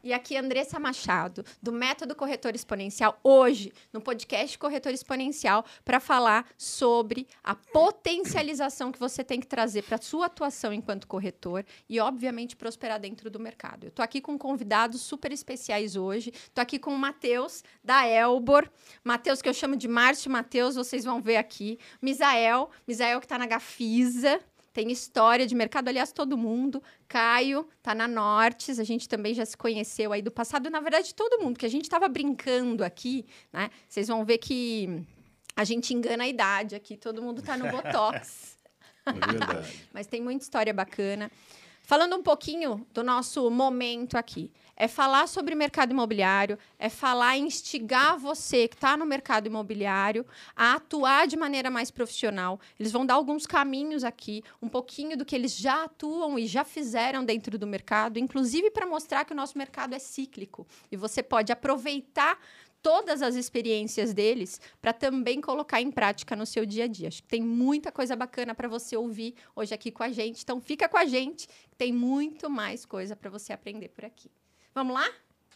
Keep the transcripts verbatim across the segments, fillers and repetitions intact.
E aqui Andressa Machado, do Método Corretor Exponencial, hoje no podcast Corretor Exponencial, para falar sobre a potencialização que você tem que trazer para a sua atuação enquanto corretor e, obviamente, prosperar dentro do mercado. Eu estou aqui com convidados super especiais hoje. Estou aqui com o Matheus, da Elbor. Matheus, que eu chamo de Márcio Matheus, vocês vão ver aqui. Misael, Misael que está na Gafisa. Tem história de mercado, aliás, todo mundo. Caio, tá na Nortes, a gente também já se conheceu aí do passado. Na verdade, todo mundo, que a gente estava brincando aqui, né? Vocês vão ver que a gente engana a idade aqui, todo mundo tá no Botox. É verdade. Mas tem muita história bacana. Falando um pouquinho do nosso momento aqui, é falar sobre mercado imobiliário, é falar, instigar você que está no mercado imobiliário a atuar de maneira mais profissional. Eles vão dar alguns caminhos aqui, um pouquinho do que eles já atuam e já fizeram dentro do mercado, inclusive para mostrar que o nosso mercado é cíclico e você pode aproveitar todas as experiências deles para também colocar em prática no seu dia a dia. Acho que tem muita coisa bacana para você ouvir hoje aqui com a gente. Então, fica com a gente, que tem muito mais coisa para você aprender por aqui. Vamos lá?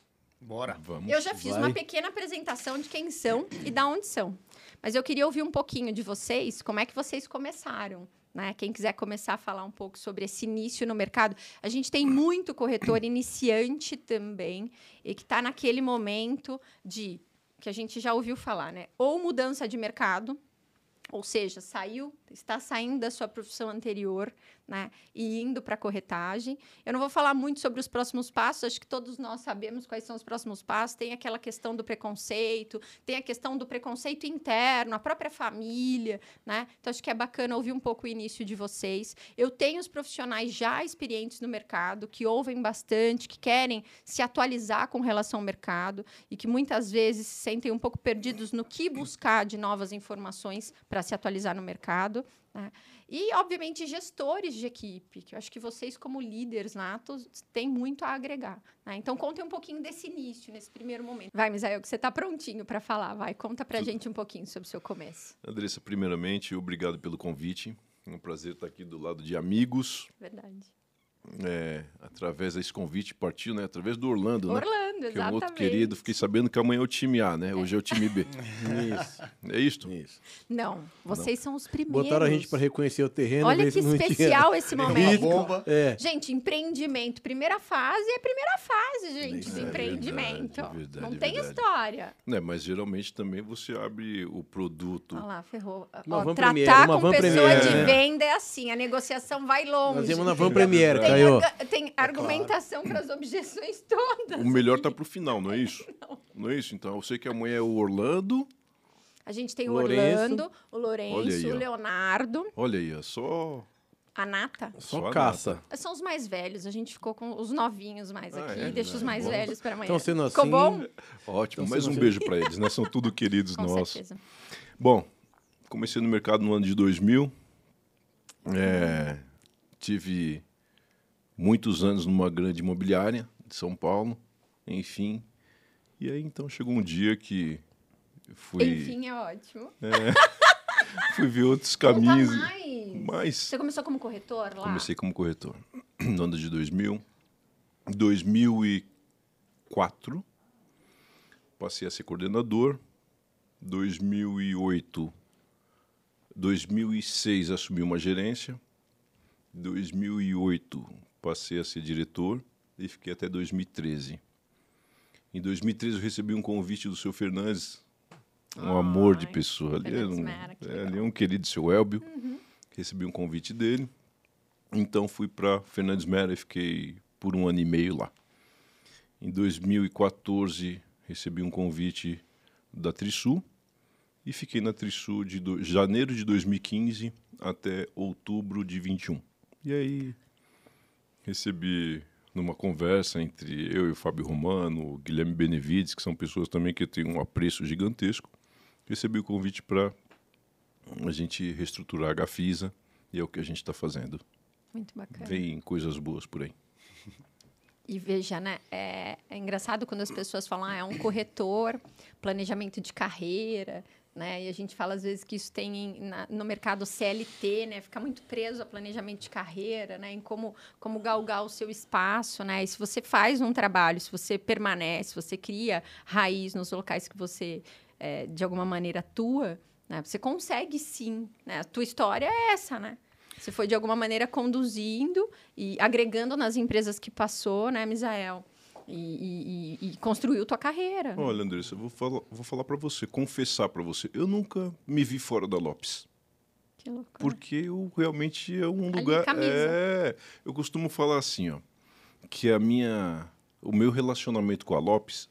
Bora. Vamos. Eu já fiz Vai. uma pequena apresentação de quem são e da onde são. Mas eu queria ouvir um pouquinho de vocês, como é que vocês começaram. Né? Quem quiser começar a falar um pouco sobre esse início no mercado. A gente tem muito corretor iniciante também, e que está naquele momento de, que a gente já ouviu falar, né? Ou mudança de mercado, ou seja, saiu, está saindo da sua profissão anterior, né? E indo para a corretagem. Eu não vou falar muito sobre os próximos passos, acho que todos nós sabemos quais são os próximos passos. Tem aquela questão do preconceito, tem a questão do preconceito interno, a própria família, né? Então, acho que é bacana ouvir um pouco o início de vocês. Eu tenho os profissionais já experientes no mercado, que ouvem bastante, que querem se atualizar com relação ao mercado e que muitas vezes se sentem um pouco perdidos no que buscar de novas informações para se atualizar no mercado. Né? E, obviamente, gestores de equipe, que eu acho que vocês, como líderes natos, têm muito a agregar. Né? Então, contem um pouquinho desse início, nesse primeiro momento. Vai, Misael, que você está prontinho para falar. Vai, conta para a gente um pouquinho sobre o seu começo. Andressa, primeiramente, obrigado pelo convite. É um prazer estar aqui do lado de amigos. Verdade. É, através desse convite partiu, né? Através do Orlando, né? Orlando, que exatamente. é um outro querido. Fiquei sabendo que amanhã é o time A, né? Hoje é, é o time B. Isso. É isto? Isso. Não, vocês não. são os primeiros. Botaram a gente para reconhecer o terreno. Olha que especial tinha... esse momento. Bomba. É. Gente, empreendimento, primeira fase é a primeira fase, gente, É do empreendimento. verdade, é verdade, não é tem verdade. história. É, mas geralmente também você abre o produto. Olha lá, ferrou. Uma Ó, van tratar premiere, uma com van pessoa premiere. de venda é assim, a negociação vai longe. Nós temos na van premiere, Tem, Caio. arga- tem argumentação para as objeções todas. O melhor tá pro final, não é isso? Não. Não é isso? Então, eu sei que amanhã é o Orlando. A gente tem o Lourenço. Orlando, o Lourenço, Olha aí, o ó. Leonardo, Olha aí, é só... a Nata. Só, Só a caça. nata. São os mais velhos, a gente ficou com os novinhos mais Ah, aqui, é? deixa os É mais bom. velhos para amanhã. Então, sendo Ficou assim, bom? Ótimo, Então, mais se um você- beijo para eles, né? São tudo queridos Com nossos. certeza. Bom, comecei no mercado no ano de dois mil. É, tive muitos anos numa grande imobiliária de São Paulo. Enfim. E aí, então, chegou um dia que fui, Enfim, é ótimo. fui ver outros Conta caminhos. mais. Mas Você começou como corretor lá? comecei como corretor no ano de dois mil. Em dois mil e quatro, passei a ser coordenador. dois mil e oito, dois mil e seis, assumi uma gerência. dois mil e oito, passei a ser diretor e fiquei até dois mil e treze. Em dois mil e treze, eu recebi um convite do seu Fernandes, um Ai, amor de pessoa. Ali, Fernandes era um, Mera, que é, legal. ali é um querido seu Elbio. Uhum. Recebi um convite dele. Então, fui para Fernandes Mera e fiquei por um ano e meio lá. Em dois mil e quatorze, recebi um convite da Trisul e fiquei na Trisul de do... janeiro de dois mil e quinze até outubro de vinte e um. E aí, recebi, numa conversa entre eu e o Fábio Romano, o Guilherme Benevides, que são pessoas também que eu tenho um apreço gigantesco, recebi o convite para a gente reestruturar a Gafisa e é o que a gente está fazendo. Muito bacana. Vem coisas boas por aí. E veja, né? É, é engraçado quando as pessoas falam, ah, é um corretor, planejamento de carreira, né? E a gente fala às vezes que isso tem em, na, no mercado C L T, né? Fica muito preso a planejamento de carreira, né? Em como, como galgar o seu espaço, né? E se você faz um trabalho, se você permanece, se você cria raiz nos locais que você, é, de alguma maneira, atua, né? Você consegue sim, né? A tua história é essa, né? Você foi, de alguma maneira, conduzindo e agregando nas empresas que passou, né, Misael? E, e, e construiu tua carreira. Olha, Andressa, eu vou falar, vou falar para você, confessar para você. Eu nunca me vi fora da Lopes. Que loucura. Porque eu realmente é um Ali, lugar... camisa. É, eu costumo falar assim, ó, que a minha, o meu relacionamento com a Lopes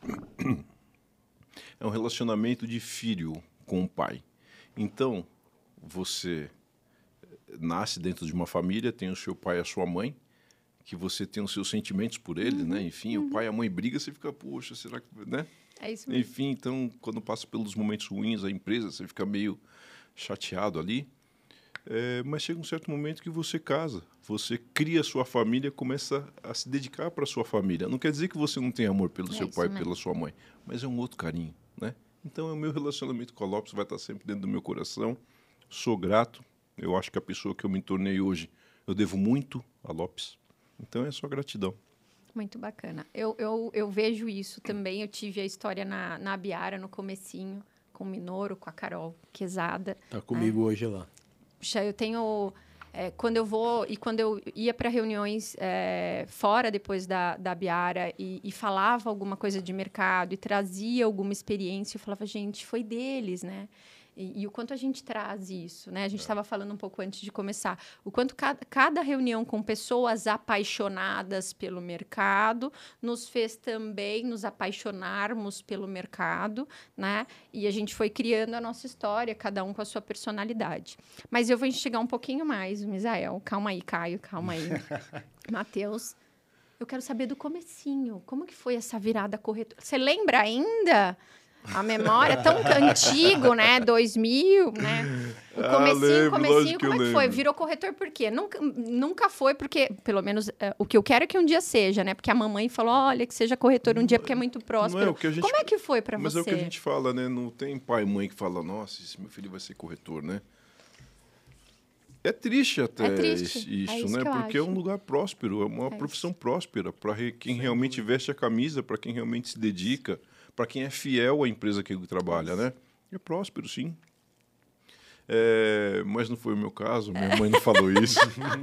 é um relacionamento de filho com o pai. Então, você nasce dentro de uma família, tem o seu pai e a sua mãe, que você tem os seus sentimentos por ele, uhum, né? Enfim, uhum. o pai e a mãe brigam, você fica, poxa, será que... né? É isso mesmo. Enfim, então, quando passa pelos momentos ruins, a empresa, você fica meio chateado ali. É, mas chega um certo momento que você casa, você cria a sua família, começa a se dedicar para a sua família. Não quer dizer que você não tem amor pelo é seu pai e pela sua mãe, mas é um outro carinho, né? Então, o meu relacionamento com a Lopes vai estar sempre dentro do meu coração. Sou grato. Eu acho que a pessoa que eu me tornei hoje, eu devo muito a Lopes. Então, é só gratidão. Muito bacana. Eu, eu, eu vejo isso também. Eu tive a história na, na Abiara, no comecinho, com o Minoro, com a Carol Quesada. Tá comigo é. hoje lá. Puxa, eu tenho... É, quando eu vou... E quando eu ia para reuniões é, fora, depois da, da Abiara, e, e falava alguma coisa de mercado, e trazia alguma experiência, eu falava, gente, foi deles, né? E, e o quanto a gente traz isso, né? A gente estava é. falando um pouco antes de começar. O quanto cada, cada reunião com pessoas apaixonadas pelo mercado nos fez também nos apaixonarmos pelo mercado, né? E a gente foi criando a nossa história, cada um com a sua personalidade. Mas eu vou instigar um pouquinho mais, Misael. Calma aí, Caio, calma aí. Matheus, eu quero saber do comecinho. Como que foi essa virada corretora? Você lembra ainda? A memória é tão antigo, né? dois mil, né? O comecinho, ah, lembro, comecinho, como é que lembro. foi? Virou corretor por quê? Nunca, nunca foi porque, pelo menos, é, o que eu quero é que um dia seja, né? Porque a mamãe falou, olha, que seja corretor um dia porque é muito próspero. Não é o que a gente, como é que foi para você? Mas é o que a gente fala, né? Não tem pai e mãe que fala, nossa, esse meu filho vai ser corretor, né? É triste até é triste. isso, é isso né? Porque acho. é um lugar próspero, é uma é profissão isso. próspera para quem Sem realmente dúvida. veste a camisa, para quem realmente se dedica, para quem é fiel à empresa que ele trabalha, né? É próspero, sim. É, mas não foi o meu caso, minha mãe não falou isso.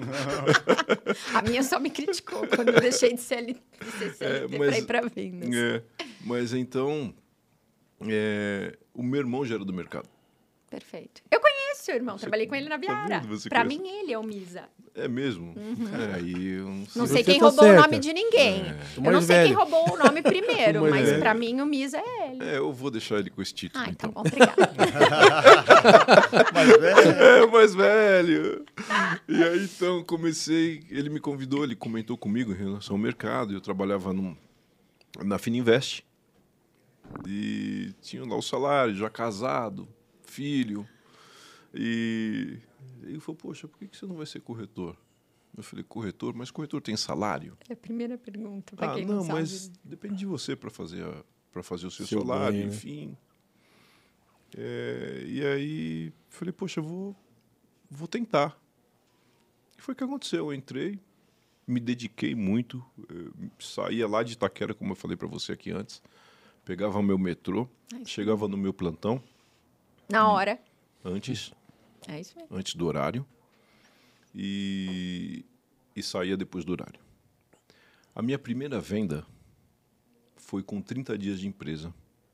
A minha só me criticou quando eu deixei de ser, de ser C L T é, para ir para vendas. É, mas então, é, o meu irmão já era do mercado. Perfeito. Eu conheço seu irmão, Você, trabalhei com ele na Biara. Tá Para mim, ele é o Misa. É mesmo? Uhum. É, aí eu não sei, não sei Você quem tá roubou certa. o nome de ninguém. É. Eu não sei velho. quem roubou o nome primeiro, mas mas velho. para mim o Misa é ele. É, eu vou deixar ele com esse título, Ai, então. tá bom, obrigada. mais velho? É, mais velho. E aí, então, comecei... Ele me convidou, ele comentou comigo em relação ao mercado. Eu trabalhava num, na Fininvest. E tinha lá o salário, já casado, filho... E ele falou, poxa, por que você não vai ser corretor? Eu falei, corretor? Mas corretor tem salário? É a primeira pergunta, para ah, quem não, não sabe. mas depende de você para fazer, para fazer o seu, seu salário, ganho, enfim. Né? É, e aí, falei, poxa, vou, vou tentar. E foi o que aconteceu, eu entrei, me dediquei muito, saía lá de Itaquera, como eu falei para você aqui antes, pegava o meu metrô, Ai, chegava no meu plantão. Na hora. Antes. É isso mesmo. Antes do horário e, e saía depois do horário. A minha primeira venda foi com trinta dias de empresa.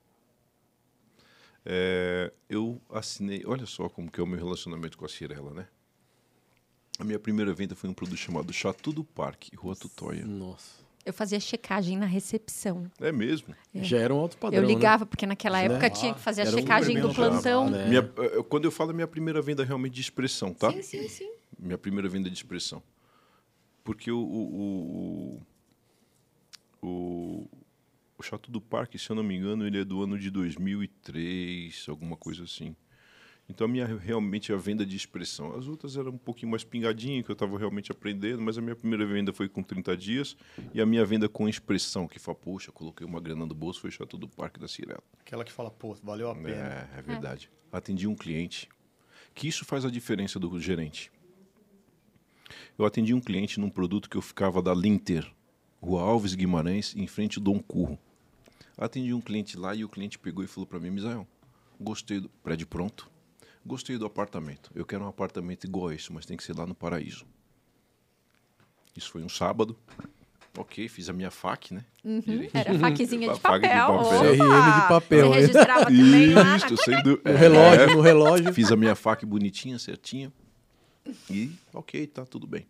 É, eu assinei... Olha só como que é o meu relacionamento com a Cirela, né? A minha primeira venda foi um produto chamado Chateau do Parque, Rua Tutóia. Nossa. Eu fazia checagem na recepção. É mesmo? É. Já era um alto padrão, Eu ligava, né? porque naquela Né? época Ah, tinha que fazer a era um checagem do plantão. né? Minha, quando eu falo a minha primeira venda realmente de expressão, tá? Sim, sim, sim. Minha primeira venda de expressão. Porque o, o, o, o, o Chateau do Parque, se eu não me engano, ele é do ano de dois mil e três, alguma coisa assim. Então, a minha, realmente, a venda de expressão. As outras eram um pouquinho mais pingadinha, que eu estava realmente aprendendo, mas a minha primeira venda foi com trinta dias, e a minha venda com expressão, que fala, poxa, coloquei uma grana no bolso, foi chato do Parque da Cirela. Aquela que fala, pô, valeu a pena. É, é verdade. É. Atendi um cliente, que isso faz a diferença do gerente. Eu atendi um cliente num produto que eu ficava da Linter, Rua Alves Guimarães, em frente ao Dom Curro. Atendi um cliente lá e o cliente pegou e falou para mim, Misael, gostei do prédio pronto, gostei do apartamento. Eu quero um apartamento igual a esse, mas tem que ser lá no Paraíso. Isso foi um sábado. Ok, fiz a minha F A Q, né? Uhum. Era faquezinha de papel. de papel. C R M de papel. Você registrava também lá na... Isso, sem dúvida. No relógio, no relógio. Fiz a minha F A Q bonitinha, certinha. E, ok, tá tudo bem.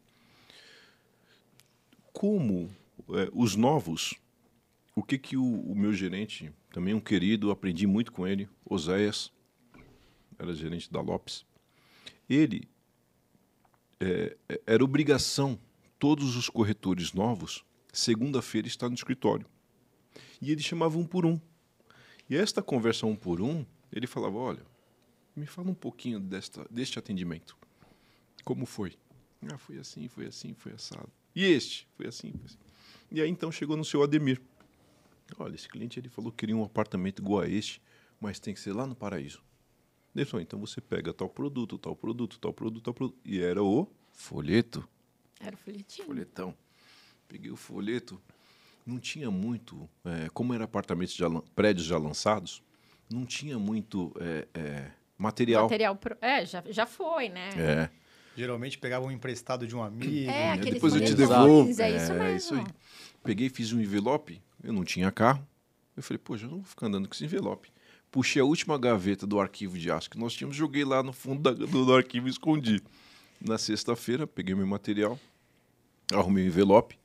Como é, os novos, o que que o, o meu gerente, também um querido, aprendi muito com ele, Oséias, era gerente da Lopes, ele, é, era obrigação, todos os corretores novos, segunda-feira estar no escritório. E ele chamava um por um. E esta conversa um por um, ele falava, olha, me fala um pouquinho desta, deste atendimento. Como foi? Ah, foi assim, foi assim, foi assado. E este? Foi assim, foi assim. E aí, então, chegou no seu Ademir. Olha, esse cliente ele falou que queria um apartamento igual a este, mas tem que ser lá no Paraíso. Ele falou, então você pega tal produto, tal produto, tal produto, tal produto. E era o folheto. Era o folhetinho. Folhetão. Peguei o folheto. Não tinha muito... É, como era apartamentos, já, prédios já lançados, não tinha muito é, é, material. Material... Pro... É, já, já foi, né? É. Geralmente pegava um emprestado de um amigo. É, aqueles depois eu te folhetões, devolvo. É isso É, mesmo. isso aí. Peguei, fiz um envelope. Eu não tinha carro. Eu falei, poxa, eu não vou ficar andando com esse envelope. Puxei a última gaveta do arquivo de aço que nós tínhamos, joguei lá no fundo da, do, do arquivo e escondi. Na sexta-feira, peguei meu material, arrumei o envelope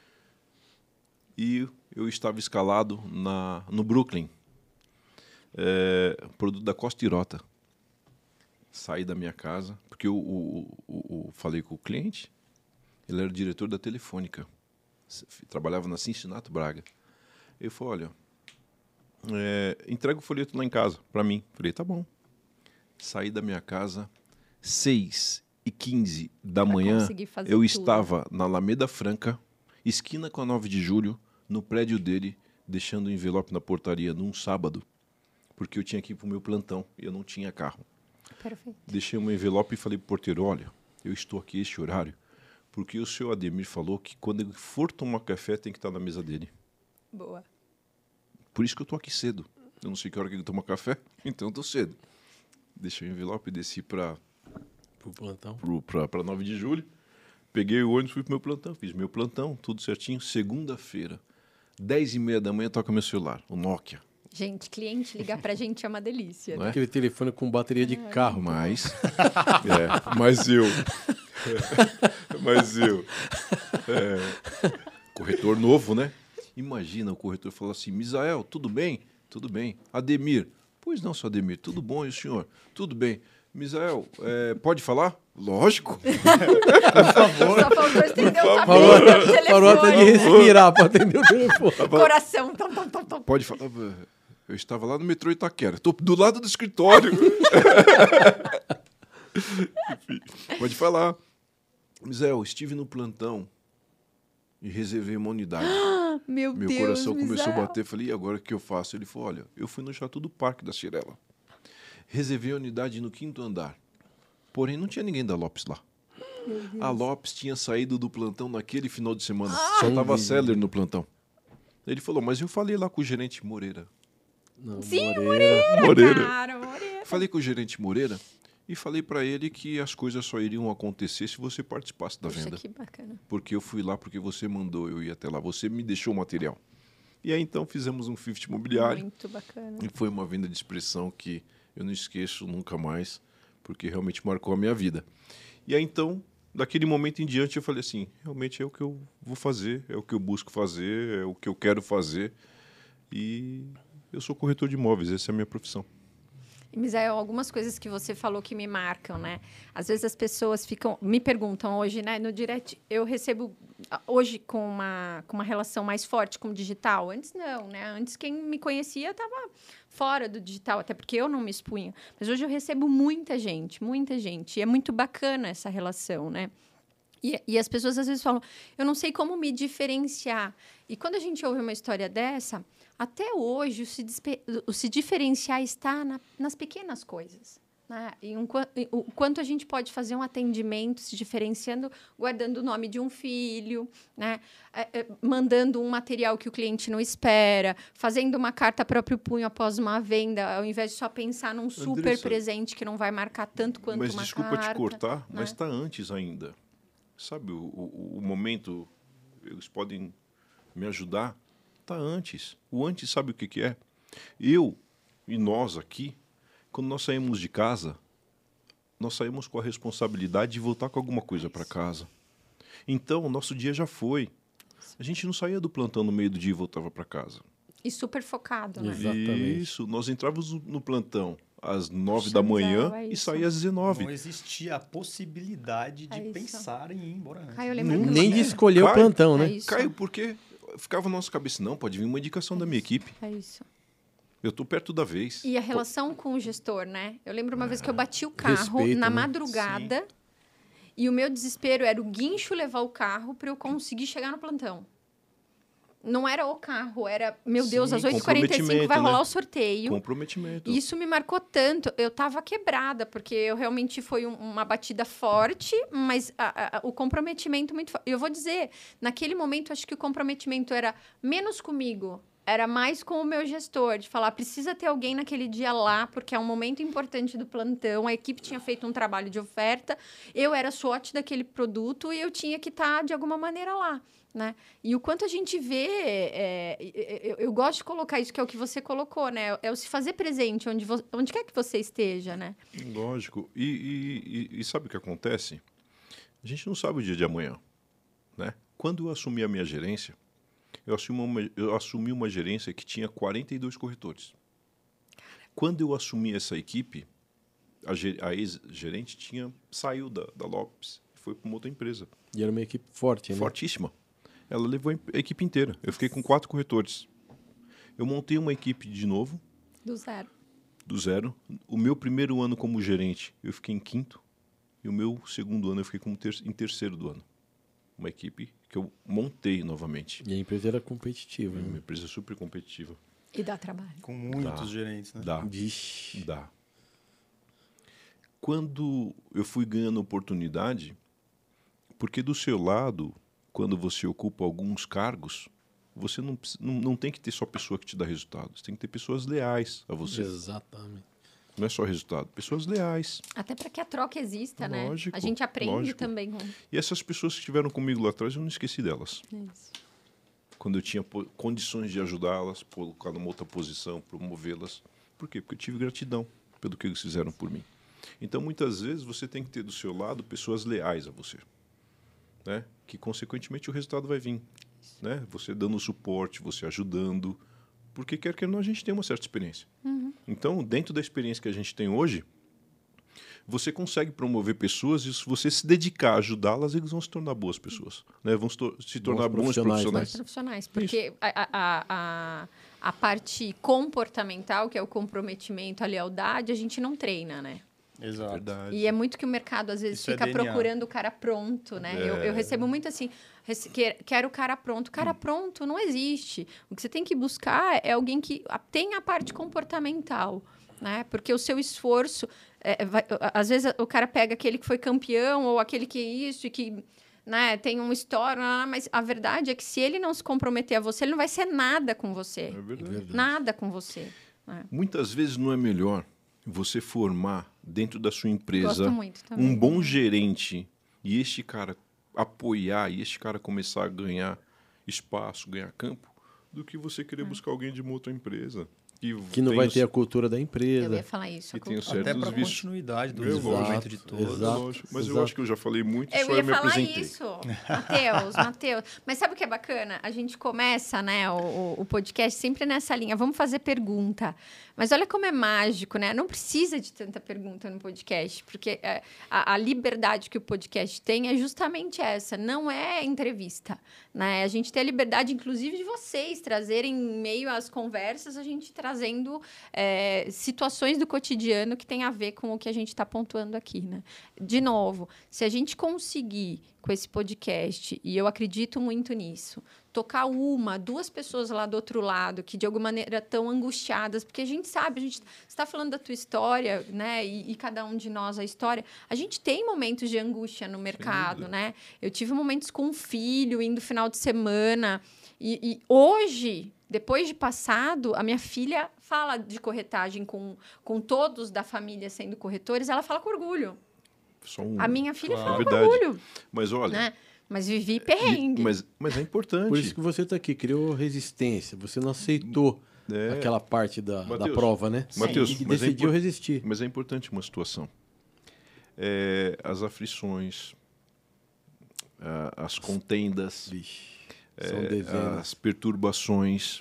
e eu estava escalado na, no Brooklyn, é, produto da Costa Irota. Saí da minha casa, porque eu, o, o, o, falei com o cliente, ele era diretor da Telefônica, trabalhava na Cincinnati Braga. Ele falou, olha, é, entrega o folheto lá em casa, para mim. Falei, tá bom. Saí da minha casa, seis e quinze da Pra manhã, conseguir fazer eu tudo. estava na Alameda Franca, esquina com a nove de julho, no prédio dele, deixando o envelope na portaria num sábado, porque eu tinha que ir para o meu plantão e eu não tinha carro. Perfeito. Deixei um envelope e falei pro porteiro, olha, eu estou aqui este horário, porque o seu Ademir falou que quando ele for tomar café tem que estar na mesa dele. Boa. Por isso que eu estou aqui cedo. Eu não sei que hora que ele toma café, então eu estou cedo. Deixei o envelope e desci para Pro plantão. para nove de julho. Peguei o ônibus e fui pro meu plantão. Fiz meu plantão, tudo certinho. Segunda-feira, dez e meia da manhã, toca meu celular, o Nokia. Gente, cliente ligar pra gente é uma delícia. Não Né? é? Aquele telefone com bateria de carro. Mas, é, mas eu, é, mas eu, é, corretor novo, né? Imagina o corretor falar assim, Misael, tudo bem? Tudo bem. Ademir, pois não, seu Ademir, tudo bom, e o senhor? Tudo bem. Misael, é, pode falar? Lógico. Por favor. Só faltou estender o Parou, tapete do telefone. parou até de respirar para atender o telefone. Coração. Tom, tom, tom, tom. Pode falar. Eu estava lá no metrô Itaquera. Estou do lado do escritório. Enfim, pode falar. Misael, estive no plantão e reservei uma unidade. Meu, Meu Deus, coração começou a Misael. bater. Falei, e agora o que eu faço? Ele falou, olha, eu fui no Chateau do Parque da Cirela. Reservei a unidade no quinto andar. Porém, não tinha ninguém da Lopes lá. A Lopes tinha saído do plantão naquele final de semana. Ah! Só estava Seller no plantão. Ele falou, mas eu falei lá com o gerente Moreira. Não, Sim, Moreira. Moreira. Cara, Moreira. Falei com o gerente Moreira e falei para ele que as coisas só iriam acontecer se você participasse da Poxa, venda. que bacana. Porque eu fui lá porque você mandou, eu ia até lá. Você me deixou o material. E aí, então, fizemos um fifty imobiliário. Muito bacana. E foi uma venda de expressão que eu não esqueço nunca mais, porque realmente marcou a minha vida. E aí, então, daquele momento em diante, eu falei assim, realmente é o que eu vou fazer, é o que eu busco fazer, é o que eu quero fazer. E eu sou corretor de imóveis, essa é a minha profissão. Misael, algumas coisas que você falou que me marcam, né? Às vezes as pessoas ficam, me perguntam hoje, né? No direct, eu recebo hoje com uma, com uma relação mais forte com o digital. Antes não, né? Antes quem me conhecia estava fora do digital, até porque eu não me expunha. Mas hoje eu recebo muita gente, muita gente. E é muito bacana essa relação, né? E, e as pessoas às vezes falam, eu não sei como me diferenciar. E quando a gente ouve uma história dessa, até hoje o se, despe- o se diferenciar está na, nas pequenas coisas. Né? E um, o quanto a gente pode fazer um atendimento se diferenciando, guardando o nome de um filho, né? é, é, mandando um material que o cliente não espera, fazendo uma carta próprio punho após uma venda, ao invés de só pensar num super Andressa, presente que não vai marcar tanto quanto mas uma desculpa carta. te cortar, né? mas está antes ainda. Sabe, o, o, o momento, eles podem me ajudar, está antes. O antes sabe o que, que é? Eu e nós aqui, quando nós saímos de casa, nós saímos com a responsabilidade de voltar com alguma coisa para casa. Então, o nosso dia já foi. A gente não saía do plantão no meio do dia e voltava para casa. E super focado, né? Exatamente. Isso, nós entrávamos no, no plantão às nove Puxa, da manhã Misael, é e isso. saía às dezenove. Não existia a possibilidade de É isso. pensar em ir embora antes. Caio, eu lembro que Nem uma- de escolher o Cai. plantão, né? É isso. Caio, porque ficava na nossa cabeça, não, pode vir uma indicação da minha equipe. É isso. Eu estou perto da vez. E a relação com o gestor, né? Eu lembro uma vez que eu bati o carro Respeito, na né? madrugada e o meu desespero era o guincho levar o carro para eu conseguir chegar no plantão. Não era o carro, era, meu Sim, Deus, às oito e quarenta e cinco vai comprometimento, rolar né? o sorteio. Comprometimento. E isso me marcou tanto. Eu tava quebrada, porque eu realmente foi um- uma batida forte, mas a- a- o comprometimento muito forte. Eu vou dizer, naquele momento, acho que o comprometimento era menos comigo, era mais com o meu gestor, de falar, precisa ter alguém naquele dia lá, porque é um momento importante do plantão, a equipe tinha feito um trabalho de oferta, eu era SWOT daquele produto e eu tinha que estar, de alguma maneira, lá. Né? E o quanto a gente vê, é, eu, eu gosto de colocar isso, que é o que você colocou, né? É o se fazer presente onde, vo, onde quer que você esteja, né? Lógico. E, e- e- e sabe o que acontece? A gente não sabe o dia de amanhã. Né? Quando eu assumi a minha gerência, eu assumi uma, eu assumi uma gerência que tinha quarenta e dois corretores. Quando eu assumi essa equipe, a, ge- a ex-gerente tinha, saiu da, da Lopes e foi para uma outra empresa. E era uma equipe forte, né? Fortíssima. Ela levou a equipe inteira. Eu fiquei com quatro corretores. Eu montei uma equipe de novo, Do zero. do zero. O meu primeiro ano como gerente, eu fiquei em quinto. E o meu segundo ano, eu fiquei como ter em terceiro do ano. Uma equipe que eu montei novamente. E a empresa era competitiva. Uma Né? empresa super competitiva. E dá trabalho. Com muitos Dá. gerentes, né? Dá, Vixe. dá. Quando eu fui ganhando oportunidade, porque do seu lado, quando você ocupa alguns cargos, você não, precisa- não, não tem que ter só pessoa que te dá resultado. Você tem que ter pessoas leais a você. Exatamente. Não é só resultado. Pessoas leais. Até para que a troca exista, né? Lógico, A gente aprende lógico. também com E essas pessoas que estiveram comigo lá atrás, eu não esqueci delas. isso. Quando eu tinha po- condições de ajudá-las, colocar numa outra posição, promovê-las. Por quê? Porque eu tive gratidão pelo que eles fizeram por mim. Então, muitas vezes, você tem que ter do seu lado pessoas leais a você. Né? Que, consequentemente, o resultado vai vir. Né? Você dando suporte, você ajudando. Porque, quer que não, a gente tem uma certa experiência. Então, dentro da experiência que a gente tem hoje, você consegue promover pessoas e se você se dedicar a ajudá-las, eles vão se tornar boas pessoas. Né? Vão se, tor- se tornar bons profissionais, né? profissionais. Profissionais, porque a, a, a, a parte comportamental, que é o comprometimento, a lealdade, a gente não treina, né? Exato. Verdade. E é muito que o mercado, às vezes, Isso é fica D N A. procurando o cara pronto, né? Eu, eu recebo muito assim, rece- que- quero o cara pronto. Cara pronto não existe. O que você tem que buscar é alguém que a- tenha a parte comportamental, né? Porque o seu esforço... é, vai- a- às vezes, o cara pega aquele que foi campeão ou aquele que é isso e que... Né, tem uma história, mas a verdade é que se ele não se comprometer a você, ele não vai ser nada com você. É verdade. Nada com você. né? Muitas vezes não é melhor você formar dentro da sua empresa Gosto muito também. um bom gerente e este cara apoiar e este cara começar a ganhar espaço, ganhar campo, do que você querer buscar alguém de uma outra empresa. Que, Que não tem vai os- ter a cultura da Eu empresa. ia falar isso. que a tem os cultura. Até certos para vícios. continuidade do Exato, desenvolvimento de todos. exato. Lógico, mas eu exato. acho que eu já falei muito, Eu só ia eu me falar apresentei. isso, Matheus, Matheus. Mas sabe o que é bacana? A gente começa, né, o, o- o podcast sempre nessa linha. Vamos fazer pergunta. Mas olha como é mágico, né? Não precisa de tanta pergunta no podcast, porque é, a, a liberdade que o podcast tem é justamente essa. Não é entrevista, né? A gente tem a liberdade, inclusive, de vocês trazerem em meio às conversas, a gente trazendo é, situações do cotidiano que tem a ver com o que a gente está pontuando aqui, né? De novo, se a gente conseguir com esse podcast, e eu acredito muito nisso, tocar uma, duas pessoas lá do outro lado que de alguma maneira estão angustiadas, porque a gente sabe, a gente está falando da tua história, né? E, e cada um de nós a história. A gente tem momentos de angústia no mercado, dúvida. né? Eu tive momentos com um filho indo final de semana. E, e hoje, depois de passado, a minha filha fala de corretagem com, com todos da família sendo corretores, ela fala com orgulho. Só um... A minha filha Claro. fala É com verdade. orgulho, Mas olha, né? Mas vivi e- perrengue. mas, mas é importante. Por isso que você está aqui, criou resistência. Você não aceitou É, aquela parte da, da Mateus, prova, né? Mateus, e mas é decidiu impor- resistir. Mas é importante uma situação. É, as aflições, a- as contendas, Vixe, são é, dezenas. as perturbações,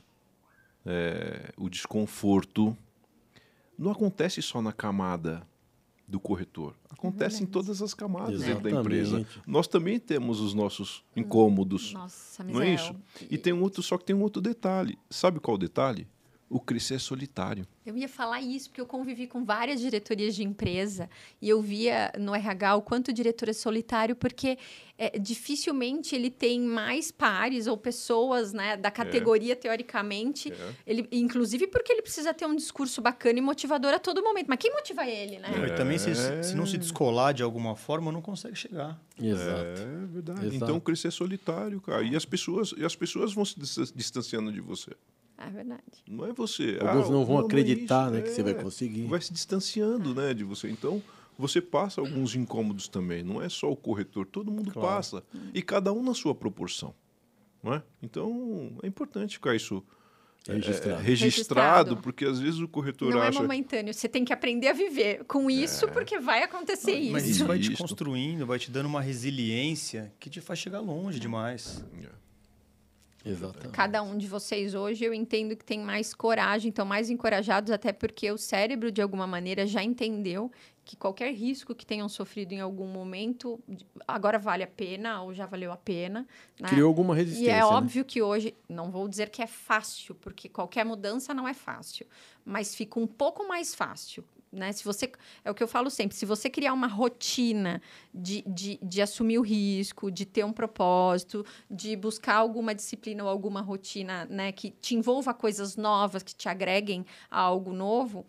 é, o desconforto, não acontece só na camada do corretor. Acontece em todas as camadas dentro da empresa. Exatamente. Nós também temos os nossos incômodos, Nossa, não é Misael. isso? E tem um outro, só que tem um outro detalhe. Sabe qual o detalhe? O crescer solitário. Eu ia falar isso, porque eu convivi com várias diretorias de empresa e eu via no R H o quanto o diretor é solitário, porque é, dificilmente ele tem mais pares ou pessoas, né, da categoria, teoricamente. É. Ele, inclusive porque ele precisa ter um discurso bacana e motivador a todo momento. Mas quem motiva ele, né? Não, e também, se, se não se descolar de alguma forma, não consegue chegar. Exato. É verdade. Exato. Então crescer solitário, cara. E as pessoas, e as pessoas vão se dis- distanciando de você. É verdade. Não é você. Alguns ah, não vão é acreditar, isso, né, que você vai é. conseguir. Vai se distanciando, né, de você. Então, você passa alguns incômodos também. Não é só o corretor, todo mundo Claro. passa. E cada um na sua proporção. Não é? Então, é importante ficar isso é, Registrado. é, registrado, Registrado. porque às vezes o corretor Não é acha... momentâneo. Você tem que aprender a viver com isso, porque vai acontecer isso. Mas isso vai te Isso. construindo, vai te dando uma resiliência que te faz chegar longe demais. É. Exatamente. Cada um de vocês hoje, eu entendo que tem mais coragem, estão mais encorajados, até porque o cérebro, de alguma maneira, já entendeu que qualquer risco que tenham sofrido em algum momento, agora vale a pena ou já valeu a pena. Né? Criou alguma resistência. E é né? óbvio que hoje, não vou dizer que é fácil, porque qualquer mudança não é fácil, mas fica um pouco mais fácil. Né? Se você, é o que eu falo sempre, se você criar uma rotina de, de, de assumir o risco, de ter um propósito, de buscar alguma disciplina ou alguma rotina, né, que te envolva coisas novas, que te agreguem a algo novo,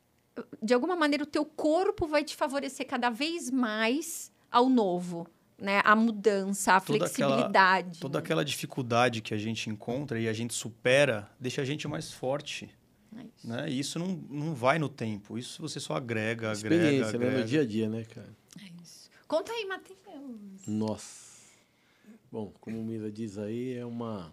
de alguma maneira o teu corpo vai te favorecer cada vez mais ao novo, né? A mudança, a Toda aquela- flexibilidade. Toda né? aquela dificuldade que a gente encontra e a gente supera, deixa a gente mais forte. É isso. Né? E isso não, não vai no tempo. Isso você só agrega, agrega, Experiência, né? agrega. No dia a dia, né, cara? É isso. Conta aí, Matheus. Nossa. Bom, como o Mira diz aí, é uma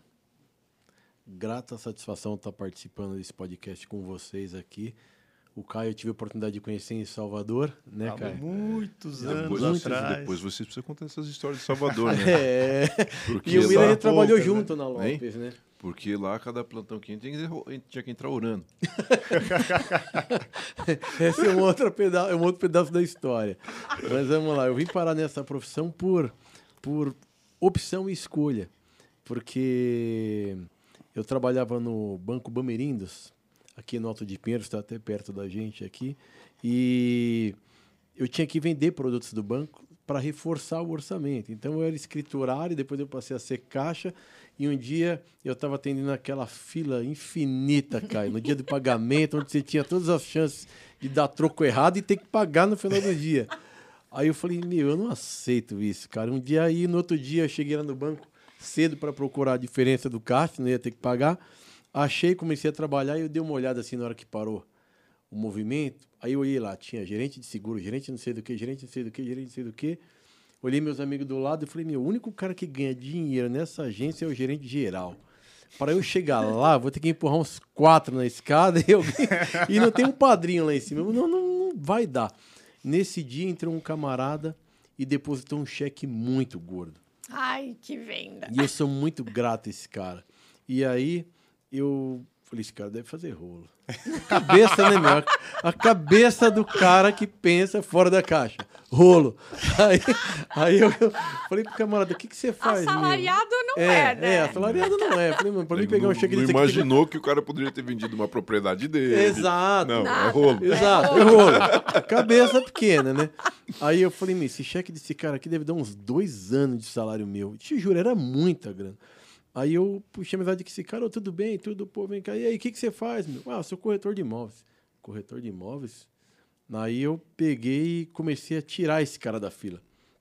grata satisfação estar participando desse podcast com vocês aqui. O Caio eu tive a oportunidade de conhecer em Salvador, né, Há Caio? muitos anos Depois, você, atrás. depois você precisa contar essas histórias de Salvador, né? É. Porque E o Mira lá- a gente trabalhou poucas, junto na Hein? Lopes, né? Porque lá, cada plantão que a gente tinha que, tinha que entrar orando. Esse é um outro, peda é um outro pedaço da história. Mas vamos lá, eu vim parar nessa profissão por, por opção e escolha. Porque eu trabalhava no Banco Bamerindos, aqui no Alto de Pinheiros, está até perto da gente aqui, e eu tinha que vender produtos do banco para reforçar o orçamento. Então eu era escriturário, depois eu passei a ser caixa, e um dia eu estava atendendo aquela fila infinita, Caio, no dia do pagamento, onde você tinha todas as chances de dar troco errado e ter que pagar no final do dia. Aí eu falei, meu, eu não aceito isso, cara. Um dia aí, no outro dia, eu cheguei lá no banco cedo para procurar a diferença do caixa, não ia ter que pagar. Achei, comecei a trabalhar e eu dei uma olhada assim na hora que parou o movimento. Aí eu olhei lá, tinha gerente de seguro, gerente não sei do que, gerente não sei do que, gerente não sei do que. Olhei meus amigos do lado e falei, meu, o único cara que ganha dinheiro nessa agência é o gerente geral. Para eu chegar lá, vou ter que empurrar uns quatro na escada e, alguém... e não tem um padrinho lá em cima. Não, não, não vai dar. Nesse dia entrou um camarada e depositou um cheque muito gordo. Ai, que venda. E eu sou muito grato a esse cara. E aí eu falei, esse cara deve fazer rolo. A cabeça, né, meu? A cabeça do cara que pensa fora da caixa. Rolo. Aí, aí eu, eu falei pro camarada, o que, que você faz? Assalariado meu? não é, é, né? É, assalariado não é. Falei, mano, pra mim pegar um cheque não desse imaginou aqui... que o cara poderia ter vendido uma propriedade dele. Exato. Não, Nada. é rolo. Exato, é rolo. Cabeça pequena, né? Aí eu falei, meu, esse cheque desse cara aqui deve dar uns dois anos de salário meu. Te juro, era muita grana. Aí eu puxei a amizade com esse cara, oh, tudo bem, tudo, pô, vem cá. E aí, o que, que você faz, meu? Ah, eu sou corretor de imóveis. Corretor de imóveis? Aí eu peguei e comecei a tirar esse cara da fila.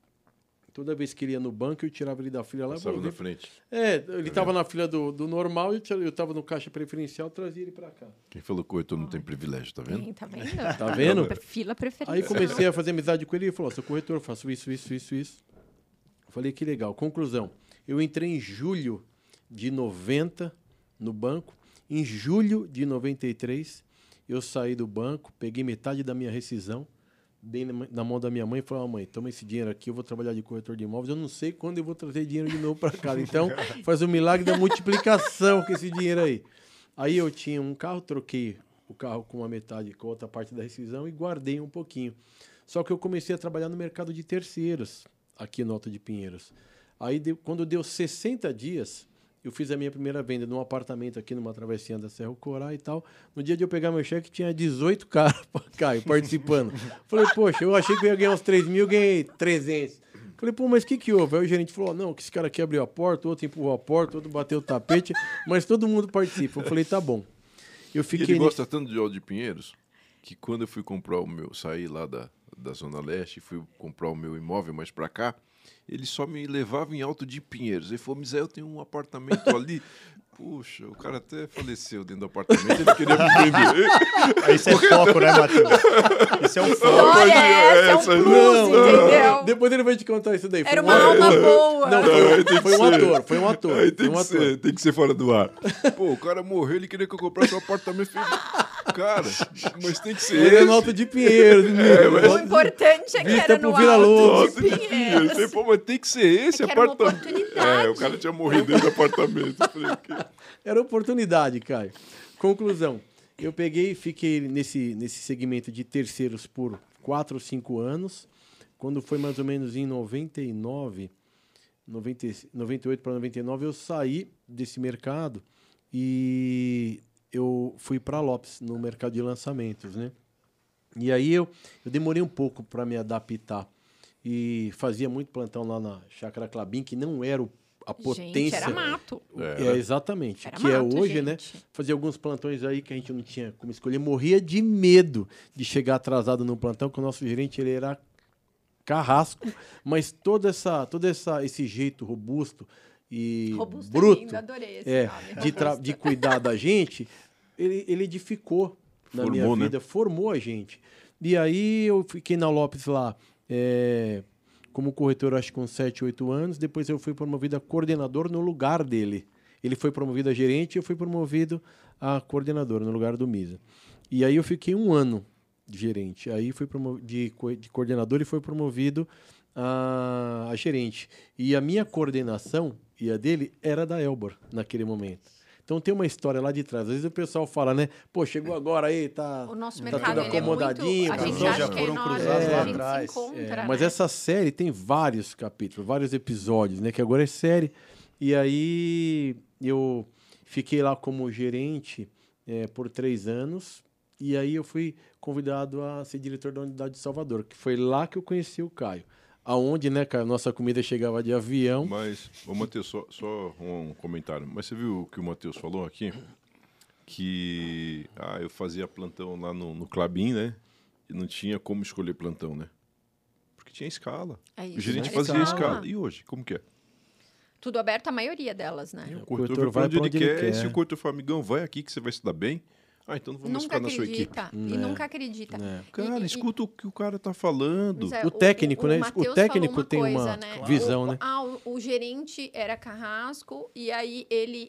Toda vez que ele ia no banco, eu tirava ele da fila lá. Passava pô, na vem- frente. É, ele tava na fila do, do normal e eu tava no caixa preferencial, trazia ele pra cá. Quem falou corretor não tem privilégio, tá vendo? Sim, tá vendo? Tá vendo? Fila preferida. Aí comecei a fazer amizade com ele e ele falou, sou corretor, faço isso, isso, isso, isso. Falei, que legal. Conclusão, eu entrei em julho de noventa no banco. Em julho de noventa e três, eu saí do banco, peguei metade da minha rescisão, dei na, na mão da minha mãe e falei, ah, mãe, toma esse dinheiro aqui, eu vou trabalhar de corretor de imóveis, eu não sei quando eu vou trazer dinheiro de novo para casa. Então, faz o milagre da multiplicação com esse dinheiro aí. Aí eu tinha um carro, troquei o carro com uma metade, com a outra parte da rescisão e guardei um pouquinho. Só que eu comecei a trabalhar no mercado de terceiros, aqui no Alto de Pinheiros. Aí, de, quando deu sessenta dias, eu fiz a minha primeira venda num apartamento aqui numa travessinha da Serra Corá e tal. No dia de eu pegar meu cheque, tinha dezoito caras, Caio, participando. Falei, poxa, eu achei que eu ia ganhar uns três mil, ganhei trezentos. Falei, pô, mas o que que houve? Aí o gerente falou, não, que esse cara aqui abriu a porta, o outro empurrou a porta, o outro bateu o tapete, mas todo mundo participa. Eu falei, tá bom. Eu E fiquei... ele ni- gosta tanto de Alto de Pinheiros que quando eu fui comprar o meu, saí lá da, da Zona Leste e fui comprar o meu imóvel mais pra cá, ele só me levava em Alto de Pinheiros. Ele falou, Misael, tem um apartamento ali. Puxa, o cara até faleceu dentro do apartamento, ele queria me vender. Aí isso é foco, né, Matheus? Isso é um foco. Olha, essa é um Essa- plus, Não, entendeu? Depois ele vai te contar isso daí. Foi Era um uma ator. alma boa. Não, Aí foi, tem foi que um ser. ator, foi um ator. Aí tem foi um que, ator. ser, tem que ser fora do ar. Pô, o cara morreu, ele queria que eu comprasse um apartamento. Eu falei, cara, mas tem que ser Ele é esse. no Alto de Pinheiros. O importante é que Vista era pro no Vila Alto Lobos. de Alto de Pinheiros. Eu Pinheiros. falei, pô, mas tem que ser esse É que era uma apartamento. oportunidade. É, o cara tinha morrido dentro do apartamento. Eu falei, o quê? Era oportunidade, Caio. Conclusão. Eu peguei e fiquei nesse, nesse segmento de terceiros por quatro ou cinco anos. Quando foi mais ou menos em noventa e nove, noventa, noventa e oito para noventa e nove, eu saí desse mercado e eu fui para Lopes, no mercado de lançamentos, né? E aí eu, eu demorei um pouco para me adaptar. E fazia muito plantão lá na Chácara Clabin, que não era o, a potência... Gente, era mato. É, exatamente. Era que é mato, hoje, gente. né? Fazia alguns plantões aí que a gente não tinha como escolher. Morria de medo de chegar atrasado no plantão, que o nosso gerente ele era carrasco, mas toda essa, todo essa, esse jeito robusto e Robusto é bruto lindo, adorei esse é, nome, de, tra- robusto. de cuidar da gente, ele, ele edificou na Formou, minha né? vida, formou a gente. E aí eu fiquei na Lopes lá é, como corretor, acho que com sete, oito anos. Depois eu fui promovido a coordenador no lugar dele. Ele foi promovido a gerente e eu fui promovido a coordenador no lugar do Misa. E aí eu fiquei um ano de gerente. Aí fui promovido de, co- de coordenador e foi promovido a, a gerente. E a minha coordenação e a dele era da Elbor naquele momento. Então tem uma história lá de trás. Às vezes o pessoal fala, né? Pô, chegou agora aí, tá, O nosso tá mercado tudo ele é muito... acomodadinho. A tá gente tudo- acha já que é foram enorme, cruzados a lá gente atrás. se encontra, É, né? mas essa série tem vários capítulos, vários episódios, né? Que agora é série. E aí eu fiquei lá como gerente é, por três anos. E aí eu fui convidado a ser diretor da unidade de Salvador, que foi lá que eu conheci o Caio. Aonde, né, Caio? Nossa comida chegava de avião. Mas, ô Matheus, só, só um comentário. Mas você viu o que o Matheus falou aqui? Que ah, eu fazia plantão lá no, no Clabin, né? E não tinha como escolher plantão, né? Porque tinha escala. É isso, O gerente né? fazia Escala. escala. E hoje, como que é? Tudo aberto, a maioria delas, né? O O corretor corretor vai pra onde ele quer. ele E se o corretor fala, amigão, vai aqui que você vai se dar bem. Ah, então não vou mais Nunca ficar na sua equipe. acredita. É. E nunca acredita. É. Cara, E- e- escuta o que o cara tá falando. Mas é, O técnico, né? O Matheus técnico falou tem uma né? visão, o, né? Ah, o, o gerente era Carrasco e aí ele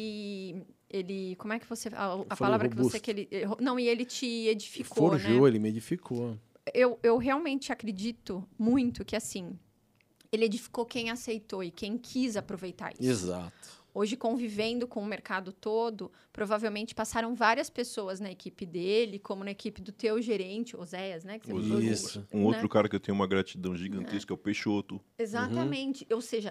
ele ele como é que você a, a falei palavra que você robusto. que ele não e ele te edificou, Forjou, né? ele me edificou. Eu, eu realmente acredito muito que assim ele edificou quem aceitou e quem quis aproveitar isso. Exato. Hoje, convivendo com o mercado todo, provavelmente passaram várias pessoas na equipe dele, como na equipe do teu gerente, Oséias, né? Que você falou, Isso. Um né? outro cara que eu tenho uma gratidão gigantesca é o Peixoto. Exatamente. Ou seja,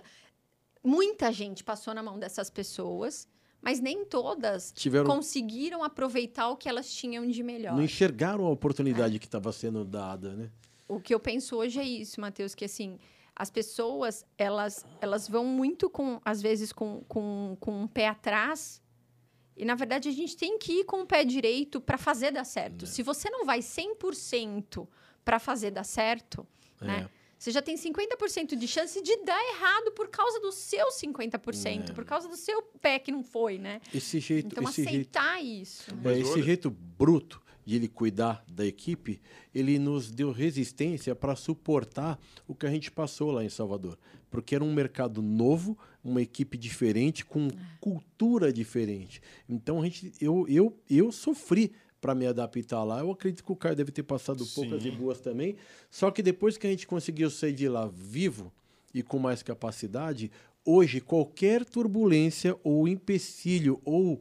muita gente passou na mão dessas pessoas, mas nem todas Tiveram, conseguiram aproveitar o que elas tinham de melhor. não enxergaram a oportunidade que estava sendo dada, né? O que eu penso hoje é isso, Matheus, que assim, as pessoas, elas, elas vão muito com, às vezes, com, com, com um pé atrás. E, na verdade, a gente tem que ir com o pé direito para fazer dar certo. É. Se você não vai cem por cento para fazer dar certo, É. né? Você já tem cinquenta por cento de chance de dar errado por causa do seu cinquenta por cento, É. por causa do seu pé que não foi, né? Esse jeito, Então, esse jeito, aceitar isso. né? é, Mas esse olha- jeito bruto de ele cuidar da equipe, ele nos deu resistência para suportar o que a gente passou lá em Salvador. Porque era um mercado novo, uma equipe diferente, com cultura diferente. Então, a gente, eu, eu, eu sofri para me adaptar lá. Eu acredito que o Caio deve ter passado poucas Sim. e boas também. Só que depois que a gente conseguiu sair de lá vivo e com mais capacidade, hoje qualquer turbulência ou empecilho ou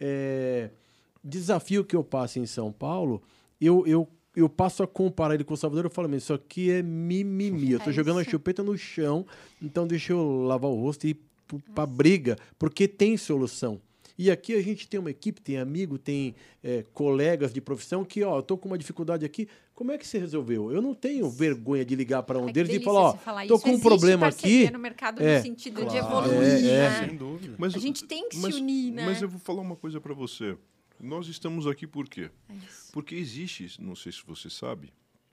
é, desafio que eu passe em São Paulo, eu, eu, eu passo a comparar ele com o Salvador. Eu falo, mas isso aqui é mimimi. Eu tô É jogando isso. a chupeta no chão, então deixa eu lavar o rosto e ir pro- pra briga, porque tem solução. E aqui a gente tem uma equipe, tem amigo, tem é, colegas de profissão que, ó, eu tô com uma dificuldade aqui, como é que você resolveu? Eu não tenho vergonha de ligar para um Ai, que deles e delícia falar, ó, você falar tô isso. com um Existe problema parceria aqui. no mercado É, no sentido de Claro, evoluir, é, né? sem dúvida. Mas, A gente tem que mas- se unir, né? Mas eu vou falar uma coisa para você. Nós estamos aqui por quê? É isso. Porque existe, não sei se você sabe,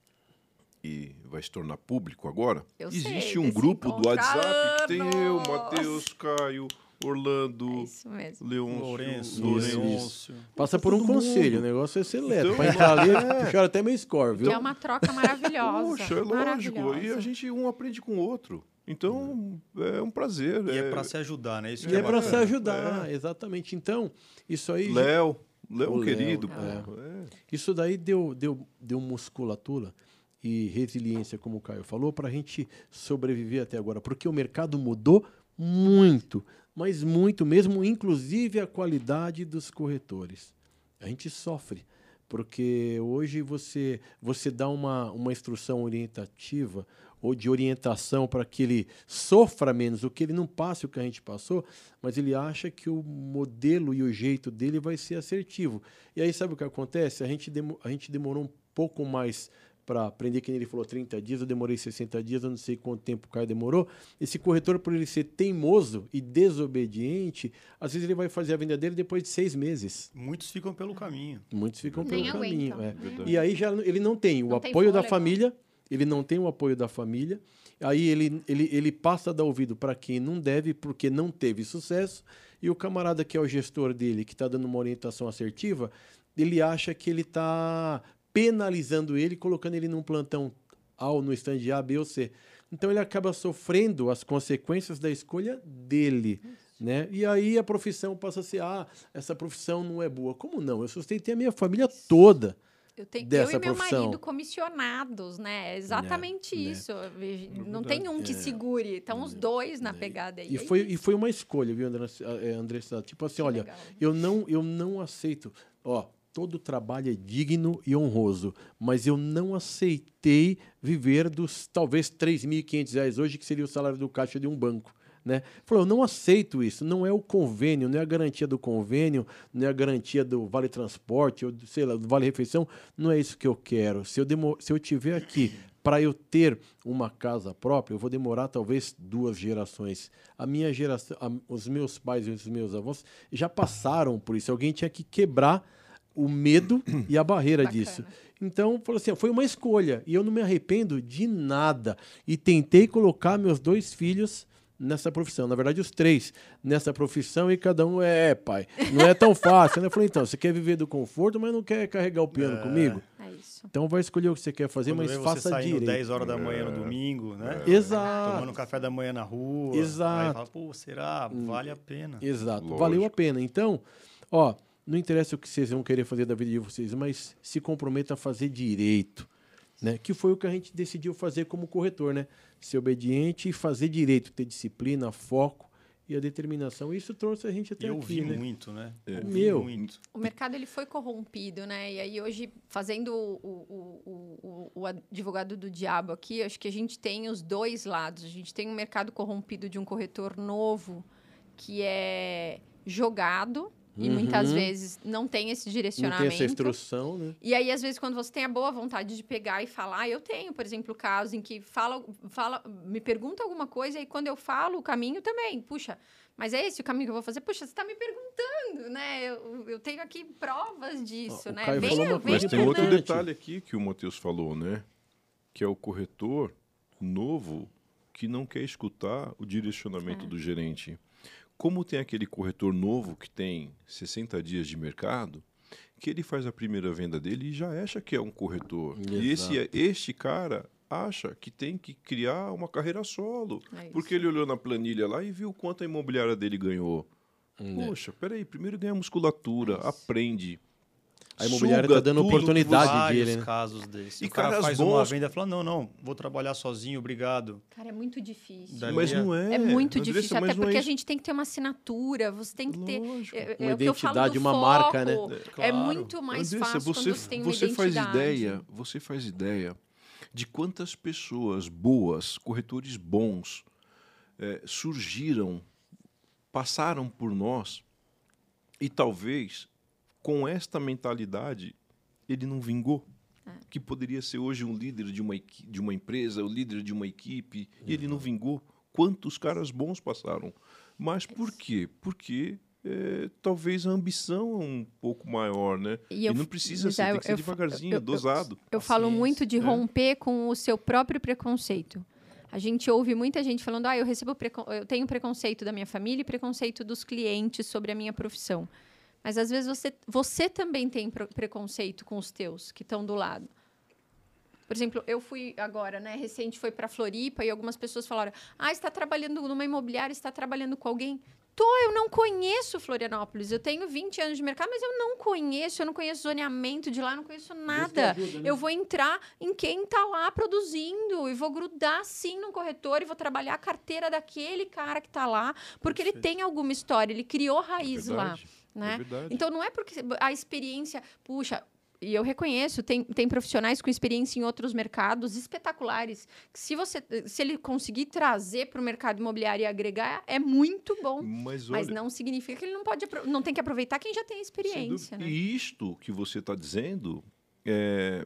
e vai se tornar público agora, Eu sei existe um desse grupo do encontro há WhatsApp que tem eu, anos. Matheus, Caio, É Orlando, isso mesmo. Leôncio, Lourenço, Lourenço. Leôncio. Passa por um Todo mundo. conselho, o negócio é seleto. Então, Pra entrar ali, puxaram até meu score, viu? Que é uma troca maravilhosa. Poxa, é lógico. E a maravilhosa. gente um aprende com o outro. Então, é um prazer. E é para se ajudar, né? Isso E que é para bacana. se ajudar, exatamente. Então, isso aí... Léo, Léo O Léo, querido. é. pô, é. Isso daí deu, deu, deu musculatura e resiliência, como o Caio falou, para a gente sobreviver até agora. Porque o mercado mudou muito, mas muito mesmo, inclusive a qualidade dos corretores. A gente sofre, porque hoje você, você dá uma, uma instrução orientativa ou de orientação para que ele sofra menos, ou que ele não passe o que a gente passou, mas ele acha que o modelo e o jeito dele vai ser assertivo. E aí sabe o que acontece? A gente, demo, a gente demorou um pouco mais para aprender, que ele falou trinta dias, eu demorei sessenta dias, eu não sei quanto tempo o Caio demorou. Esse corretor, por ele ser teimoso e desobediente, às vezes ele vai fazer a venda dele depois de seis meses. Muitos ficam pelo caminho. Muitos ficam Nem pelo caminho. aguentam. É. Verdade. E aí já ele não tem o Não tem apoio da fôlego. família, ele não tem o apoio da família, aí ele, ele, ele passa a dar ouvido para quem não deve, porque não teve sucesso, e o camarada que é o gestor dele, que está dando uma orientação assertiva, ele acha que ele está penalizando ele, colocando ele num plantão A, no stand A, B ou C. Então ele acaba sofrendo as consequências da escolha dele. Né? E aí a profissão passa a ser, ah, essa profissão não é boa. Como não? Eu sustentei a minha família toda. Eu, tenho, eu dessa e meu profissão. marido comissionados, né? É exatamente Né, né. isso. Eu vejo- Não verdade. tem um que segure, estão os dois na pegada aí. E É foi, isso. e foi uma escolha, viu, Andressa? É, Andressa? Tipo assim, Que olha, legal, né? eu não, eu não aceito. Ó, todo trabalho é digno e honroso, mas eu não aceitei viver dos talvez três mil e quinhentos reais hoje, que seria o salário do caixa de um banco. Né? Falou, eu não aceito isso, não é o convênio, não é a garantia do convênio, não é a garantia do vale transporte, ou sei lá, do vale refeição, não é isso que eu quero. Se eu, demo, se eu tiver aqui para eu ter uma casa própria, eu vou demorar talvez duas gerações. A minha geração, a, os meus pais e os meus avós já passaram por isso. Alguém tinha que quebrar o medo e a barreira Bacana. disso. Então, falou assim, foi uma escolha e eu não me arrependo de nada. E tentei colocar meus dois filhos nessa profissão. Na verdade, os três nessa profissão e cada um é, é pai. Não é tão fácil, né? Eu falei, então, você quer viver do conforto, mas não quer carregar o piano É. comigo? É isso. Então vai escolher o que você quer fazer, Quando mas vê você faça saindo direito. dez horas da manhã no domingo, né? Exato. Tomando café da manhã na rua. Exato. Aí fala, pô, será? Vale a pena. Exato. Lógico. Valeu a pena. Então, ó, não interessa o que vocês vão querer fazer da vida de vocês, mas se comprometa a fazer direito, né? Que foi o que a gente decidiu fazer como corretor, né? Ser obediente e fazer direito, ter disciplina, foco e a determinação. Isso trouxe a gente até Eu aqui, vi né? muito, né? É. Eu vi Meu. muito. O mercado ele foi corrompido, né? E aí hoje, fazendo o, o, o, o, o advogado do diabo aqui, acho que a gente tem os dois lados. A gente tem um mercado corrompido de um corretor novo que é jogado e Uhum. muitas vezes não tem esse Não direcionamento. tem essa instrução, né? E aí, às vezes, quando você tem a boa vontade de pegar e falar, eu tenho, por exemplo, casos em que fala, fala, me pergunta alguma coisa e quando eu falo o caminho também, puxa, mas é esse o caminho que eu vou fazer? Puxa, você está me perguntando, né? Eu, eu tenho aqui provas disso, Ó, o né? Caio falou uma vem Mas coisa tem outro importante. detalhe aqui que o Matheus falou, né? Que é o corretor novo que não quer escutar o direcionamento É. do gerente. Como tem aquele corretor novo que tem sessenta dias de mercado, que ele faz a primeira venda dele e já acha que é um corretor. E esse, Exato. este cara acha que tem que criar uma carreira solo. É isso. Porque ele olhou na planilha lá e viu quanto a imobiliária dele ganhou. Né? Poxa, peraí, primeiro ganha musculatura, aprende. A imobiliária suga tá dando tudo que oportunidade você- Vários dele, né? casos desses. E O cara caras faz bons- uma venda e fala, não, não, vou trabalhar sozinho, obrigado. Cara, é muito difícil. Dali Mas não é. É muito Andressa, difícil, mas até não é porque a isso. gente tem que ter uma assinatura, você tem que ter... Lógico. É, é Uma o que eu falo identidade, do uma foco. marca, né? É Claro. muito mais Andressa, fácil você, quando você tem uma você faz identidade. ideia, você faz ideia de quantas pessoas boas, corretores bons, eh, surgiram, passaram por nós e talvez com esta mentalidade ele não vingou. Que poderia ser hoje um líder de uma, equi- de uma empresa, o líder de uma equipe, e ele não vingou. Quantos caras bons passaram? Mas por quê? Porque eh, talvez a ambição é um pouco maior, né? E E, eu- não precisa mas ser, eu- tem que ser eu- devagarzinho, eu- eu- dosado. Eu falo Paciência, muito de é. romper com o seu próprio preconceito. A gente ouve muita gente falando, ah, eu recebo precon... eu tenho preconceito da minha família e preconceito dos clientes sobre a minha profissão. Mas às vezes você, você também tem pro- preconceito com os teus que estão do lado. Por exemplo, eu fui agora, né, recente, foi para Floripa e algumas pessoas falaram, ah, está trabalhando numa imobiliária, está trabalhando com alguém? Tô, eu não conheço Florianópolis. Eu tenho vinte anos de mercado, mas eu não conheço, eu não conheço zoneamento de lá, eu não conheço nada. ajuda, né? Eu vou entrar em quem está lá produzindo e vou grudar sim no corretor e vou trabalhar a carteira daquele cara que está lá, porque ele Perfeito. tem alguma história, ele criou raiz lá, Verdade, né? É verdade. Então não é porque a experiência, puxa, e eu reconheço, tem, tem profissionais com experiência em outros mercados espetaculares. Que se você, se ele conseguir trazer para o mercado imobiliário e agregar, é muito bom. Mas, Mas olha, não significa que ele não pode, apro- não tem que aproveitar quem já tem sem experiência, dúvida. né? E isto que você está dizendo é,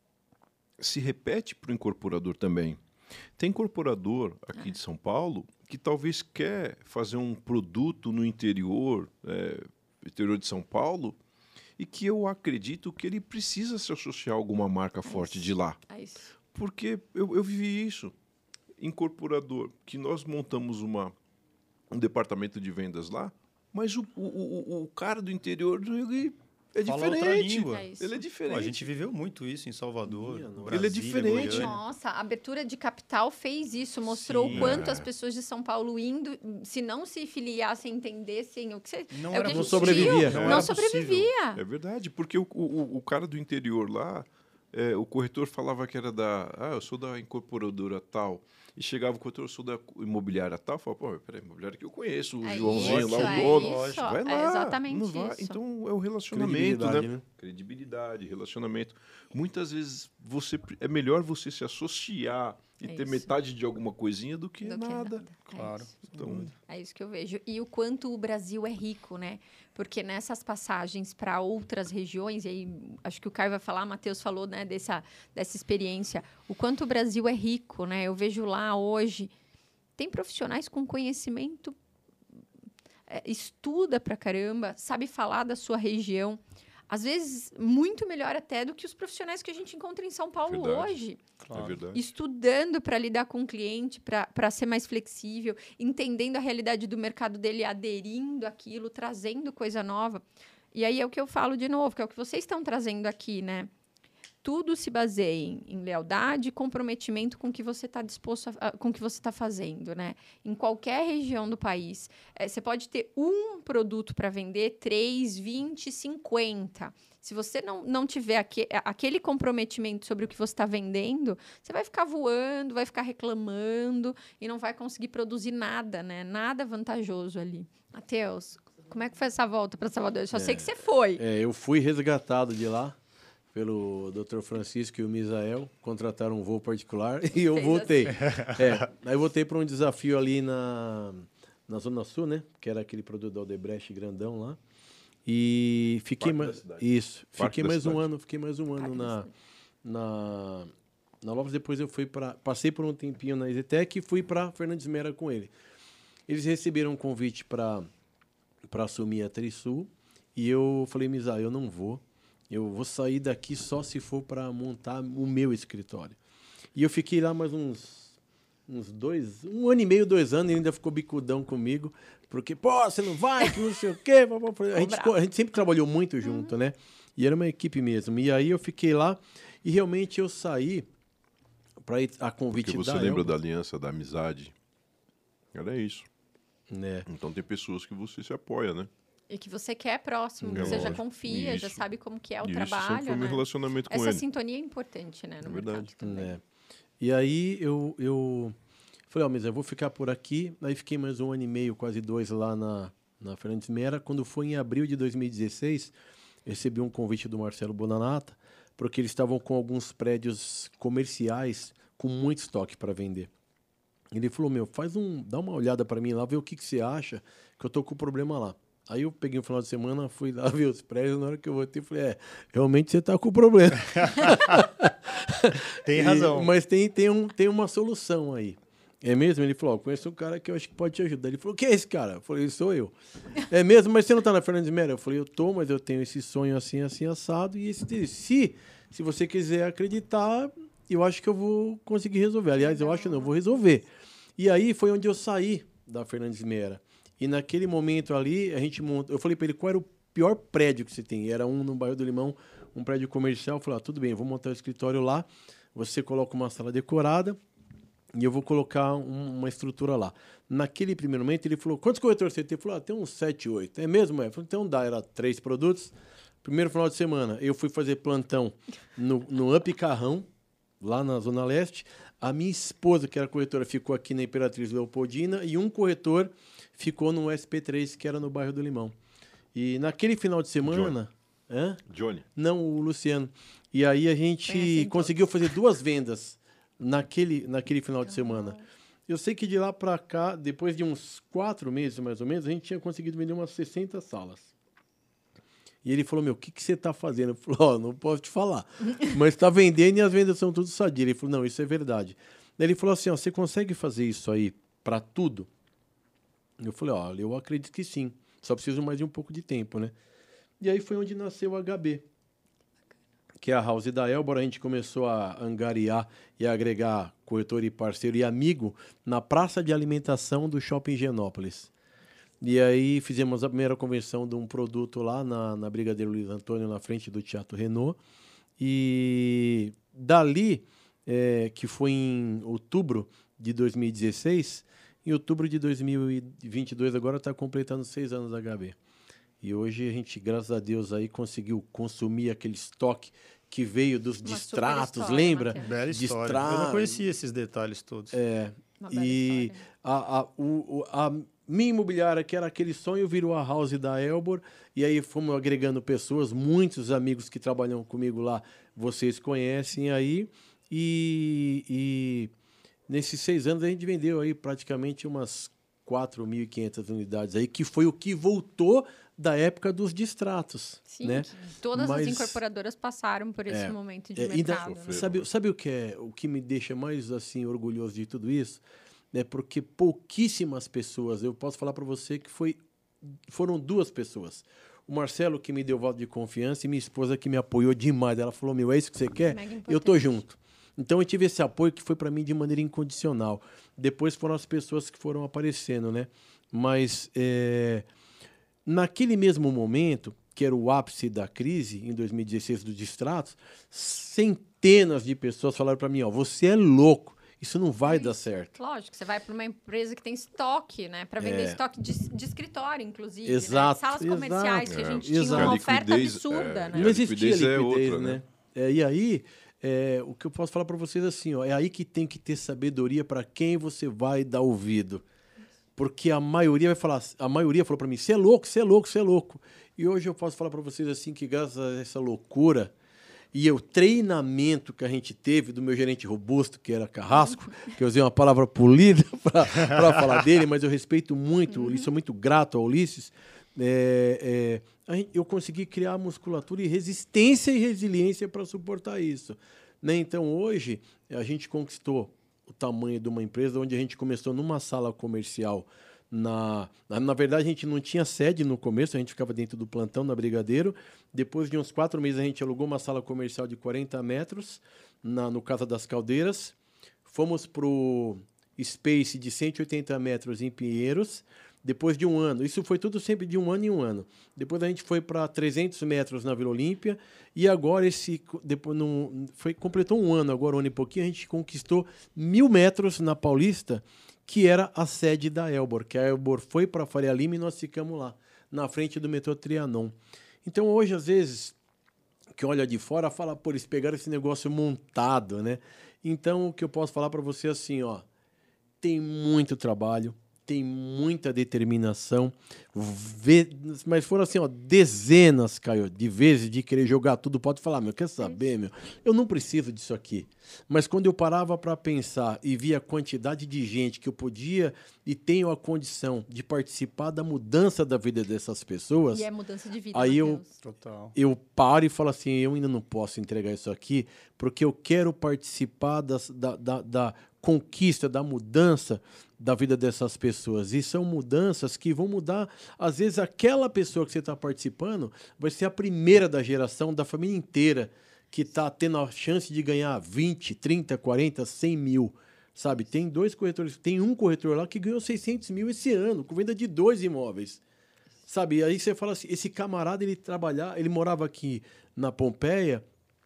se repete para o incorporador também. Tem incorporador aqui de São Paulo que talvez quer fazer um produto no interior, é, interior de São Paulo, e que eu acredito que ele precisa se associar a alguma marca forte isso. de lá. É isso. Porque eu, eu vivi isso. Incorporador, que nós montamos uma, um departamento de vendas lá, mas o, o, o, o cara do interior, ele é Fala outra diferente. língua. É isso. Ele é Pô, diferente. a gente viveu muito isso em Salvador, Minha nossa. Brasília, Ele é diferente. Goiânia. Nossa, a abertura de capital fez isso, mostrou Sim. o quanto É. as pessoas de São Paulo indo, se não se filiassem, entendessem o que você. Não é o era que a Não gente sobrevivia. viu, Não Não, era sobrevivia. É verdade, porque o, o, o cara do interior lá, é, o corretor falava que era da. Ah, eu sou da incorporadora tal. E chegava o corretor, eu sou da imobiliária tal. Falava, pô, peraí, imobiliária que eu conheço, o É Joãozinho isso, lá, é o dono. isso, Vai é lá. exatamente não vai. isso. Então é o relacionamento, Credibilidade, né? né? Credibilidade, relacionamento. Muitas vezes você é melhor você se associar e É ter isso. metade de alguma coisinha do que Do que nada. nada. É Claro. isso. Então, É isso que eu vejo. E o quanto o Brasil é rico, né? Porque nessas passagens para outras regiões, e aí acho que o Caio vai falar, o Matheus falou, né, dessa, dessa experiência, o quanto o Brasil é rico, né? Eu vejo lá hoje, tem profissionais com conhecimento, é, estuda pra caramba, sabe falar da sua região. às vezes, muito melhor até do que os profissionais que a gente encontra em São Paulo Verdade. hoje. É verdade. Estudando para lidar com o cliente, para ser mais flexível, entendendo a realidade do mercado dele, aderindo àquilo, trazendo coisa nova. E aí é o que eu falo de novo, que é o que vocês estão trazendo aqui, né? Tudo se baseia em, em lealdade e comprometimento com o que você está disposto a, a, com o que você está fazendo, né? Em qualquer região do país. É, você pode ter um produto para vender, três, vinte, cinquenta. Se você não, não tiver aque, aquele comprometimento sobre o que você está vendendo, você vai ficar voando, vai ficar reclamando e não vai conseguir produzir nada, né? Nada vantajoso ali. Matheus, como é que foi essa volta para Salvador? Eu só é, sei que você foi. É, eu fui resgatado de lá pelo doutor Francisco e o Misael, contrataram um voo particular e eu Fez voltei. Assim. É, aí eu voltei para um desafio ali na, na Zona Sul, né? Que era aquele produto da Odebrecht grandão lá. E fiquei mais isso, Parque fiquei mais cidade. um ano, fiquei mais um ano na, na na Lopes. Depois eu fui para passei por um tempinho na EasyTech e fui para Fernandes Mera com ele. Eles receberam um convite para para assumir a Trisul e eu falei, Misa, eu não vou. Eu vou sair daqui só se for para montar o meu escritório. E eu fiquei lá mais uns, uns dois, um ano e meio, dois anos, e ainda ficou bicudão comigo, porque, pô, você não vai, que não sei o quê. A gente, ficou, a gente sempre trabalhou muito junto, uhum. né? E era uma equipe mesmo. E aí eu fiquei lá e realmente eu saí para ir a convite da Porque você lembra da aliança, da amizade. Era isso. Né? Então tem pessoas que você se apoia, né? E que você quer próximo, é que você já confia, isso. já sabe como que é o isso trabalho, sempre foi né? meu relacionamento com Essa ele. sintonia é importante, né? No é verdade. também. É. E aí eu, eu falei, ó, oh, mas eu vou ficar por aqui. Aí fiquei mais um ano e meio, quase dois, lá na, na Fernandes Mera. Quando foi em abril de dois mil e dezesseis, recebi um convite do Marcelo Bonanata, porque eles estavam com alguns prédios comerciais com muito estoque para vender. Ele falou, meu, faz um, dá uma olhada para mim lá, vê o que, que você acha, que eu tô com problema lá. Aí eu peguei um final de semana, fui lá ver os prédios, na hora que eu voltei, falei, é, realmente você tá com problema. Tem razão. E, mas tem, tem, um, tem uma solução aí. É mesmo? Ele falou, ó, conheço um cara que eu acho que pode te ajudar. Ele falou, quem é esse cara? Eu falei, sou eu. É mesmo? Mas você não tá na Fernandes Mera? Eu falei, eu tô, mas eu tenho esse sonho assim, assim, assado. E esse, se, se você quiser acreditar, eu acho que eu vou conseguir resolver. Aliás, eu acho que não, eu vou resolver. E aí foi onde eu saí da Fernandes Mera. E naquele momento ali, a gente montou. Eu falei para ele qual era o pior prédio que você tem. Era um no bairro do Limão, um prédio comercial. Eu falei, ah, tudo bem, eu vou montar o escritório lá. Você coloca uma sala decorada e eu vou colocar um, uma estrutura lá. Naquele primeiro momento, ele falou, quantos corretores você tem? Ele falou, ah, tem uns sete, oito. É mesmo? É? Eu falei, então dá, era três produtos. Primeiro final de semana, eu fui fazer plantão no, no Up Carrão, lá na Zona Leste. A minha esposa, que era corretora, ficou aqui na Imperatriz Leopoldina e um corretor ficou no S P três, que era no bairro do Limão. E naquele final de semana... Johnny. Hã? Johnny. Não, o Luciano. E aí a gente conseguiu fazer duas vendas naquele, naquele final de semana. Eu sei que de lá para cá, depois de uns quatro meses mais ou menos, a gente tinha conseguido vender umas sessenta salas. E ele falou, meu, o que, que você está fazendo? Eu falei, ó, oh, não posso te falar. Mas está vendendo e as vendas são tudo sadias. Ele falou, não, isso é verdade. Daí ele falou assim, ó, você consegue fazer isso aí para tudo? Eu falei, ó, eu acredito que sim. Só preciso mais de um pouco de tempo, né? E aí foi onde nasceu o H B, que é a house da Elbor. A gente começou a angariar e a agregar corretor e parceiro e amigo na praça de alimentação do Shopping Higienópolis. E aí fizemos a primeira convenção de um produto lá na, na Brigadeiro Luiz Antônio, na frente do Teatro Renault. E dali, é, que foi em outubro de dois mil e dezesseis... Em outubro de dois mil e vinte e dois, agora está completando seis anos da H B. E hoje a gente, graças a Deus, aí conseguiu consumir aquele estoque que veio dos Uma distratos, história, lembra? Bela história. Distra... Eu não conhecia esses detalhes todos. É. E a, a, o, a minha imobiliária, que era aquele sonho, virou a house da Elbor. E aí fomos agregando pessoas, muitos amigos que trabalham comigo lá, vocês conhecem aí. E... e nesses seis anos a gente vendeu aí praticamente umas quatro mil e quinhentas unidades aí, que foi o que voltou da época dos distratos. Sim, né? Todas Mas, as incorporadoras passaram por esse é, momento de é, mercado. Ainda, sabe, sabe o que é o que me deixa mais assim orgulhoso de tudo isso? É porque pouquíssimas pessoas, eu posso falar para você que foi, foram duas pessoas. o Marcelo que me deu voto de confiança e minha esposa que me apoiou demais. Ela falou, meu, é isso que você quer? Mega Eu tô importante. junto. Então eu tive esse apoio que foi para mim de maneira incondicional. Depois foram as pessoas que foram aparecendo, né? Mas é, naquele mesmo momento, que era o ápice da crise, em dois mil e dezesseis dos distratos, centenas de pessoas falaram para mim, ó, você é louco, isso não vai dar certo. Lógico, você vai para uma empresa que tem estoque, né? Para vender É. estoque de, de escritório, inclusive. Exato, Né? Salas exato. comerciais, que a É, gente exato. tinha uma A oferta liquidez, absurda, é, né? Não a existia liquidez é liquidez, outra, né? né? É, e aí, é, o que eu posso falar para vocês assim, ó, é aí que tem que ter sabedoria para quem você vai dar ouvido. Porque a maioria vai falar, a maioria falou para mim, você é louco, você é louco, você é louco. E hoje eu posso falar para vocês assim que graças a essa loucura e o treinamento que a gente teve do meu gerente robusto, que era Carrasco, que eu usei uma palavra polida para falar dele, mas eu respeito muito, uhum. e sou muito grato ao Ulisses, é, é, a gente, eu consegui criar musculatura e resistência e resiliência para suportar isso. Né? Então, hoje, a gente conquistou o tamanho de uma empresa onde a gente começou numa sala comercial. Na, na, na verdade, a gente não tinha sede no começo, a gente ficava dentro do plantão na Brigadeiro. Depois de uns quatro meses, a gente alugou uma sala comercial de quarenta metros na, no Casa das Caldeiras. Fomos para o Space de cento e oitenta metros em Pinheiros. Depois de um ano, isso foi tudo sempre de um ano em um ano. Depois a gente foi para trezentos metros na Vila Olímpia. E agora, esse depois, não, foi, completou um ano, agora um ano e pouquinho, a gente conquistou mil metros na Paulista, que era a sede da Elbor, que a Elbor foi para a Faria Lima e nós ficamos lá, na frente do metrô Trianon. Então, hoje, às vezes, que olha de fora, fala, pô, eles pegaram esse negócio montado, né? Então, o que eu posso falar para você é assim, ó, tem muito trabalho, tem muita determinação, vê, mas foram assim, ó, dezenas, Caio, de vezes de querer jogar tudo, pode falar, meu, quer saber, meu, eu não preciso disso aqui. Mas quando eu parava para pensar e via a quantidade de gente que eu podia e tenho a condição de participar da mudança da vida dessas pessoas... E é mudança de vida, aí eu, Total. eu paro e falo assim, eu ainda não posso entregar isso aqui porque eu quero participar das, da, da, da conquista, da mudança da vida dessas pessoas. E são mudanças que vão mudar, às vezes aquela pessoa que você está participando vai ser a primeira da geração, da família inteira, que está tendo a chance de ganhar vinte, trinta, quarenta, cem mil, sabe? Tem dois corretores, tem um corretor lá que ganhou seiscentos mil esse ano, com venda de dois imóveis, sabe? E aí você fala assim, esse camarada, ele trabalhava, ele morava aqui na Pompeia,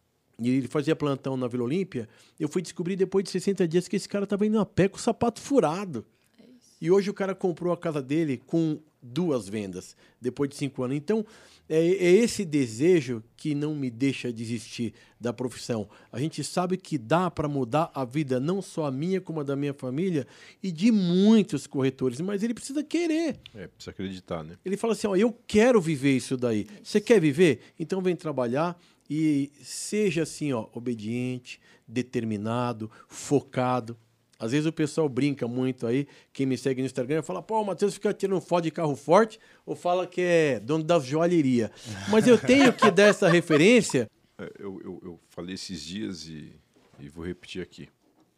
e ele fazia plantão na Vila Olímpia, eu fui descobrir depois de sessenta dias que esse cara estava indo a pé com o sapato furado. É isso. E hoje o cara comprou a casa dele com duas vendas, depois de cinco anos. Então, é, é esse desejo que não me deixa desistir da profissão. A gente sabe que dá para mudar a vida, não só a minha, como a da minha família, e de muitos corretores, mas ele precisa querer. É, precisa acreditar, né? Ele fala assim, ó, eu quero viver isso daí. Você quer viver? Então vem trabalhar. E seja assim, ó, obediente, determinado, focado. Às vezes o pessoal brinca muito aí, quem me segue no Instagram fala, pô, o Matheus fica tirando foto de carro forte ou fala que é dono da joalheria. Mas eu tenho que dar essa referência. É, eu, eu, eu falei esses dias e, e vou repetir aqui.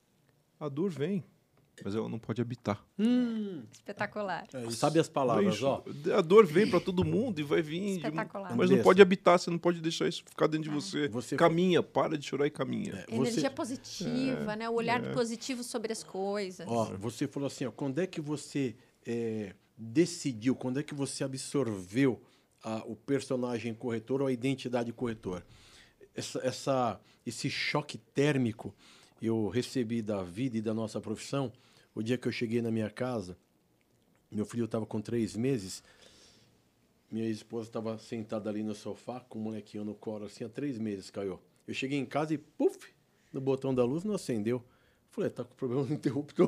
A dor vem, mas ela não pode habitar. Hum, Espetacular. é, sabe as palavras, Isso, ó. a dor vem para todo mundo e vai vir. Espetacular. De, mas não pode habitar, você não pode deixar isso ficar dentro de você. Você caminha, para de chorar e caminha. É, Energia você, positiva, né? O olhar positivo sobre as coisas. ó, você falou assim, ó, quando é que você é, decidiu, quando é que você absorveu a, o personagem corretor ou a identidade corretor? Essa, essa, esse choque térmico eu recebi da vida e da nossa profissão. O dia que eu cheguei na minha casa, meu filho estava com três meses, minha esposa estava sentada ali no sofá, com o molequinho no colo, assim, há três meses caiu. Eu cheguei em casa e, puf, no botão da luz não acendeu. Falei, tá com problema no interruptor?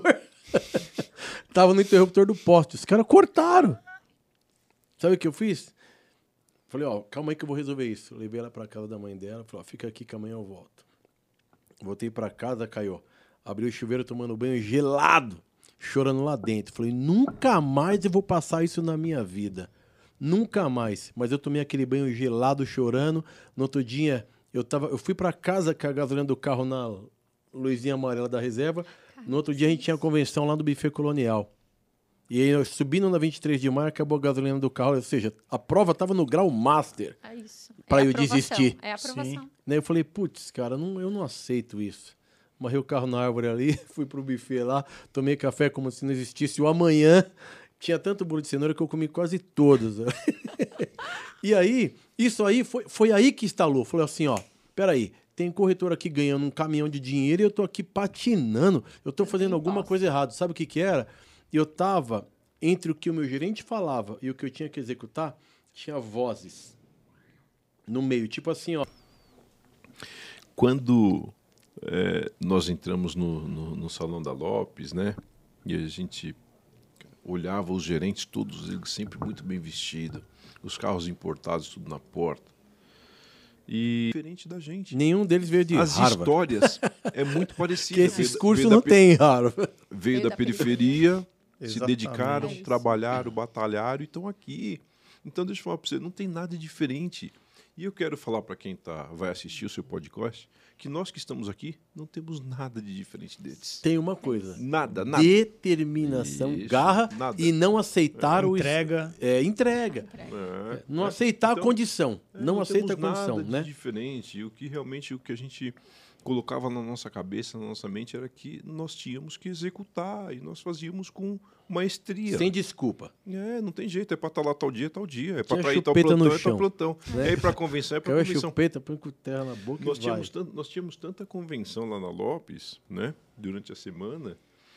Tava no interruptor do poste. Os caras cortaram. Sabe o que eu fiz? Falei, ó, calma aí que eu vou resolver isso. Eu levei ela para casa da mãe dela, falei, ó, fica aqui que amanhã eu volto. Voltei para casa, caiu. Abri o chuveiro tomando banho gelado, chorando lá dentro. Falei, nunca mais eu vou passar isso na minha vida. Nunca mais. Mas eu tomei aquele banho gelado, chorando. No outro dia, eu, tava, eu fui para casa com a gasolina do carro na luzinha amarela da reserva. No outro dia, a gente tinha a convenção lá do Buffet Colonial. E aí, eu subindo na vinte e três de maio, acabou a gasolina do carro. Ou seja, a prova estava no grau master. É isso. Pra é eu aprovação, desistir. É a aprovação. Sim. Daí eu falei, putz, cara, não, eu não aceito isso. Amarrei o carro na árvore ali, fui pro buffet lá, tomei café como se não existisse o amanhã. Tinha tanto bolo de cenoura que eu comi quase todos. E aí, isso aí, foi, foi aí que instalou. Falei assim, ó, peraí, tem corretor aqui ganhando um caminhão de dinheiro e eu tô aqui patinando. Eu tô fazendo alguma posso. coisa errada. Sabe o que que era? Eu tava entre o que o meu gerente falava e o que eu tinha que executar, tinha vozes no meio. Tipo assim, ó. Quando é, nós entramos no, no, no Salão da Lopes, né? E a gente olhava os gerentes, todos eles sempre muito bem vestidos, os carros importados, tudo na porta. E diferente da gente. Nenhum deles veio de As Harvard. histórias é muito parecida. Que esses Veio da- cursos veio da não pe- tem, Harvard. Veio Veio da da periferia, se Exatamente. dedicaram, É isso. trabalharam, batalharam e estão aqui. Então, deixa eu falar para você, não tem nada diferente. E eu quero falar para quem tá, vai assistir o seu podcast, que nós que estamos aqui não temos nada de diferente deles. Tem uma coisa. Nada, nada. Determinação, Isso, garra nada. e não aceitar o... Entrega. É, entrega. É, Não é. aceitar a Então, condição. É, não aceita a temos condição, nada de né? diferente. E o que realmente o que a gente colocava na nossa cabeça, na nossa mente, era que nós tínhamos que executar e nós fazíamos com maestria. Sem desculpa. É, não tem jeito, é para estar lá tal dia, tal dia, é Tinha para ir tal chupeta no plantão, é chão. tal plantão, Né? é ir para convenção, é para Caiu a convenção. chupeta, põe com terra na boca Nós e vai. tínhamos, tanto, nós tínhamos tanta convenção lá na Lopes, né, durante a semana,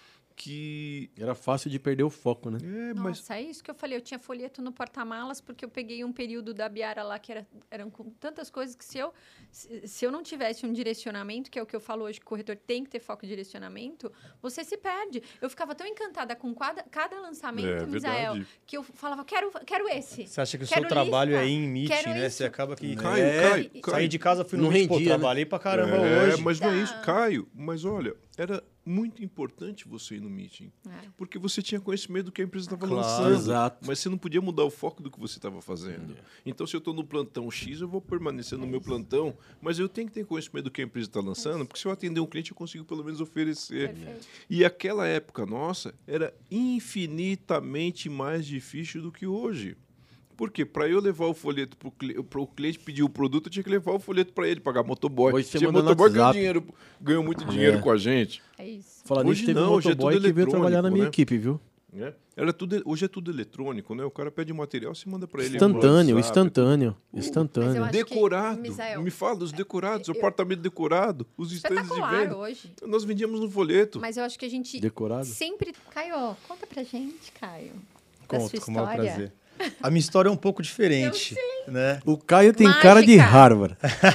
que Era fácil de perder o foco, né? é, mas Nossa, é isso que eu falei. Eu tinha folheto no porta-malas porque eu peguei um período da Biara lá que era, eram com tantas coisas que se eu, se, se eu não tivesse um direcionamento, que é o que eu falo hoje, que o corretor tem que ter foco e direcionamento, você se perde. Eu ficava tão encantada com cada, cada lançamento, É Misael, verdade. que eu falava, quero, quero esse. Você acha que o Quero seu trabalho lista, é ir em meeting, quero né? isso. Você acaba que... Caio, É. Caio, E- Caio. Saí de casa, fui no Não meeting, pô, rendia, né? trabalhei pra caramba é, hoje. mas não é isso, Tá. Caio. Mas olha, era muito importante você ir no meeting, É. porque você tinha conhecimento do que a empresa estava Claro. lançando. Exato. Mas você não podia mudar o foco do que você estava fazendo. Então, se eu estou no plantão X, eu vou permanecer no meu plantão, mas eu tenho que ter conhecimento do que a empresa está lançando, porque se eu atender um cliente, eu consigo pelo menos oferecer. Perfeito. E aquela época nossa era infinitamente mais difícil do que hoje. Por quê? Para eu levar o folheto para o cliente pedir o produto, eu tinha que levar o folheto para ele, pagar motoboy. Hoje você Tinha manda no motoboy que ganhou, WhatsApp. dinheiro, ganhou muito dinheiro É. com a gente. É isso. Falando Hoje nisso, teve não, um hoje é motoboy tudo que veio trabalhar na eletrônico, minha né? equipe, viu? Né? Era tudo, hoje é tudo eletrônico, né? O cara pede um material, você manda para ele. no Instantâneo, WhatsApp. instantâneo, Mas eu instantâneo. acho que, Decorado. Misael, Me fala dos decorados, o eu- apartamento decorado, os estandes de espetacular venda. hoje. Nós vendíamos no folheto. Mas eu acho que a gente Decorado? sempre... Caio, conta pra gente, Caio. Da sua Conto, com o maior história. prazer. A minha história é um pouco diferente, né? O Caio tem Mágica. cara de Harvard.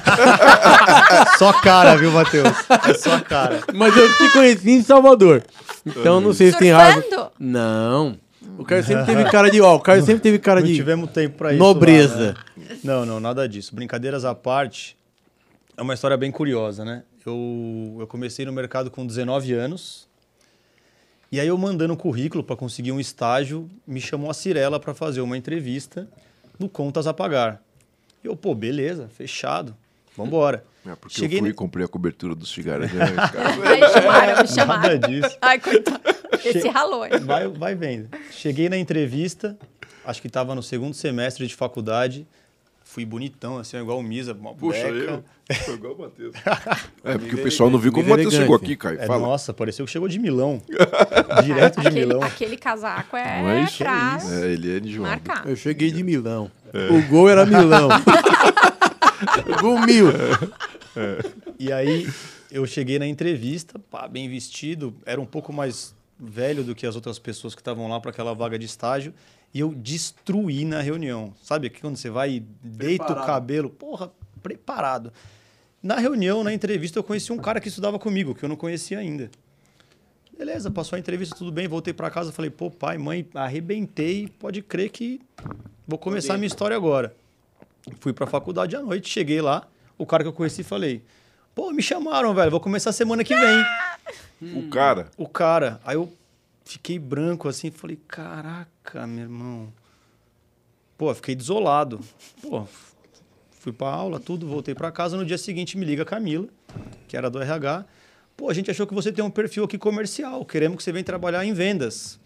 Só cara, viu, Matheus? É só cara. Mas eu te conheci em Salvador. Então não sei se tem Harvard. Surfando? Não. O Caio sempre teve cara de... Ó, o Caio sempre teve cara Não de tivemos tempo pra isso. nobreza. lá, né? Não, não, nada disso. Brincadeiras à parte, é uma história bem curiosa, né? Eu, eu comecei no mercado com dezenove anos. E aí eu mandando um currículo para conseguir um estágio, me chamou a Cirela para fazer uma entrevista no Contas a Pagar. E eu, pô, beleza, fechado, vambora. É porque Cheguei eu fui ne- e comprei a cobertura dos cigarros. Né? Cara, Aí chamaram, me chamaram. Nada disso. Ai, coitado. Esse ralou, hein? Vai, vai vendo. Cheguei na entrevista, acho que estava no segundo semestre de faculdade. Fui bonitão, assim, igual o Misa, uma Puxa, beca. eu. Foi igual o Matheus. É, porque o pessoal não viu como o Vive Matheus chegou elegante. aqui, Caio. É, Fala. nossa, pareceu que chegou de Milão. Direto de Aquele, Milão. aquele casaco é, Não é isso? pra É, ele é enjoado. marcar. Eu cheguei de Milão. O gol era Milão. Gol mil. E aí eu cheguei na entrevista, pá, bem vestido, era um pouco mais velho do que as outras pessoas que estavam lá para aquela vaga de estágio, e eu destruí na reunião. Sabe que quando você vai e deita o Preparado. cabelo, porra, preparado. Na reunião, na entrevista, eu conheci um cara que estudava comigo, que eu não conhecia ainda. Beleza, passou a entrevista, tudo bem, voltei para casa, falei, pô, pai, mãe, arrebentei, pode crer que vou começar a minha história agora. Fui para a faculdade à noite, cheguei lá, o cara que eu conheci, falei, pô, me chamaram, velho, vou começar semana que vem. O cara, O cara, aí eu fiquei branco assim, falei, caraca, meu irmão. Pô, fiquei desolado. Pô, fui pra aula, tudo, voltei pra casa, no dia seguinte me liga a Camila, que era do R H. Pô, a gente achou que você tem um perfil aqui comercial, queremos que você venha trabalhar em vendas.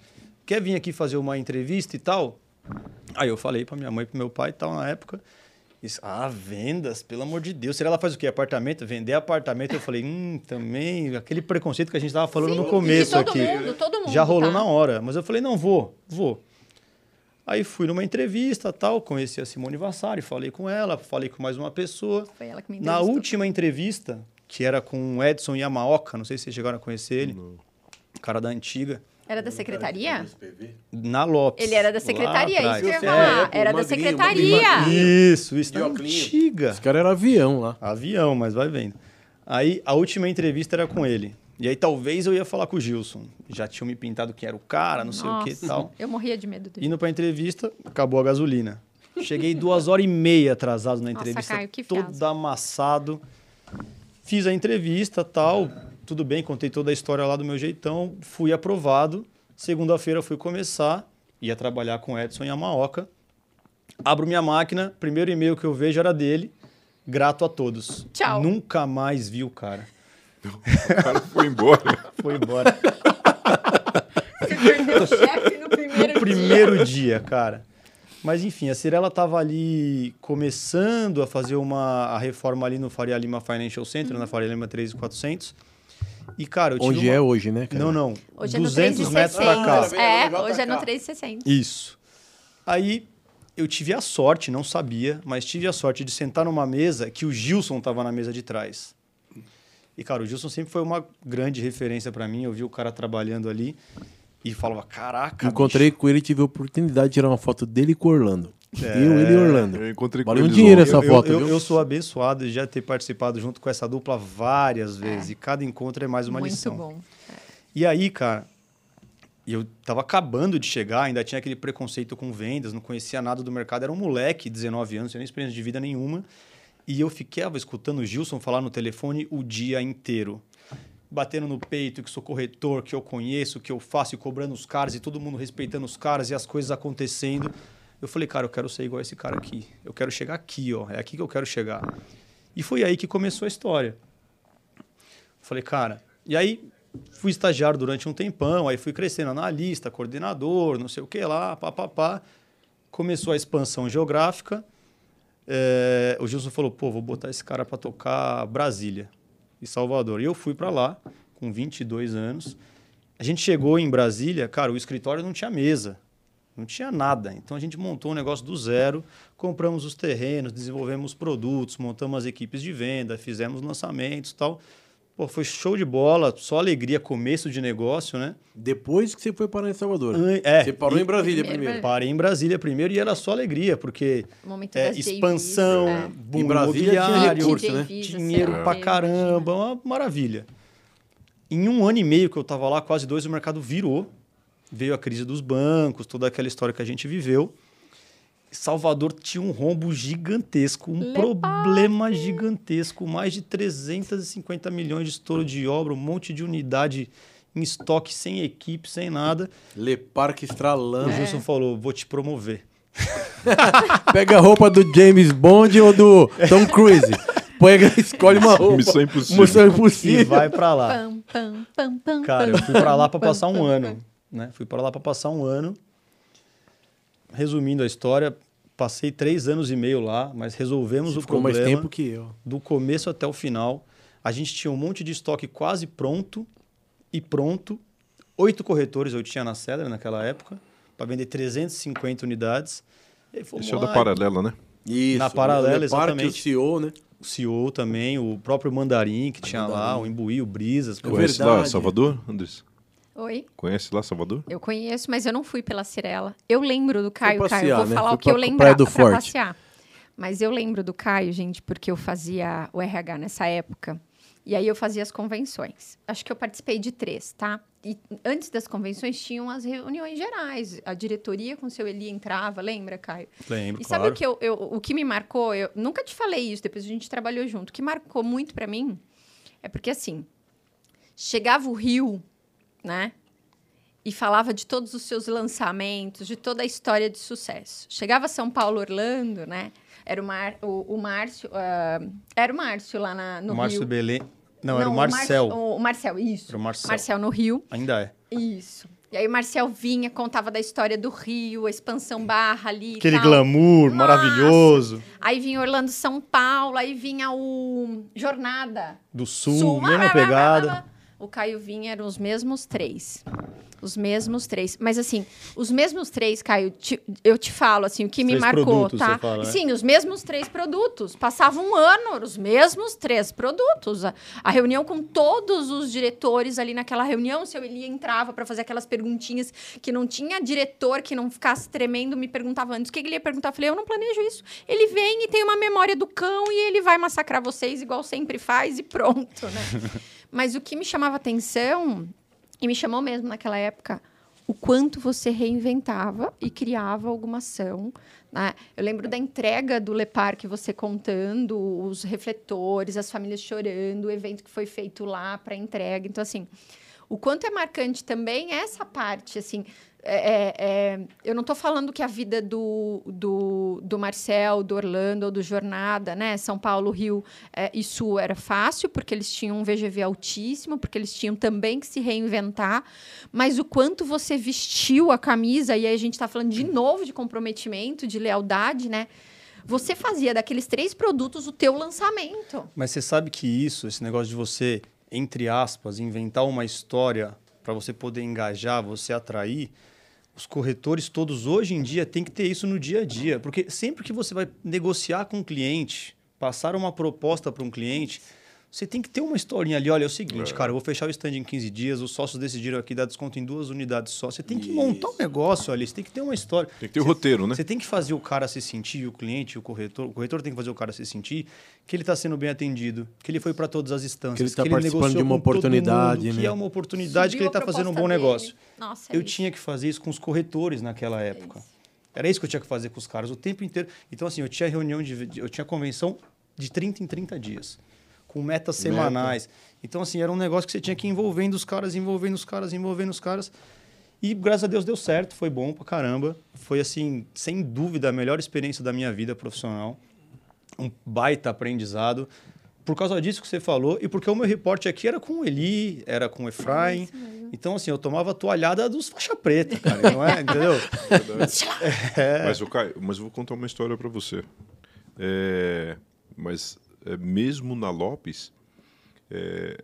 quer vir aqui fazer uma entrevista e tal? Aí eu falei pra minha mãe e pro meu pai e tal, na época. Isso, ah, vendas, pelo amor de Deus. Será ela faz o quê? Apartamento? Vender apartamento? Eu falei, hum, também, aquele preconceito que a gente tava falando Sim, no começo todo aqui. Mundo, todo mundo, já rolou tá? na hora. Mas eu falei, não, vou, vou. Aí fui numa entrevista tal, conheci a Simone Vassari, falei com ela, falei com mais uma pessoa. Foi ela que me Na entrevistou. última entrevista, que era com o Edson Yamaoka, não sei se vocês chegaram a conhecer ele, Não. cara da antiga, Era da secretaria? na Lopes. Ele era da lá secretaria, atrás. isso que eu ia É, falar. pô, Era da magrinho, secretaria. magrinho. Isso, isso, De na óculos. antiga. Esse cara era avião lá. Avião, mas vai vendo. Aí a última entrevista era com ele. E aí talvez eu ia falar com o Gilson. Já tinham me pintado quem era o cara, não sei o que e tal. Eu morria de medo dele. Indo pra entrevista, acabou a gasolina. Cheguei duas horas e meia atrasado na Nossa, entrevista, Caio, que todo fiasco. amassado. Fiz a entrevista, tal, tudo bem, contei toda a história lá do meu jeitão, fui aprovado. Segunda-feira fui começar, ia trabalhar com o Edson Yamaoka. Abro minha máquina, primeiro e-mail que eu vejo era dele, grato a todos. Tchau. Nunca mais vi o cara. O cara foi embora. Foi embora. Você perdeu o chefe no primeiro No primeiro dia, cara. Mas enfim, a Cirela estava ali começando a fazer uma a reforma ali no Faria Lima Financial Center, na Faria Lima três mil e quatrocentos. E, cara, eu tive Onde uma... é hoje, né, cara? Não, não. Hoje é no duzentos metros pra cá. trezentos e sessenta. É, Legal pra hoje é no cá. trezentos e sessenta. Isso. Aí eu tive a sorte, não sabia, mas tive a sorte de sentar numa mesa que o Gilson estava na mesa de trás. E, cara, o Gilson sempre foi uma grande referência para mim. Eu vi o cara trabalhando ali e falava, caraca, Encontrei com ele e tive a oportunidade de tirar uma foto dele com o Orlando. É. Eu, ele e Orlando. Eu encontrei com Valeu um eles dinheiro ontem. essa eu, foto, eu, viu? eu sou abençoado de já ter participado junto com essa dupla várias vezes. E cada encontro é mais uma Muito lição. bom. E aí, cara, eu tava acabando de chegar, ainda tinha aquele preconceito com vendas, não conhecia nada do mercado. Era um moleque, dezenove anos, sem nem experiência de vida nenhuma. E eu ficava escutando o Gilson falar no telefone o dia inteiro. Batendo no peito, que sou corretor, que eu conheço, que eu faço, e cobrando os caras, e todo mundo respeitando os caras, e as coisas acontecendo. Eu falei, cara, eu quero ser igual esse cara aqui. Eu quero chegar aqui, ó. É aqui que eu quero chegar. E foi aí que começou a história. Falei, cara... E aí, fui estagiário durante um tempão, aí fui crescendo analista, coordenador, não sei o que lá, papapá. Começou a expansão geográfica. É, o Gilson falou, pô, vou botar esse cara para tocar Brasília e Salvador. E eu fui para lá, com vinte e dois anos. A gente chegou em Brasília, cara, o escritório não tinha mesa. Não tinha nada. Então, a gente montou um negócio do zero, compramos os terrenos, desenvolvemos produtos, montamos as equipes de venda, fizemos lançamentos e tal. Pô, foi show de bola, só alegria, começo de negócio, né? Depois que você foi parar em Salvador. An- é, Você parou e- em Brasília Primeiro, primeiro. Parei em Brasília primeiro e era só alegria, porque O momento é, das J Vs, expansão, é. boom Em Brasília tinha imobiliário, recurso, né? J Vs, dinheiro assim, pra eu caramba, uma maravilha. Em um ano e meio que eu estava lá, quase dois, o mercado virou. Veio a crise dos bancos, toda aquela história que a gente viveu. Salvador tinha um rombo gigantesco, um Legal. problema gigantesco, mais de trezentos e cinquenta milhões de estouro de obra, um monte de unidade em estoque, sem equipe, sem nada. Le Parque O estralando. É. Gilson falou, vou te promover. Pega a roupa do James Bond ou do Tom Cruise. Pega, escolhe uma roupa. Missão Impossível. Missão E Impossível. vai pra lá. Pam, pam, pam, pam, Cara, pam, eu fui pra lá pra pam, passar um pam, ano, pam. né? Fui pra lá pra passar um ano. Resumindo a história, passei três anos e meio lá, mas resolvemos Você o ficou problema mais tempo que eu. do começo até o final. A gente tinha um monte de estoque quase pronto e pronto. Oito corretores eu tinha na Cedra naquela época, para vender trezentas e cinquenta unidades. E aí, Esse é o da Paralela, né? Isso. Na paralela, o Le Parque, exatamente. o C E O, né? O C E O também, o próprio Mandarim que tinha lá, Mandarim. o Imbuí, o Brisas. É Conhece lá verdade. Salvador, Andrés? Oi? Conhece lá Salvador? Eu conheço, mas eu não fui pela Cirela. Eu lembro do Caio, Foi Caio. passear, Eu vou né? falar Foi o que eu pra lembro Praia do pra Forte. passear. Mas eu lembro do Caio, gente, porque eu fazia o R H nessa época. E aí eu fazia as convenções. Acho que eu participei de três, tá? E antes das convenções tinham as reuniões gerais. A diretoria com o seu Eli entrava, lembra, Caio? Lembro, E sabe claro. o que, eu, eu- o que me marcou? Eu nunca te falei isso, depois a gente trabalhou junto. O que marcou muito pra mim é porque, assim, chegava o Rio, né? E falava de todos os seus lançamentos, de toda a história de sucesso. Chegava São Paulo, Orlando, né? Era o, Mar, o, o Márcio... ah, era o Márcio lá na, no O Márcio Rio. Belém. Não, era o Marcel. Mar- o Marcel, isso. Era o Marcel. Marcel no Rio. Ainda é. Isso. E aí o Marcel vinha, contava da história do Rio, a expansão Barra ali. Aquele e tal. glamour Nossa. maravilhoso. Aí vinha Orlando, São Paulo, aí vinha o Jornada. Do Sul, Sul. mesma pegada. O Caio vinha, eram os mesmos três. Os mesmos três. Mas, assim, os mesmos três, Caio, te, eu te falo, assim, o que Os me três marcou, produtos, tá? você fala, né? Sim, os mesmos três produtos. Passava um ano, os mesmos três produtos. A, a reunião com todos os diretores ali naquela reunião, se eu ele entrava para fazer aquelas perguntinhas que não tinha diretor que não ficasse tremendo, me perguntava antes. O que ele ia perguntar? Eu falei, eu não planejo isso. Ele vem e tem uma memória do cão e ele vai massacrar vocês igual sempre faz e pronto, né? Mas o que me chamava atenção, e me chamou mesmo naquela época, o quanto você reinventava e criava alguma ação. Né? Eu lembro da entrega do Le Parc, você contando os refletores, as famílias chorando, o evento que foi feito lá para entrega. Então, assim, o quanto é marcante também essa parte, assim... É, é, eu não estou falando que a vida do, do, do Marcel, do Orlando ou do Jornada, né? São Paulo, Rio é, e Sul era fácil, porque eles tinham um V G V altíssimo, porque eles tinham também que se reinventar, mas o quanto você vestiu a camisa, e aí a gente está falando de novo de comprometimento, de lealdade, né? Você fazia daqueles três produtos o teu lançamento. Mas você sabe que isso, esse negócio de você, entre aspas, inventar uma história para você poder engajar, você atrair... Os corretores todos hoje em dia têm que ter isso no dia a dia. Porque sempre que você vai negociar com um cliente, passar uma proposta para um cliente, você tem que ter uma historinha ali. Olha, é o seguinte, é. cara, eu vou fechar o stand em quinze dias, os sócios decidiram aqui dar desconto em duas unidades só. Você tem que isso. montar um negócio ali, você tem que ter uma história. Tem que ter o você, roteiro, né? Você tem que fazer o cara se sentir, o cliente, o corretor, o corretor tem que fazer o cara se sentir que ele está sendo bem atendido, que ele foi para todas as instâncias, que ele está que participando ele de uma oportunidade, mundo, né? Que é uma oportunidade, Subiu que ele está fazendo um bom dele. negócio. Nossa, é eu isso. tinha que fazer isso com os corretores naquela época. É isso. Era isso que eu tinha que fazer com os caras o tempo inteiro. Então, assim, eu tinha reunião, de, eu tinha convenção de trinta em trinta dias, com metas Meta. semanais. Então, assim, era um negócio que você tinha que ir envolvendo os caras, envolvendo os caras, envolvendo os caras. E, graças a Deus, deu certo, foi bom pra caramba. Foi, assim, sem dúvida, a melhor experiência da minha vida profissional. Um baita aprendizado. Por causa disso que você falou, e porque o meu reporte aqui era com o Eli, era com o Efraim. É então, assim, eu tomava a toalhada dos faixa preta, cara, não é? Entendeu? É. Mas, Caio, mas eu vou contar uma história para você. É, mas, é, mesmo na Lopes, é,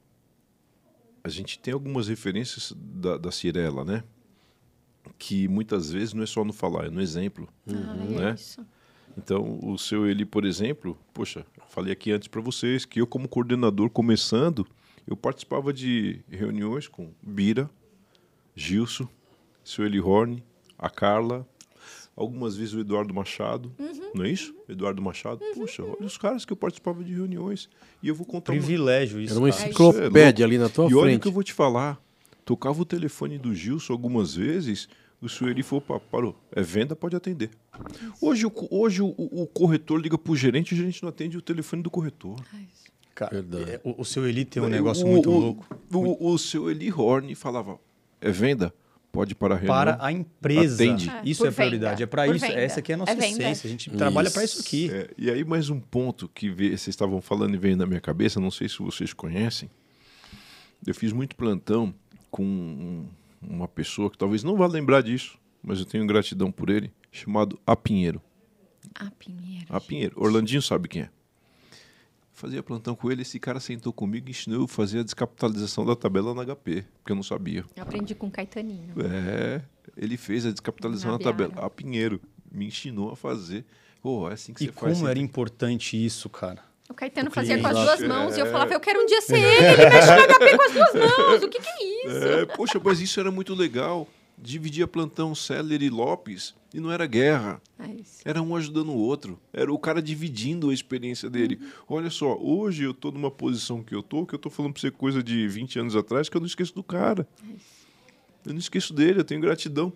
a gente tem algumas referências da, da Cirela, né? Que muitas vezes não é só no falar, é no exemplo. Ah, uhum, né? É isso. Então, o seu Eli, por exemplo, poxa, falei aqui antes para vocês que eu, como coordenador, começando, eu participava de reuniões com Bira, Gilson, seu Eli Horn, a Carla, algumas vezes o Eduardo Machado, uhum, não é isso? Uhum. Eduardo Machado, uhum, poxa, olha os caras que eu participava de reuniões e eu vou contar... Privilégio uma... isso. Era uma enciclopédia é ali na tua e frente. E olha o que eu vou te falar, tocava o telefone do Gilson algumas vezes... O Sueli falou, parou, é venda, pode atender. Hoje, o, hoje o, o corretor liga para o gerente e o gerente não atende o telefone do corretor. Cara, é, o, o seu Eli tem um negócio o, muito o, louco. O, o seu Eli Horn falava, é venda, pode parar a reunião. Para a empresa. Atende. É, isso é prioridade, é para isso. Venda. Essa aqui é a nossa é essência, a gente isso. trabalha para isso aqui. É, e aí mais um ponto que vocês estavam falando e veio na minha cabeça, não sei se vocês conhecem. Eu fiz muito plantão com... Um, uma pessoa que talvez não vá lembrar disso, mas eu tenho gratidão por ele, chamado A Pinheiro. A Pinheiro. A Pinheiro. Orlandinho sabe quem é. Fazia plantão com ele, esse cara sentou comigo e ensinou eu a fazer a descapitalização da tabela na H P, porque eu não sabia. Eu aprendi com o Caetaninho. É, ele fez a descapitalização na, na tabela. A Pinheiro me ensinou a fazer. Pô, é assim que e você faz. E como assim. era importante isso, cara. O Caetano o fazia com as duas mãos é... e eu falava, eu quero um dia ser ele, ele mexe no H P com as duas mãos, o que, que é isso? É, poxa, mas isso era muito legal. Dividia plantão Seller e Lopes e não era guerra. É isso. Era um ajudando o outro. Era o cara dividindo a experiência dele. Uhum. Olha só, hoje eu tô numa posição que eu tô, que eu tô falando pra você coisa de vinte anos atrás, que eu não esqueço do cara. É isso. Eu não esqueço dele, eu tenho gratidão por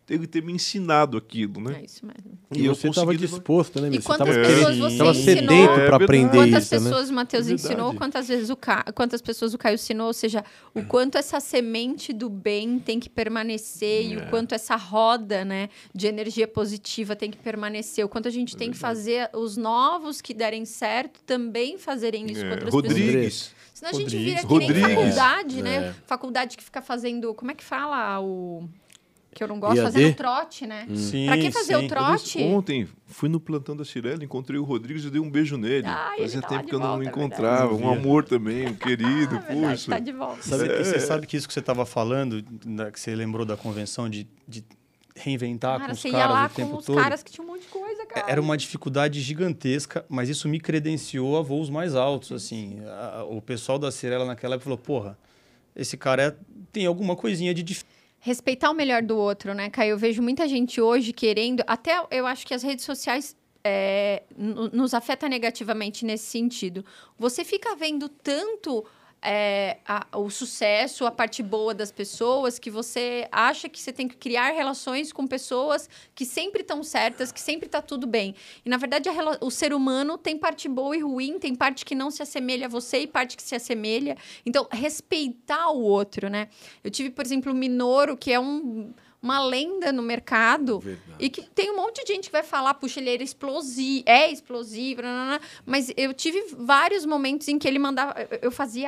ele ter me ensinado aquilo, né? É isso mesmo. E, E eu você estava consegui- disposto, né? E meu? Você quantas estava pessoas você tava ensinou? sedento É para verdade. aprender Quantas isso, né? pessoas o Matheus Verdade. ensinou, quantas vezes o Ca... quantas pessoas o Caio ensinou, ou seja, o quanto essa semente do bem tem que permanecer e o É. quanto essa roda, né, de energia positiva tem que permanecer, o quanto a gente tem que fazer os novos que derem certo também fazerem isso É, com outras pessoas. Rodrigues. Senão a gente vira que Rodrigues. nem faculdade, né? É. Faculdade que fica fazendo, como é que fala o que eu não gosto, I A D? fazendo trote, né? Sim, Pra que fazer sim. o trote? Ontem fui no plantão da Cirela, encontrei o Rodrigues e dei um beijo nele. Ah, ele Fazia tá lá tempo de que eu não volta, me é encontrava. verdade. Um amor também, um querido. Ah, verdade, puxa. tá de volta. Sabe, É. e você sabe que isso que você estava falando, da- que você lembrou da convenção de, de reinventar Cara, com os você ia caras lá o tempo com os todo? caras que tinham um monte de coisa, cara. Era uma dificuldade gigantesca, mas isso me credenciou a voos mais altos, assim. A- a- o pessoal da Cirela naquela época falou, porra, esse cara é- tem alguma coisinha de dif... Respeitar o melhor do outro, né, Caio? Eu vejo muita gente hoje querendo... Até eu acho que as redes sociais é, n- nos afetam negativamente nesse sentido. Você fica vendo tanto é, a- o sucesso, a parte boa das pessoas, que você acha que você tem que criar relações com pessoas que sempre estão certas, que sempre está tudo bem. E, na verdade, a rela- o ser humano tem parte boa e ruim, tem parte que não se assemelha a você e parte que se assemelha. Então, respeitar o outro, né? Eu tive, por exemplo, o Minoro, que é um... uma lenda no mercado. Verdade. E que tem um monte de gente que vai falar, puxa, ele era explosivo, é explosivo, nanana, mas eu tive vários momentos em que ele mandava... Eu, eu fazia...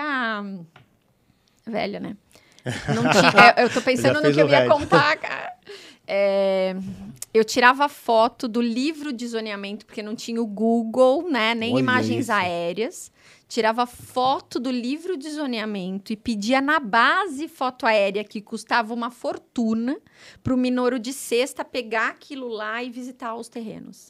Velha, né? Não tinha, eu, eu tô pensando no fez que eu o ia velho. contar, cara. É, eu tirava foto do livro de zoneamento, porque não tinha o Google, né? Nem Olha imagens isso. aéreas. Tirava foto do livro de zoneamento e pedia na base foto aérea, que custava uma fortuna, para o Minoro de Sexta pegar aquilo lá e visitar os terrenos.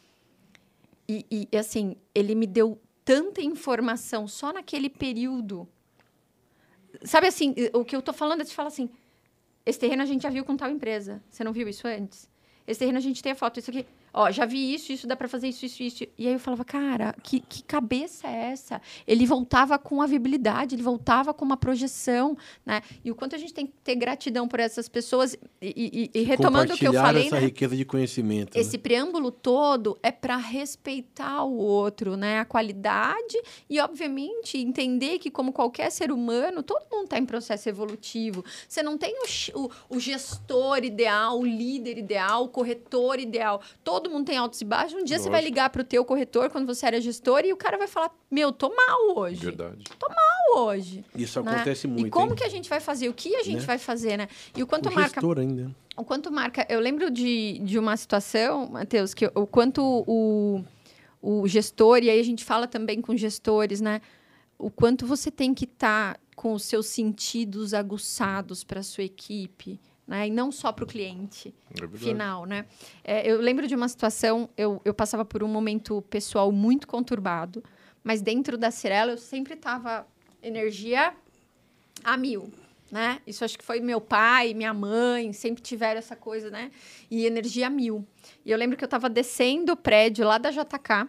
E, e, assim, ele me deu tanta informação só naquele período. Sabe assim, o que eu tô falando é de falar assim, esse terreno a gente já viu com tal empresa. Você não viu isso antes? Esse terreno a gente tem a foto, isso aqui. Ó, já vi isso, isso dá para fazer isso, isso, isso. E aí eu falava, cara, que, que cabeça é essa? Ele voltava com a viabilidade, ele voltava com uma projeção, né? E o quanto a gente tem que ter gratidão por essas pessoas. E, e, e retomando o que eu Compartilhar falei, essa né? riqueza de conhecimento. Esse preâmbulo todo é para respeitar o outro, né? A qualidade e, obviamente, entender que, como qualquer ser humano, todo mundo está em processo evolutivo. Você não tem o, ch- o- o gestor ideal, o líder ideal, o corretor ideal. Todo mundo tem altos e baixos. Um dia você vai Lógico. ligar para o teu corretor quando você era gestor e o cara vai falar, meu, tô mal hoje. Verdade. Mal hoje. Né? Isso né? acontece muito. E como hein? que a gente vai fazer? O que a gente Né? vai fazer, né? E o quanto O marca... gestor ainda. O quanto marca... Eu lembro de, de uma situação, Matheus, que o quanto o, o gestor, e aí a gente fala também com gestores, né? O quanto você tem que estar com os seus sentidos aguçados para a sua equipe, né? E não só para o cliente É verdade. final, né? É, eu lembro de uma situação, eu, eu passava por um momento pessoal muito conturbado, mas dentro da Cirela eu sempre estava energia a mil, né? Isso acho que foi meu pai, minha mãe, sempre tiveram essa coisa, né? E energia a mil. E eu lembro que eu estava descendo o prédio lá da J K,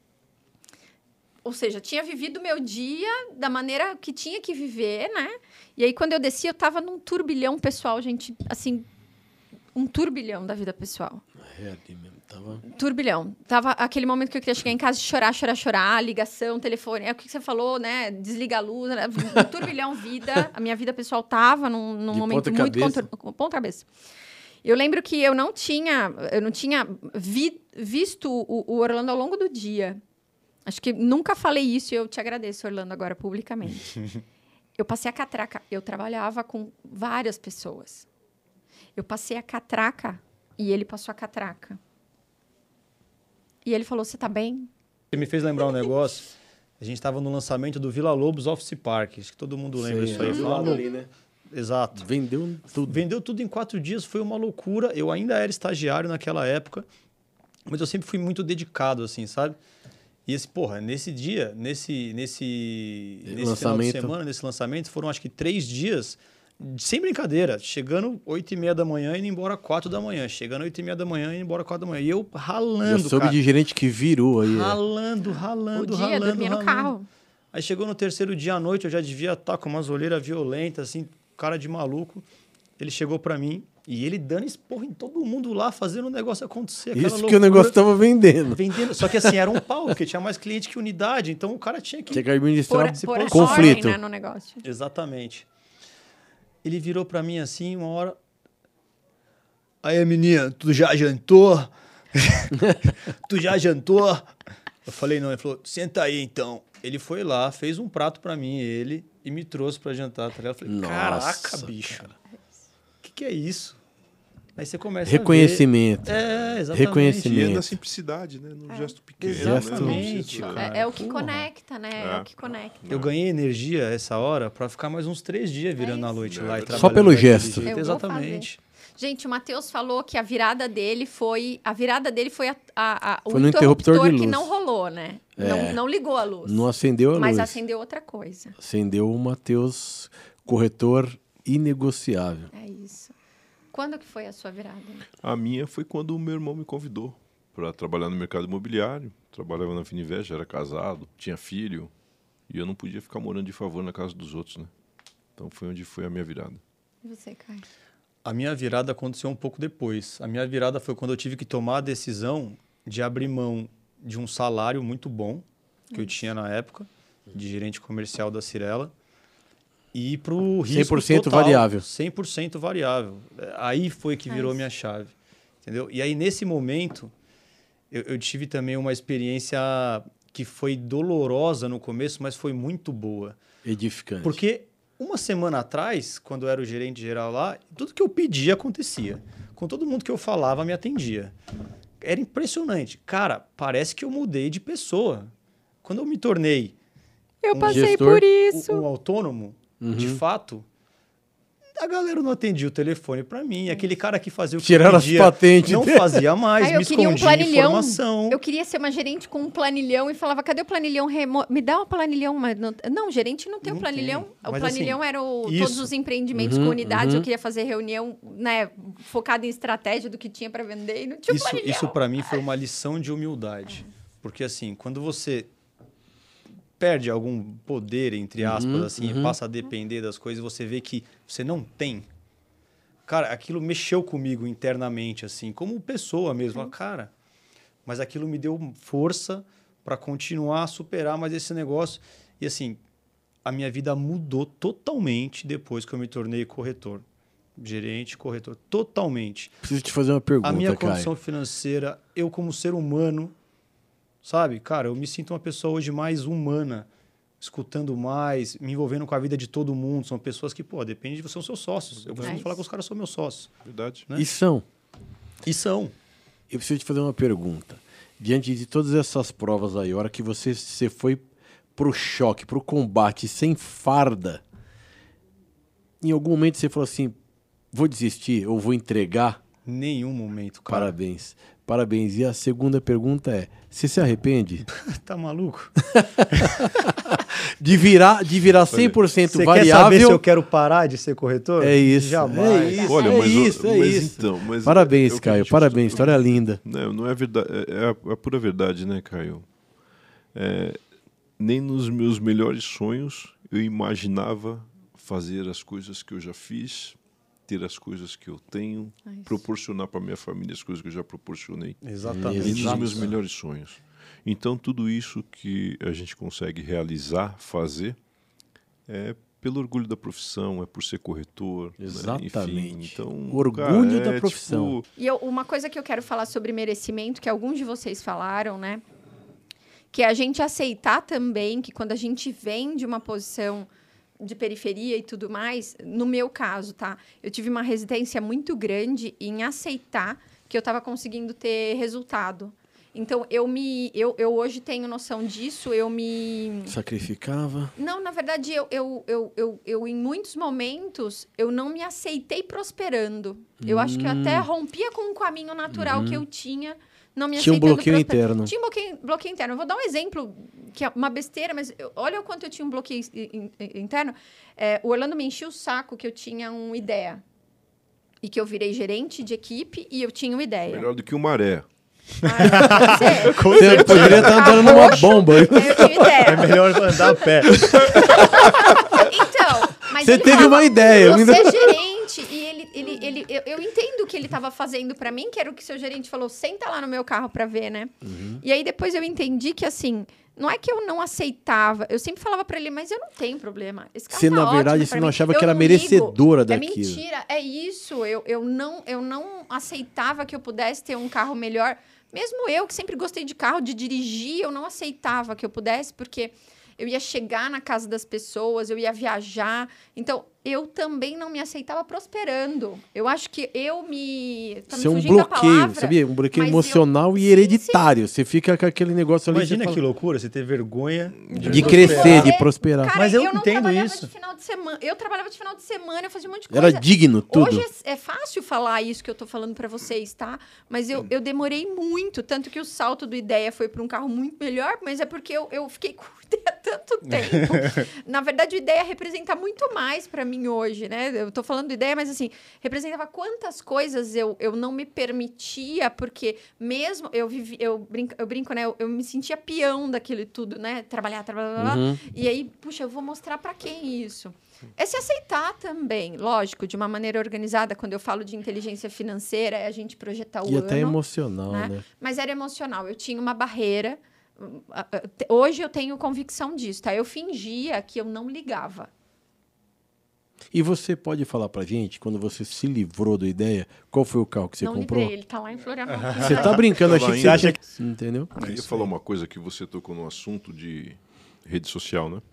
ou seja, tinha vivido o meu dia da maneira que tinha que viver, né? E aí, quando eu desci, eu estava num turbilhão pessoal, gente, assim, um turbilhão da vida pessoal. É, ali mesmo. Tava... Turbilhão. Tava aquele momento que eu queria chegar em casa e chorar, chorar, chorar, ligação, telefone. É o que você falou, né? Desliga a luz. Né? Um turbilhão vida. A minha vida pessoal tava num, num De momento ponta muito cabeça. contur... ponta cabeça. Eu lembro que eu não tinha, eu não tinha vi, visto o, o Orlando ao longo do dia. Acho que nunca falei isso e eu te agradeço, Orlando, agora publicamente. Eu passei a catraca. Eu trabalhava com várias pessoas. Eu passei a catraca e ele passou a catraca. E ele falou, você tá bem? Você me fez lembrar um negócio. A gente estava no lançamento do Vila Lobos Office Park. Acho que todo mundo lembra Sei, isso aí. é, Foi do uma lado lou- ali, né? Exato. Vendeu tudo. Vendeu tudo em quatro dias, foi uma loucura. Eu ainda era estagiário naquela época, mas eu sempre fui muito dedicado, assim, sabe? E esse, porra, nesse dia, nesse, nesse, nesse final de Lançamento. semana, nesse lançamento, foram acho que três dias, sem brincadeira, chegando oito e meia da manhã e indo embora quatro da manhã, chegando oito e meia da manhã e indo embora quatro da manhã. E eu ralando, Eu soube cara. de gerente que virou aí. é. Ralando, O ralando, dia, ralando, dormia no ralando. carro. Aí chegou no terceiro dia à noite, eu já devia estar com umas olheiras violentas, assim, cara de maluco. Ele chegou pra mim, E ele dando esporro em todo mundo lá, fazendo o negócio acontecer. Isso aquela que loucura. o negócio tava vendendo. Vendendo. Só que assim, era um pau, porque tinha mais cliente que unidade. Então o cara tinha que... Tinha que administrar Por, se por conflito. ordem, né, no negócio. Exatamente. Ele virou pra mim assim, uma hora... Aí, menina, tu já jantou? Tu já jantou? Eu falei, não. Ele falou, senta aí, então. Ele foi lá, fez um prato pra mim, ele, e me trouxe pra jantar. Tá ligado? Eu falei, Nossa, caraca, bicho. O que, que é isso? Aí você começa Reconhecimento. a ver... É, exatamente. Reconhecimento. E é na simplicidade, né? No É. gesto pequeno. Exatamente, Né? Não cara. É, é o que Porra. conecta, né? É. É. o que conecta. Eu ganhei energia essa hora pra ficar mais uns três dias virando É a isso. noite É. lá e Só trabalhando pelo daquele gesto. jeito. Eu vou Exatamente. Gente, o Matheus falou que a virada dele foi... A virada dele foi a, a, a, o Foi no interruptor de que luz. não rolou, né? É. Não, não ligou a luz. Não acendeu a Mas luz. acendeu outra coisa. Acendeu o Matheus, corretor inegociável. É isso. Quando que foi a sua virada? A minha foi quando o meu irmão me convidou para trabalhar no mercado imobiliário. Trabalhava na Fininvest, era casado, tinha filho. E eu não podia ficar morando de favor na casa dos outros, né? Então foi onde foi a minha virada. E você, Caio? A minha virada aconteceu um pouco depois. A minha virada foi quando eu tive que tomar a decisão de abrir mão de um salário muito bom que eu tinha na época, de gerente comercial da Cirela, e ir para o risco cem por cento total, variável. cem por cento variável. Aí foi que virou Nice. minha chave. Entendeu? E aí, nesse momento, eu, eu tive também uma experiência que foi dolorosa no começo, mas foi muito boa. Edificante. Porque uma semana atrás, quando eu era o gerente geral lá, tudo que eu pedia acontecia. Com todo mundo que eu falava, me atendia. Era impressionante. Cara, parece que eu mudei de pessoa. Quando eu me tornei Eu Um passei gestor, por isso. um autônomo, Uhum. de fato, a galera não atendia o telefone para mim. Aquele cara que fazia o que Tiraram eu as pedia, patentes não dele. fazia mais, Aí eu me queria um escondia planilhão. informação. Eu queria ser uma gerente com um planilhão e falava, cadê o planilhão? Remo... Me dá um planilhão. Mas não... não, gerente não tem um Não planilhão. tem. O Mas, planilhão assim, era o... todos isso. os empreendimentos Uhum, com unidades. uhum. Eu queria fazer reunião, né, focada em estratégia do que tinha para vender e não tinha um Isso, planilhão. isso para mim foi uma lição de humildade. Porque, assim, quando você perde algum poder, entre aspas, Uhum, assim, uhum. e passa a depender das coisas, você vê que você não tem. Cara, aquilo mexeu comigo internamente, assim, como pessoa mesmo. Fala, cara, mas aquilo me deu força para continuar a superar mais esse negócio. E, assim, a minha vida mudou totalmente depois que eu me tornei corretor. Gerente, corretor, totalmente. Preciso te fazer uma pergunta, A minha Caio. condição financeira, eu como ser humano, sabe? Cara, eu me sinto uma pessoa hoje mais humana, escutando mais, me envolvendo com a vida de todo mundo. São pessoas que, pô, depende de você, são seus sócios. Eu costumo É falar isso. que os caras são meus sócios. Verdade. né? E são. E são. Eu preciso te fazer uma pergunta. Diante de todas essas provas aí, a hora que você, você foi pro choque, pro combate sem farda, em algum momento você falou assim, vou desistir ou vou entregar? Nenhum momento, cara. Parabéns. Parabéns. E a segunda pergunta é, você se arrepende Tá maluco? de virar, de virar cem por cento Você quer saber se variável? eu quero parar de ser corretor? É isso, Jamais. é isso. Olha, é mas, o- isso, é mas isso. então... Mas Parabéns, é o que a Caio. gente Parabéns. costuma- História linda. Não, não é verdade. É a, a pura verdade, né, Caio? É, nem nos meus melhores sonhos eu imaginava fazer as coisas que eu já fiz, ter as coisas que eu tenho, É isso. proporcionar para minha família as coisas que eu já proporcionei. Exatamente. Nem nos Exato. meus melhores sonhos. Então, tudo isso que a gente consegue realizar, fazer, é pelo orgulho da profissão, é por ser corretor. né? Exatamente. Enfim, então, Orgulho cara, da é profissão. tipo, E eu- uma coisa que eu quero falar sobre merecimento, que alguns de vocês falaram, né? Que é a gente aceitar também que quando a gente vem de uma posição de periferia e tudo mais, no meu caso, tá? Eu tive uma resistência muito grande em aceitar que eu estava conseguindo ter resultado. Então, eu me eu, eu hoje tenho noção disso, eu me... Sacrificava. Não, na verdade, eu, eu, eu, eu, eu, em muitos momentos, eu não me aceitei prosperando. Eu acho que eu até rompia com um caminho natural que eu tinha, não me Tinha um aceitando bloqueio prosper- interno. Tinha um bloqueio, bloqueio interno. Eu vou dar um exemplo, que é uma besteira, mas eu- olha o quanto eu tinha um bloqueio in- in- interno. É, o Orlando me enchia o saco que eu tinha uma ideia. E que eu virei gerente de equipe e eu tinha uma ideia. melhor do que o Maré. Ah, pode ser. Você poderia estar andando numa bomba. Eu tive ideia. É melhor andar a pé. Então, mas Você ele teve falava, uma ideia, eu Você ainda- é gerente e ele, ele, ele, ele, eu, eu entendo o que ele estava fazendo para mim, que era o que seu gerente falou, senta lá no meu carro para ver, né? Uhum. E aí depois eu entendi que, assim, não é que eu não aceitava, eu sempre falava para ele, mas eu não tenho problema. Esse carro você, tá na verdade, você não achava eu que era merecedora ligo. daquilo. É mentira, é isso. Eu, eu, não, eu não aceitava que eu pudesse ter um carro melhor. Mesmo eu, que sempre gostei de carro, de dirigir, eu não aceitava que eu pudesse, porque eu ia chegar na casa das pessoas, eu ia viajar. Então, eu também não me aceitava prosperando. Eu acho que eu me... Tá Isso é me um bloqueio, palavra, sabia? Um bloqueio emocional eu... e hereditário. Sim, sim. Você fica com aquele negócio ali... Imagina que fala... loucura, você ter vergonha de, de crescer, de prosperar. Cara, Mas eu, eu não entendo trabalhava isso. De final de semana. Eu trabalhava de final de semana, eu fazia um monte de coisa. Era digno, tudo. Hoje é, é fácil falar isso que eu tô falando para vocês, tá? Mas eu, eu demorei muito, tanto que o salto do Ideia foi para um carro muito melhor, mas é porque eu, eu fiquei com há tanto tempo. Na verdade, o Ideia representa muito mais para mim hoje, né? Eu tô falando do Ideia, mas assim, representava quantas coisas eu, eu não me permitia, porque mesmo eu vivi, eu brinco, eu brinco, né? Eu, eu me sentia peão daquilo tudo, né? Trabalhar, trabalhar, uhum. E aí, puxa, eu vou mostrar para quem isso. É se aceitar também, lógico, de uma maneira organizada. Quando eu falo de inteligência financeira, é a gente projetar o ano. E ano. até emocional, né? né? Mas era emocional. Eu tinha uma barreira. Hoje eu tenho convicção disso, tá? Eu fingia que eu não ligava. E você pode falar pra gente, quando você se livrou da Ideia, qual foi o carro que você não comprou? Não livrei, ele tá lá em Florianópolis. Você tá brincando, achei que você acha que... Entendeu? Eu ia falar uma coisa que você tocou no assunto de rede social, né?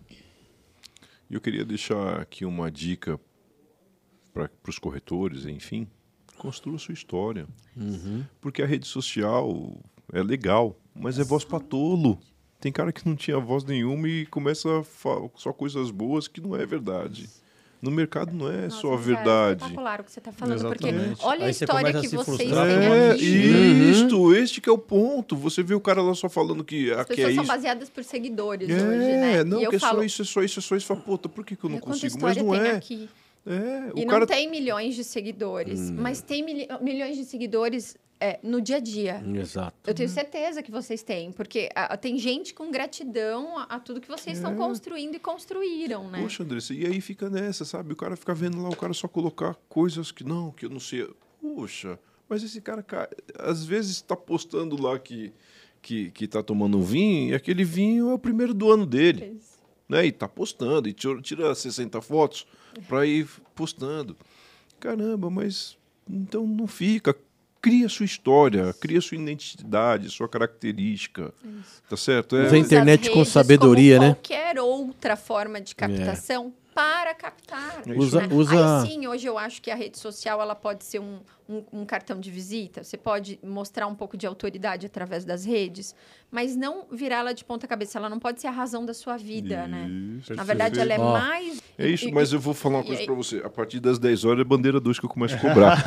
E eu queria deixar aqui uma dica para os corretores, enfim, construa sua história. Uhum. Porque a rede social é legal, mas é voz para tolo. Tem cara que não tinha voz nenhuma e começa a falar só coisas boas que não é verdade. No mercado não é Nossa, só a é verdade. É espetacular o que você está falando, Exatamente. porque olha Aí a história que você vocês frustrar. têm É, aqui. isto, este que é o ponto. Você vê o cara lá só falando que As aqui pessoas é são isso. baseadas por seguidores É, hoje, né? não, e eu que é falo, só isso, é só isso, é só isso. Fala, puta, por que, que eu não quanta consigo? Mas história não tem é. aqui. É, E o não cara... tem milhões de seguidores, hum. mas tem mil... milhões de seguidores é, no dia a dia. Exato. Eu tenho certeza que vocês têm, porque a, tem gente com gratidão a, a tudo que vocês é. estão construindo e construíram, né? Poxa, Andressa, e aí fica nessa, sabe? O cara fica vendo lá, o cara só colocar coisas que não, que eu não sei. Poxa, mas esse cara, às vezes está postando lá que, que, que tá tomando um vinho, e aquele vinho é o primeiro do ano dele. Isso. Né? E tá postando, e tira sessenta fotos para ir postando. Caramba, mas então não fica. Cria sua história, cria sua identidade, sua característica. Isso. Tá certo? É. Usa a internet com sabedoria, como né? Qualquer outra forma de captação é. para captar. É usa, né? usa... Aí sim, hoje eu acho que a rede social ela pode ser um, um, um cartão de visita. Você pode mostrar um pouco de autoridade através das redes, mas não virá-la de ponta cabeça. Ela não pode ser a razão da sua vida, isso, né? Perfeito. Na verdade, ela é oh. mais... É isso, e, mas e, eu vou falar uma e, coisa e, para você. A partir das dez horas é bandeira dois que eu começo a cobrar.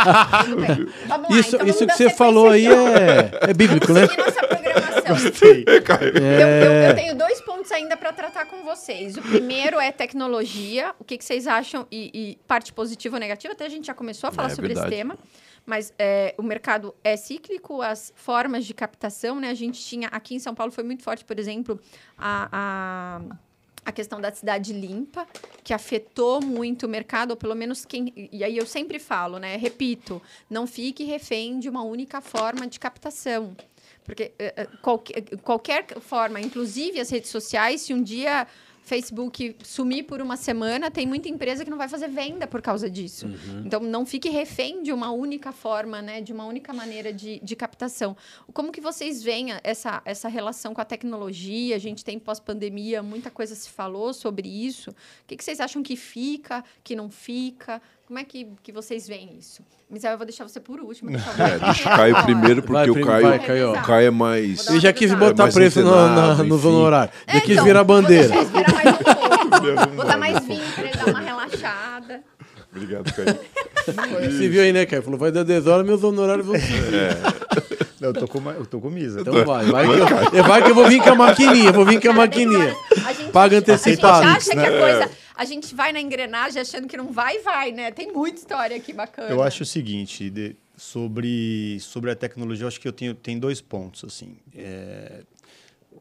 Vamos lá, isso então isso vamos que você falou aí é, é bíblico, vamos né? seguir nossa programação. Gostei. É, Caio. Eu, eu, eu tenho dois pontos ainda para tratar com vocês. O primeiro é tecnologia. O que, que vocês acham? E, e parte positiva ou negativa? Até a gente já começou a falar é, sobre verdade. esse tema. Mas é, o mercado é cíclico, as formas de captação, né? A gente tinha... Aqui em São Paulo foi muito forte, por exemplo, a... a a questão da cidade limpa, que afetou muito o mercado, ou pelo menos quem... E aí eu sempre falo, né? Repito, não fique refém de uma única forma de captação. Porque uh, qualquer, qualquer forma, inclusive as redes sociais, se um dia Facebook sumir por uma semana, tem muita empresa que não vai fazer venda por causa disso. Uhum. Então, não fique refém de uma única forma, né? De uma única maneira de, de captação. Como que vocês veem essa, essa relação com a tecnologia? A gente tem pós-pandemia, muita coisa se falou sobre isso. O que, que vocês acham que fica, que não fica? Como é que, que vocês veem isso? Misael, eu vou deixar você por último. É, deixa o Caio primeiro, porque vai, o, Caio, vai, Caio. o Caio é mais... Ele já quis botar é preço no, na, nos honorários. Já é, quis então, virar bandeira. Vou deixar esperar mais um pouco. Vou dar mais vinho para ele dar uma relaxada. Obrigado, Caio. Você viu aí, né, Caio? Falou, vai dar dez horas, meus honorários vão... É. Não, eu tô com, eu tô com misa. Então vai. Vai que, eu, vai que eu vou vir com a maquininha. Vou vir com a maquininha. A gente, Paga antecipado. A gente acha que a coisa... A gente vai na engrenagem achando que não vai, vai, né? Tem muita história aqui bacana. Eu acho o seguinte, de, sobre, sobre a tecnologia, eu acho que eu tenho tem dois pontos, assim. É,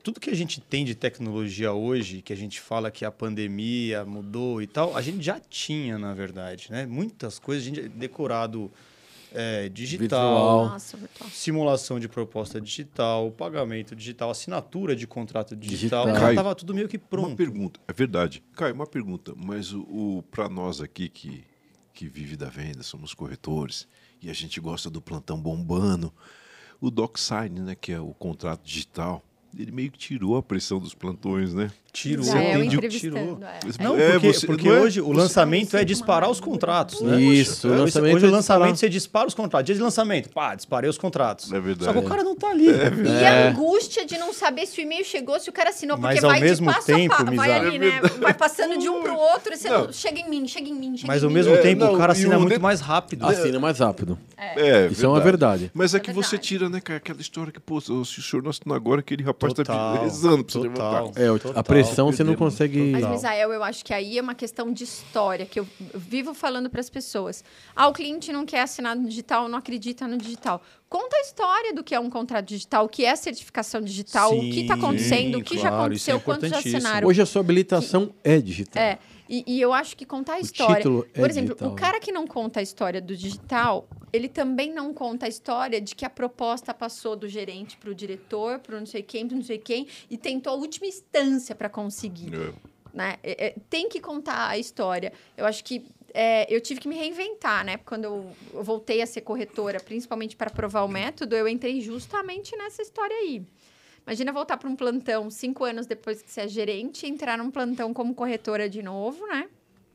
tudo que a gente tem de tecnologia hoje, que a gente fala que a pandemia mudou e tal, a gente já tinha, na verdade, né? Muitas coisas, a gente decorado é, digital, Virtual. Nossa, virtual. simulação de proposta digital, pagamento digital, assinatura de contrato digital, Digital. já Caio, estava tudo meio que Uma pronto. pergunta, é verdade. Caio, uma pergunta, mas o, o para nós aqui que, que vive da venda, somos corretores, e a gente gosta do plantão bombando, o DocSign, né, que é o contrato digital, ele meio que tirou a pressão dos plantões, né? Tirou, Já é, eu tirou. entrevistando, é. Não, É, porque, você- porque não é? hoje o Você- lançamento Você- é disparar os contratos, né? Isso, o Hoje- lançamento hoje é o lançamento disparar. você dispara os contratos. Dia de lançamento, pá, disparei os contratos. É verdade. Só que o cara não tá ali. E É. a angústia de não saber se o e-mail chegou, se o cara assinou, porque Mas ao vai mesmo de passo tempo, a passo, vai Mizar. ali, né? Vai passando de um pro outro, e você Não. não, chega em mim, chega em mim, chega Mas em ao mim. mesmo É, tempo não, o cara e assina o muito de- mais rápido. Assina mais rápido. É, Isso é uma verdade. Mas é É que você verdade. tira, né, cara, aquela história que, pô, se o senhor não assinou agora, aquele rapaz Total, tá rezando pra você total. levantar. É, o- Total. a pressão você não Perdemos. consegue. Mas, Total. Misael, eu acho que aí é uma questão de história, que eu vivo falando para as pessoas. Ah, o cliente não quer assinar no digital, não acredita no digital. Conta a história do que é um contrato digital, o que é certificação digital, o que está Sim, acontecendo, o que já claro, isso é aconteceu, quantos já importantíssimo. assinaram. Hoje a sua habilitação é digital. É, e, e eu acho que contar a história... título é Por exemplo, digital, o cara que não conta a história do digital, ele também não conta a história de que a proposta passou do gerente para o diretor, para não sei quem, para não sei quem, e tentou a última instância para conseguir. É. Né? É, é, tem que contar a história. Eu acho que é, eu tive que me reinventar, né? Quando eu, eu voltei a ser corretora, principalmente para provar o método, eu entrei justamente nessa história aí. Imagina voltar para um plantão cinco anos depois que você é gerente, entrar num plantão como corretora de novo, né?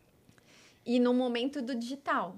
E no momento do digital.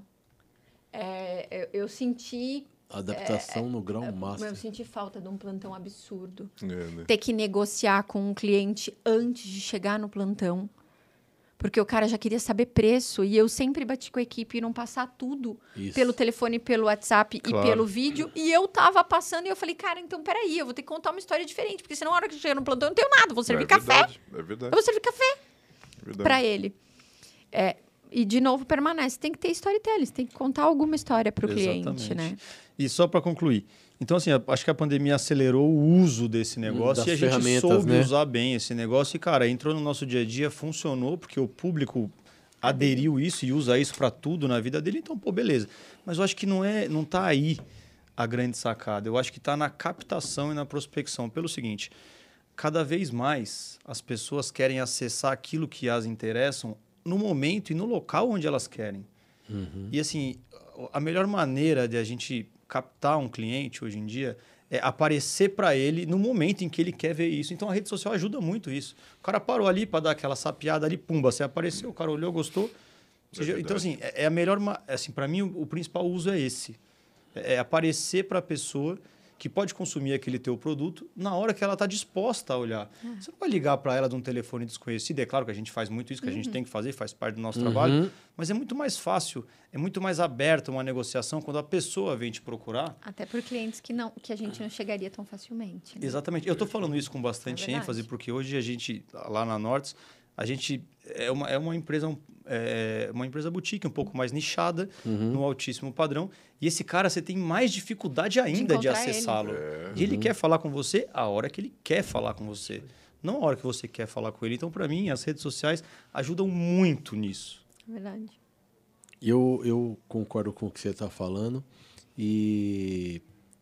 É, eu, eu senti... Adaptação no grau Eu master. senti falta de um plantão absurdo. É, né? Ter que negociar com um cliente antes de chegar no plantão. Porque o cara já queria saber preço. E eu sempre bati com a equipe e não passar tudo Isso. pelo telefone, pelo WhatsApp Claro. e pelo vídeo. E eu tava passando e eu falei, cara, então peraí, eu vou ter que contar uma história diferente. Porque senão, na hora que chegar no plantão, eu não tenho nada. Vou servir é café. Verdade, é Eu verdade. vou servir café é verdade. para ele. É, e, de novo, permanece. Tem que ter storytelling. Você tem que contar alguma história para o cliente, Exatamente. né? E só para concluir. Então, assim, acho que a pandemia acelerou o uso desse negócio das e a gente ferramentas, soube né? usar bem esse negócio. E, cara, entrou no nosso dia a dia, funcionou, porque o público aderiu isso e usa isso para tudo na vida dele. Então, pô, beleza. Mas eu acho que não é, não tá aí a grande sacada. Eu acho que está na captação e na prospecção. Pelo seguinte, cada vez mais as pessoas querem acessar aquilo que as interessam no momento e no local onde elas querem. Uhum. E assim, a melhor maneira de a gente captar um cliente hoje em dia é aparecer para ele no momento em que ele quer ver isso. Então a rede social ajuda muito isso. O cara parou ali para dar aquela sapiada ali, pumba, você apareceu, o cara olhou, gostou. Você já- então assim, é é a melhor, ma- assim, para mim o, o principal uso é esse. É aparecer para a pessoa que pode consumir aquele teu produto na hora que ela está disposta a olhar. Você não vai ligar para ela de um telefone desconhecido. É claro que a gente faz muito isso, que a gente tem que fazer, faz parte do nosso trabalho. Mas é muito mais fácil, é muito mais aberta uma negociação quando a pessoa vem te procurar. Até por clientes que, não, que a gente não chegaria tão facilmente. Né? Exatamente. Eu estou falando isso com bastante É verdade. ênfase, porque hoje a gente, lá na Nortes, a gente é uma, é uma empresa um, é uma empresa boutique, um pouco mais nichada, no altíssimo padrão. E esse cara, você tem mais dificuldade ainda de, encontrar acessá-lo. É. E ele quer falar com você a hora que ele quer falar com você. Não a hora que você quer falar com ele. Então, para mim, as redes sociais ajudam muito nisso. Verdade. Eu, eu concordo com o que você está falando. E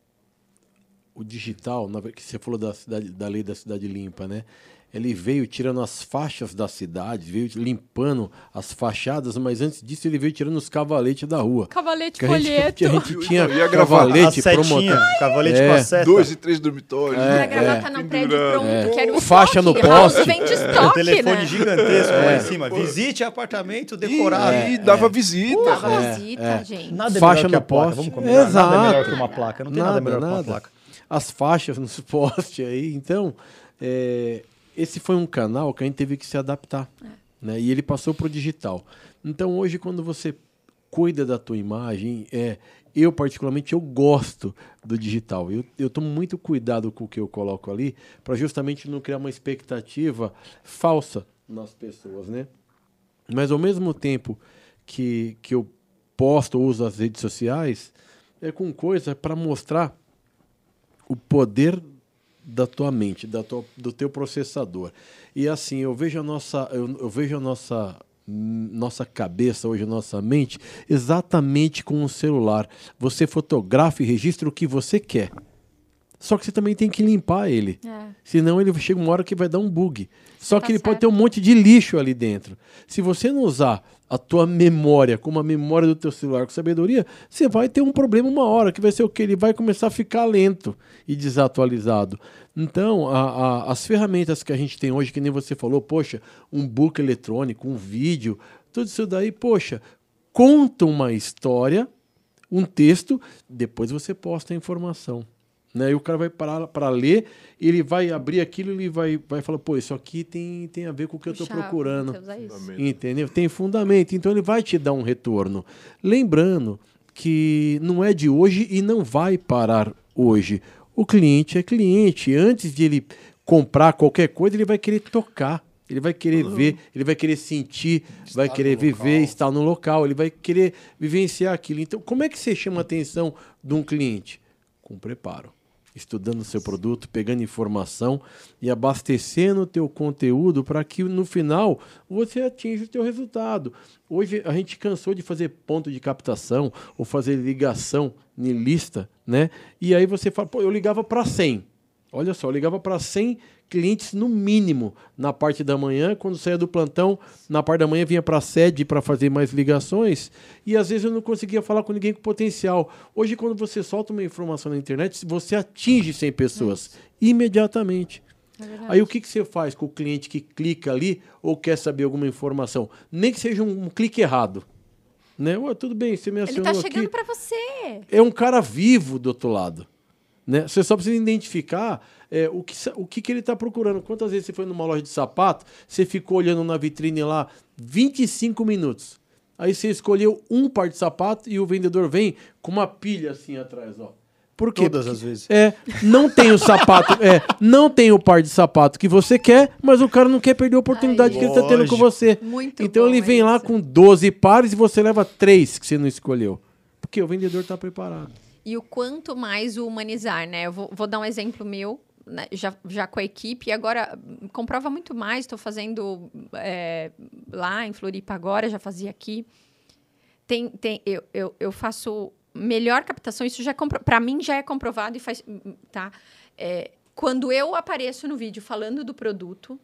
o digital, na ve- que você falou da, cidade, da lei da cidade limpa, né? Ele veio tirando as faixas da cidade, veio limpando as fachadas, mas antes disso ele veio tirando os cavaletes da rua. Cavalete Que a gente, folheto. que a gente tinha E a gravata? cavalete, a setinha, promotor. cavalete É. com a seta. Dois e três dormitórios. A né? gravata no prédio Pendurado. pronto, É. quero Faixa no estoque. poste. House vende estoque, Telefone né? gigantesco lá É. em cima. Visite apartamento E, decorado. e dava visita. Dava É, visita, é. gente. Nada é Faixa melhor que a no placa, poste. vamos combinar? Nada é Exato. melhor que uma placa. Não tem nada, melhor que uma placa. As faixas nos postes aí. Então, é, esse foi um canal que a gente teve que se adaptar. Né? E ele passou para o digital. Então, hoje, quando você cuida da tua imagem, é, eu, particularmente, eu gosto do digital. Eu, eu tomo muito cuidado com o que eu coloco ali para justamente não criar uma expectativa falsa nas pessoas, né? Mas, ao mesmo tempo que, que eu posto ou uso as redes sociais, é com coisa para mostrar o poder da tua mente, da tua, do teu processador. E assim, eu vejo a nossa, eu, eu vejo a nossa, nossa cabeça hoje, a nossa mente, exatamente como um celular. Você fotografa e registra o que você quer. Só que você também tem que limpar ele. É. Senão ele chega uma hora que vai dar um bug. Só tá que ele certo. Pode ter um monte de lixo ali dentro. Se você não usar a tua memória como a memória do teu celular com sabedoria, você vai ter um problema uma hora, que vai ser o quê? Ele vai começar a ficar lento e desatualizado. Então, a, a, as ferramentas que a gente tem hoje, que nem você falou, poxa, um book eletrônico, um vídeo, tudo isso daí, poxa, conta uma história, um texto, depois você posta a informação. Né? E o cara vai parar para ler, ele vai abrir aquilo, ele vai, vai falar, pô, isso aqui tem, tem a ver com o que eu estou procurando. Entendeu? Tem fundamento. Então ele vai te dar um retorno. Lembrando que não é de hoje e não vai parar hoje. O cliente é cliente. Antes de ele comprar qualquer coisa, ele vai querer tocar. Ele vai querer uhum. ver, ele vai querer sentir, estar vai querer viver, local. Estar no local, ele vai querer vivenciar aquilo. Então, como é que você chama a atenção de um cliente? Com preparo. Estudando o seu produto, pegando informação e abastecendo o teu conteúdo para que no final você atinja o teu resultado. Hoje a gente cansou de fazer ponto de captação ou fazer ligação em lista, né? E aí você fala, pô, eu ligava para cem. Olha só, eu ligava para cem clientes no mínimo na parte da manhã. Quando saía do plantão, na parte da manhã vinha para a sede para fazer mais ligações e às vezes eu não conseguia falar com ninguém com potencial. Hoje, quando você solta uma informação na internet, você atinge cem pessoas é imediatamente. É Aí o que, que você faz com o cliente que clica ali ou quer saber alguma informação? Nem que seja um, um clique errado. Né? Ué, tudo bem, você me acionou aqui. Ele está chegando para você. É um cara vivo do outro lado. Né? Você só precisa identificar é, o, que, o que, que ele está procurando. Quantas vezes você foi numa loja de sapato, você ficou olhando na vitrine lá vinte e cinco minutos. Aí você escolheu um par de sapato e o vendedor vem com uma pilha assim atrás. Ó. Por quê? Todas Porque, as vezes. É, não tem o sapato, é, não tem o par de sapato que você quer, mas o cara não quer perder a oportunidade Ai, que ele está tendo com você. Muito então bom, ele vem é lá isso. com doze pares e você leva três que você não escolheu. Porque o vendedor está preparado. E o quanto mais o humanizar, né? Eu vou, vou dar um exemplo meu, né? já, já com a equipe, e agora comprova muito mais, estou fazendo é, lá em Floripa agora, já fazia aqui. Tem, tem, eu, eu, eu faço melhor captação, isso já é para mim já é comprovado e faz. Tá? É, quando eu apareço no vídeo falando do produto,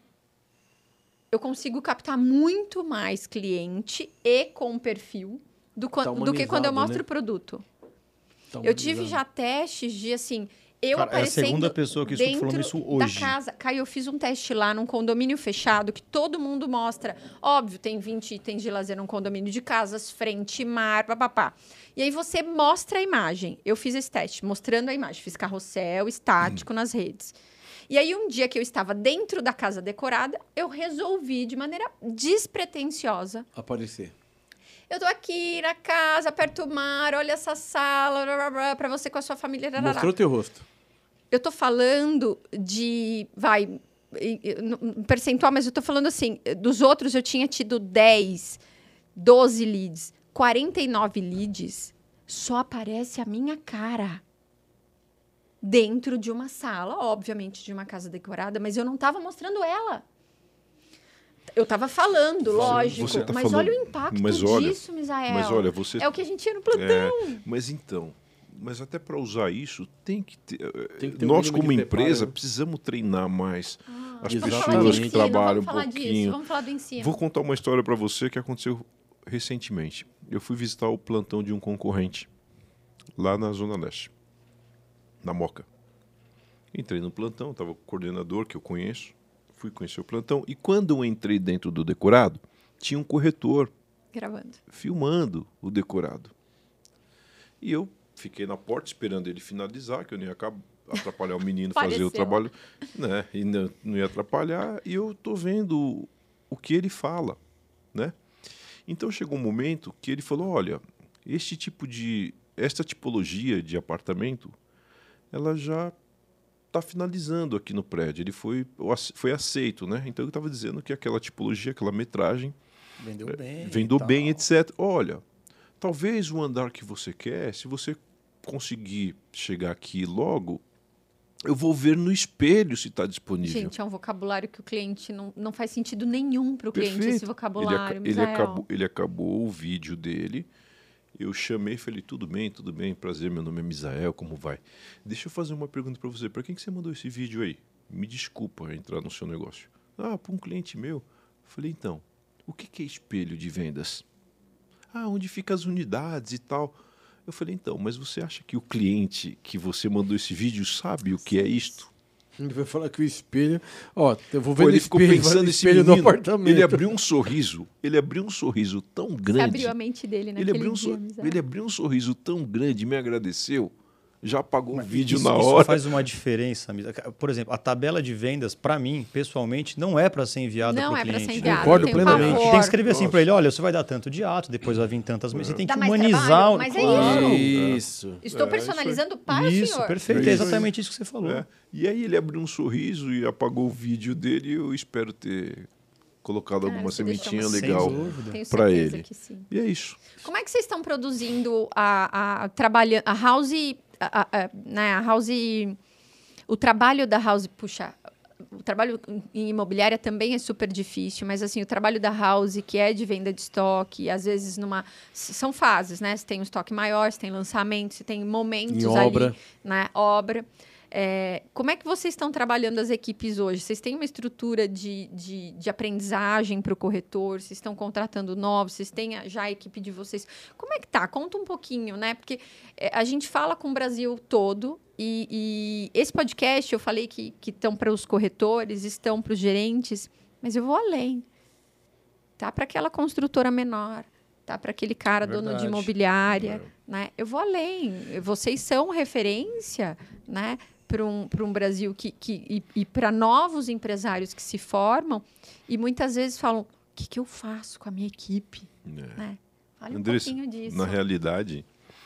eu consigo captar muito mais cliente e com perfil do, tá do que quando eu mostro, né, o produto. Tá eu tive já testes de, assim, eu Cara, aparecendo é a segunda pessoa que estou falando isso hoje. Da casa. Caio, eu fiz um teste lá num condomínio fechado que todo mundo mostra. Óbvio, tem vinte itens de lazer num condomínio de casas, frente, mar, papapá. E aí você mostra a imagem. Eu fiz esse teste, mostrando a imagem. Fiz carrossel estático hum. nas redes. E aí, um dia que eu estava dentro da casa decorada, eu resolvi, de maneira despretensiosa, aparecer. Eu tô aqui na casa, perto do mar, olha essa sala, para você com a sua família. Rarará. Mostrou teu rosto. Eu tô falando de, vai, percentual, mas eu tô falando assim, dos outros eu tinha tido dez, doze leads, quarenta e nove leads, só aparece a minha cara dentro de uma sala, obviamente de uma casa decorada, mas eu não tava mostrando ela. Eu estava falando, lógico, tá mas falando, olha o impacto mas olha, disso, Misael. Mas olha, você... É o que a gente tinha no plantão. É, mas então, mas até para usar isso, tem que ter... Tem que ter nós, um como empresa, preparo. precisamos treinar mais Ah, as pessoas pessoas que ensino, trabalham um vamos pouquinho. Disso, vamos falar do ensino. Vou contar uma história para você que aconteceu recentemente. Eu fui visitar o plantão de um concorrente lá na Zona Leste, na Moca. Entrei no plantão, estava com o coordenador que eu conheço. Fui conhecer o plantão. E quando eu entrei dentro do decorado, tinha um corretor gravando, filmando o decorado. E eu fiquei na porta esperando ele finalizar, que eu não ia atrapalhar o menino fazer o trabalho, né? E não, não ia atrapalhar. E eu tô vendo o que ele fala, né? Então chegou um momento que ele falou: olha, este tipo de, esta tipologia de apartamento, ela já está finalizando aqui no prédio. Ele foi, foi aceito, né? Então eu estava dizendo que aquela tipologia, aquela metragem vendeu bem, vendeu bem, etcétera. Olha, talvez o andar que você quer, se você conseguir chegar aqui logo, eu vou ver no espelho se está disponível. Gente, é um vocabulário que o cliente não, não faz sentido nenhum para o cliente, Perfeito. esse vocabulário. Ele, ele, acabou, ele acabou o vídeo dele. Eu chamei e falei, tudo bem, tudo bem, prazer, meu nome é Misael, como vai? Deixa eu fazer uma pergunta para você, para quem que você mandou esse vídeo aí? Me desculpa entrar no seu negócio. Ah, para um cliente meu. Eu falei, então, o que que é espelho de vendas? Ah, onde ficam as unidades e tal. Eu falei, então, mas você acha que o cliente que você mandou esse vídeo sabe o que é isto? Ele vai falar que o espelho... Ó, eu vou ver Pô, no ele ficou espelho, pensando no esse espelho do menino, apartamento. ele abriu um sorriso, ele abriu um sorriso tão grande. Você abriu a mente dele ele naquele abriu, um dia, sor- Misael. ele abriu um sorriso tão grande, me agradeceu, já apagou Mas o vídeo isso, na isso hora. faz uma diferença. Misa. Por exemplo, a tabela de vendas, para mim, pessoalmente, não é para ser enviada Não para o é para cliente. ser enviado. Concordo eu tenho plenamente. pavor. Tem que escrever assim Nossa. para ele, olha, você vai dar tanto de ato, depois vai vir tantas... Você tem Dá que mais humanizar... trabalho, o- mas é Claro. Isso. Estou É, personalizando para o Isso, senhor. perfeito. É É isso aí. exatamente isso que você falou. É. E aí ele abriu um sorriso e apagou o vídeo dele e eu espero ter colocado Cara, alguma você deixou sementinha uma- legal Sem dúvida. Tenho para certeza ele. que sim. E é isso. Como é que vocês estão produzindo a, a, trabalhando a house, a, a- a- né, a house, o trabalho da house, puxa, o trabalho em imobiliária também é super difícil, mas assim, o trabalho da house, que é de venda de estoque, às vezes numa são fases, né? Você tem um estoque maior, você tem lançamento, você tem momentos Em ali, obra. né, obra. É, como é que vocês estão trabalhando as equipes hoje? Vocês têm uma estrutura de, de, de aprendizagem para o corretor? Vocês estão contratando novos? Vocês têm a- já a equipe de vocês? Como é que tá? Conta um pouquinho, né? Porque é, a gente fala com o Brasil todo e, e esse podcast, eu falei que estão para os corretores, estão para os gerentes, mas eu vou além. Tá para aquela construtora menor, tá para aquele cara dono de Verdade. imobiliária, né? Eu vou além. Vocês são referência, né? Para um, para um Brasil que, que e, e para novos empresários que se formam e muitas vezes falam: o que, que eu faço com a minha equipe? É. Né? Fale um Andressa, pouquinho disso. na realidade,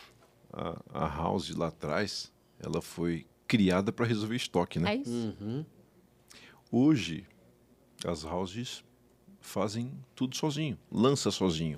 a, a House lá atrás, ela foi criada para resolver estoque, né? É isso? Uhum. Hoje, as houses fazem tudo sozinho, lança sozinho.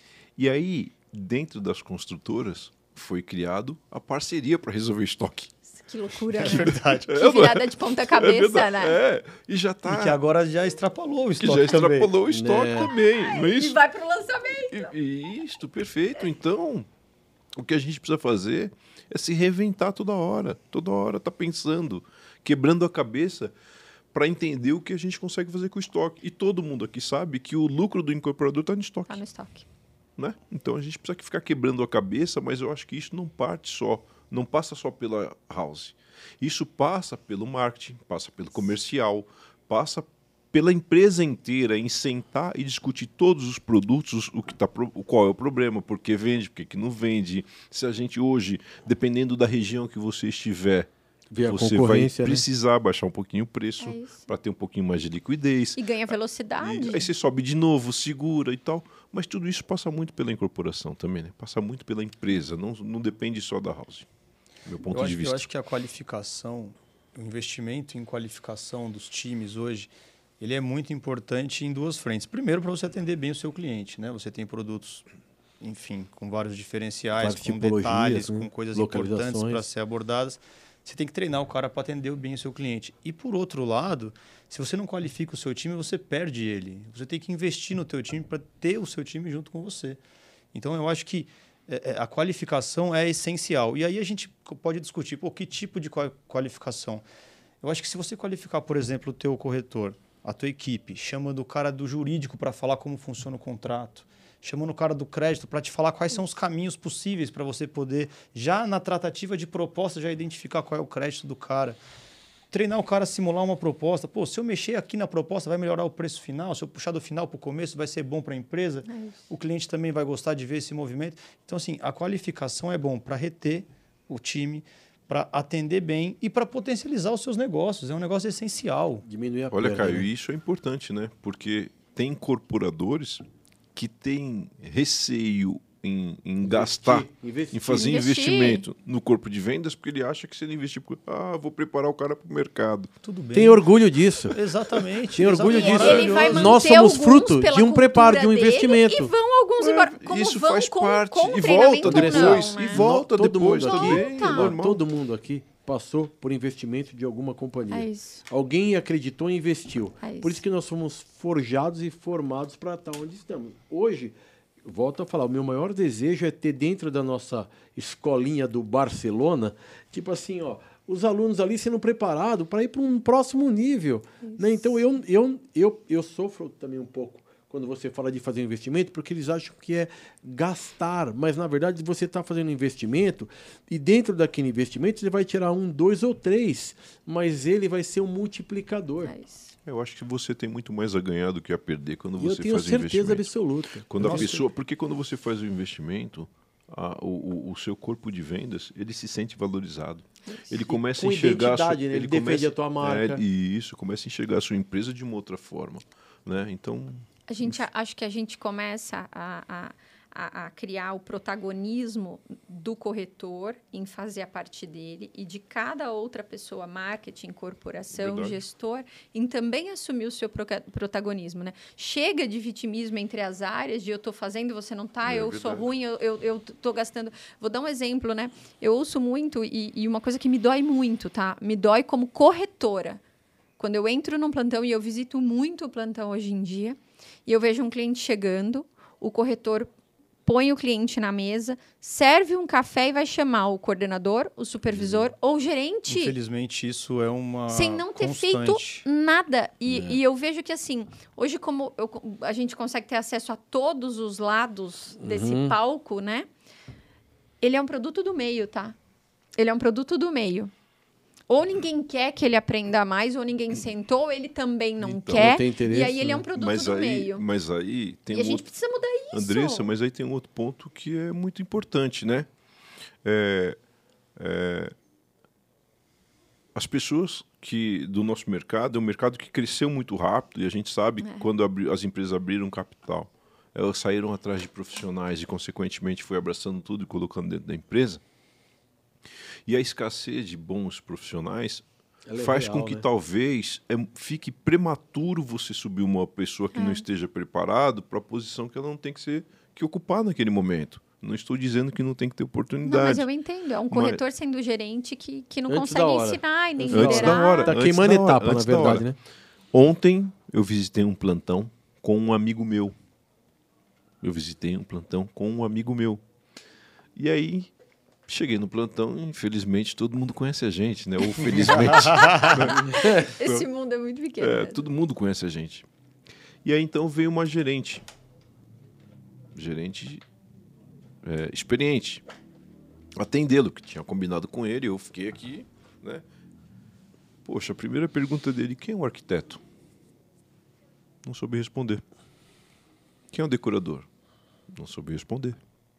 E aí, dentro das construtoras, foi criado a parceria para resolver estoque. Que loucura, É né? verdade. Que virada de ponta cabeça, verdade. né? É, e já tá. E que agora já extrapolou o que estoque já extrapolou também. o estoque Né? também, não é E isso? vai para o lançamento. E- e Isto, perfeito. Então, o que a gente precisa fazer é se reinventar toda hora. Toda hora tá pensando, quebrando a cabeça para entender o que a gente consegue fazer com o estoque. E todo mundo aqui sabe que o lucro do incorporador está no estoque. Tá no estoque. Né? Então a gente precisa que ficar quebrando a cabeça, mas eu acho que isso não parte só, não passa só pela house. Isso passa pelo marketing, passa pelo comercial, passa pela empresa inteira em sentar e discutir todos os produtos, o que tá, pro- o qual é o problema, por que vende, por que que não vende. Se a gente hoje, dependendo da região que você estiver, Ver a você vai concorrência, né? precisar baixar um pouquinho o preço É isso. para ter um pouquinho mais de liquidez. E ganha velocidade. E aí você sobe de novo, segura e tal. Mas tudo isso passa muito pela incorporação também, né? Passa muito pela empresa, não, não depende só da house. Meu ponto Eu de acho, vista. eu acho que a qualificação, o investimento em qualificação dos times hoje, ele é muito importante em duas frentes. Primeiro, para você atender bem o seu cliente, né? Você tem produtos, enfim, com vários diferenciais, Várias com tipologias, detalhes, né? com coisas importantes Localizações. para ser abordadas. Você tem que treinar o cara para atender bem o seu cliente. E por outro lado, se você não qualifica o seu time, você perde ele. Você tem que investir no teu time para ter o seu time junto com você. Então eu acho que é, é, a qualificação é essencial. E aí a gente pode discutir, pô, que tipo de qua- qualificação? Eu acho que se você qualificar, por exemplo, o teu corretor, a tua equipe, chamando o cara do jurídico para falar como funciona o contrato, chamando o cara do crédito para te falar quais são os caminhos possíveis para você poder, já na tratativa de proposta, já identificar qual é o crédito do cara. Treinar o cara a simular uma proposta. Pô, se eu mexer aqui na proposta, vai melhorar o preço final. Se eu puxar do final para o começo, vai ser bom para a empresa. É isso. O cliente também vai gostar de ver esse movimento. Então, assim, a qualificação é bom para reter o time, para atender bem e para potencializar os seus negócios. É um negócio essencial. Diminuir a Olha, perda, Caio, né? e isso é importante, né? Porque tem incorporadores que têm receio em, em gastar, investir. em fazer Investir. investimento no corpo de vendas, porque ele acha que se ele investir, ah, vou preparar o cara para o mercado. Tudo bem. Tem orgulho disso. Exatamente. Tem orgulho exatamente. disso. Ele vai manter Nós somos alguns fruto pela de um preparo, de um cultura dele investimento. E vão alguns É, embora. Como isso vão faz com, parte com e treinamento volta ou depois, não, e né? volta todo depois mundo aqui, também, é Volta. normal. Todo mundo aqui passou por investimento de alguma companhia. É isso. Alguém acreditou e investiu. É isso. Por isso que nós fomos forjados e formados para estar onde estamos. Hoje, volto a falar, o meu maior desejo é ter dentro da nossa escolinha do Barcelona, tipo assim, ó, os alunos ali sendo preparados para ir para um próximo nível. Né? Então, eu, eu, eu, eu sofro também um pouco quando você fala de fazer investimento, porque eles acham que é gastar, mas na verdade você está fazendo um investimento e dentro daquele investimento você vai tirar um, dois ou três, mas ele vai ser um multiplicador. É isso. Eu acho que você tem muito mais a ganhar do que a perder quando E eu você tenho faz o certeza investimento. absoluta. Quando a Nossa. pessoa, porque quando você faz o investimento, a- o, o- o seu corpo de vendas ele se sente valorizado. Ele começa Com a enxergar a sua, identidade, né? Ele defende a tua marca. É, e isso começa a enxergar a sua empresa de uma outra forma, né? Então A gente, a- acho que a gente começa a, a, a, a criar o protagonismo do corretor em fazer a parte dele e de cada outra pessoa, marketing, corporação, Verdade. gestor, em também assumir o seu proca- protagonismo, né? Chega de vitimismo entre as áreas, de eu estou fazendo, você não está, É eu sou verdade. ruim, eu estou gastando. Vou dar um exemplo, né? Eu ouço muito e, e uma coisa que me dói muito, tá? Me dói como corretora. Quando eu entro num plantão, e eu visito muito o plantão hoje em dia, e eu vejo um cliente chegando, o corretor põe o cliente na mesa, serve um café e vai chamar o coordenador, o supervisor ou o gerente, Infelizmente, isso é uma sem não ter constante. feito nada. E, e eu vejo que, assim, hoje como eu- a gente consegue ter acesso a todos os lados desse palco, né? Ele é um produto do meio, tá? Ele é um produto do meio. Ou ninguém quer que ele aprenda mais, ou ninguém sentou, ou ele também não Então, quer. não tem interesse, e aí ele é um né? produto mas do aí, meio. mas aí tem E a um gente outro, precisa mudar isso. Andressa, mas aí tem um outro ponto que é muito importante, né? É, é, as pessoas que do nosso mercado, é um mercado que cresceu muito rápido e a gente sabe que quando abri, as empresas abriram capital, elas saíram atrás de profissionais e, consequentemente, foi abraçando tudo e colocando dentro da empresa. E a escassez de bons profissionais Ela é faz real, com que né? talvez é, fique prematuro você subir uma pessoa que não esteja preparado para a posição que ela não tem que ser que ocupar naquele momento. Não estou dizendo que não tem que ter Não, oportunidade. mas eu entendo. É um corretor sendo gerente que, que não Antes da consegue hora. ensinar e nem Antes da liderar. hora. Tá Antes queimando da hora, etapa, na antes da verdade, hora. né? Ontem eu visitei um plantão com um amigo meu. Eu visitei um plantão com um amigo meu. E aí, cheguei no plantão e, infelizmente, todo mundo conhece a gente, né? Ou felizmente. Esse mundo é muito pequeno. É, né? todo mundo conhece a gente. E aí, então, veio uma gerente. Gerente é, experiente. Atendê-lo, que tinha combinado com ele. Eu fiquei aqui, né? Poxa, a primeira pergunta dele, quem é o arquiteto? Não soube responder. Quem é o decorador? Não soube responder.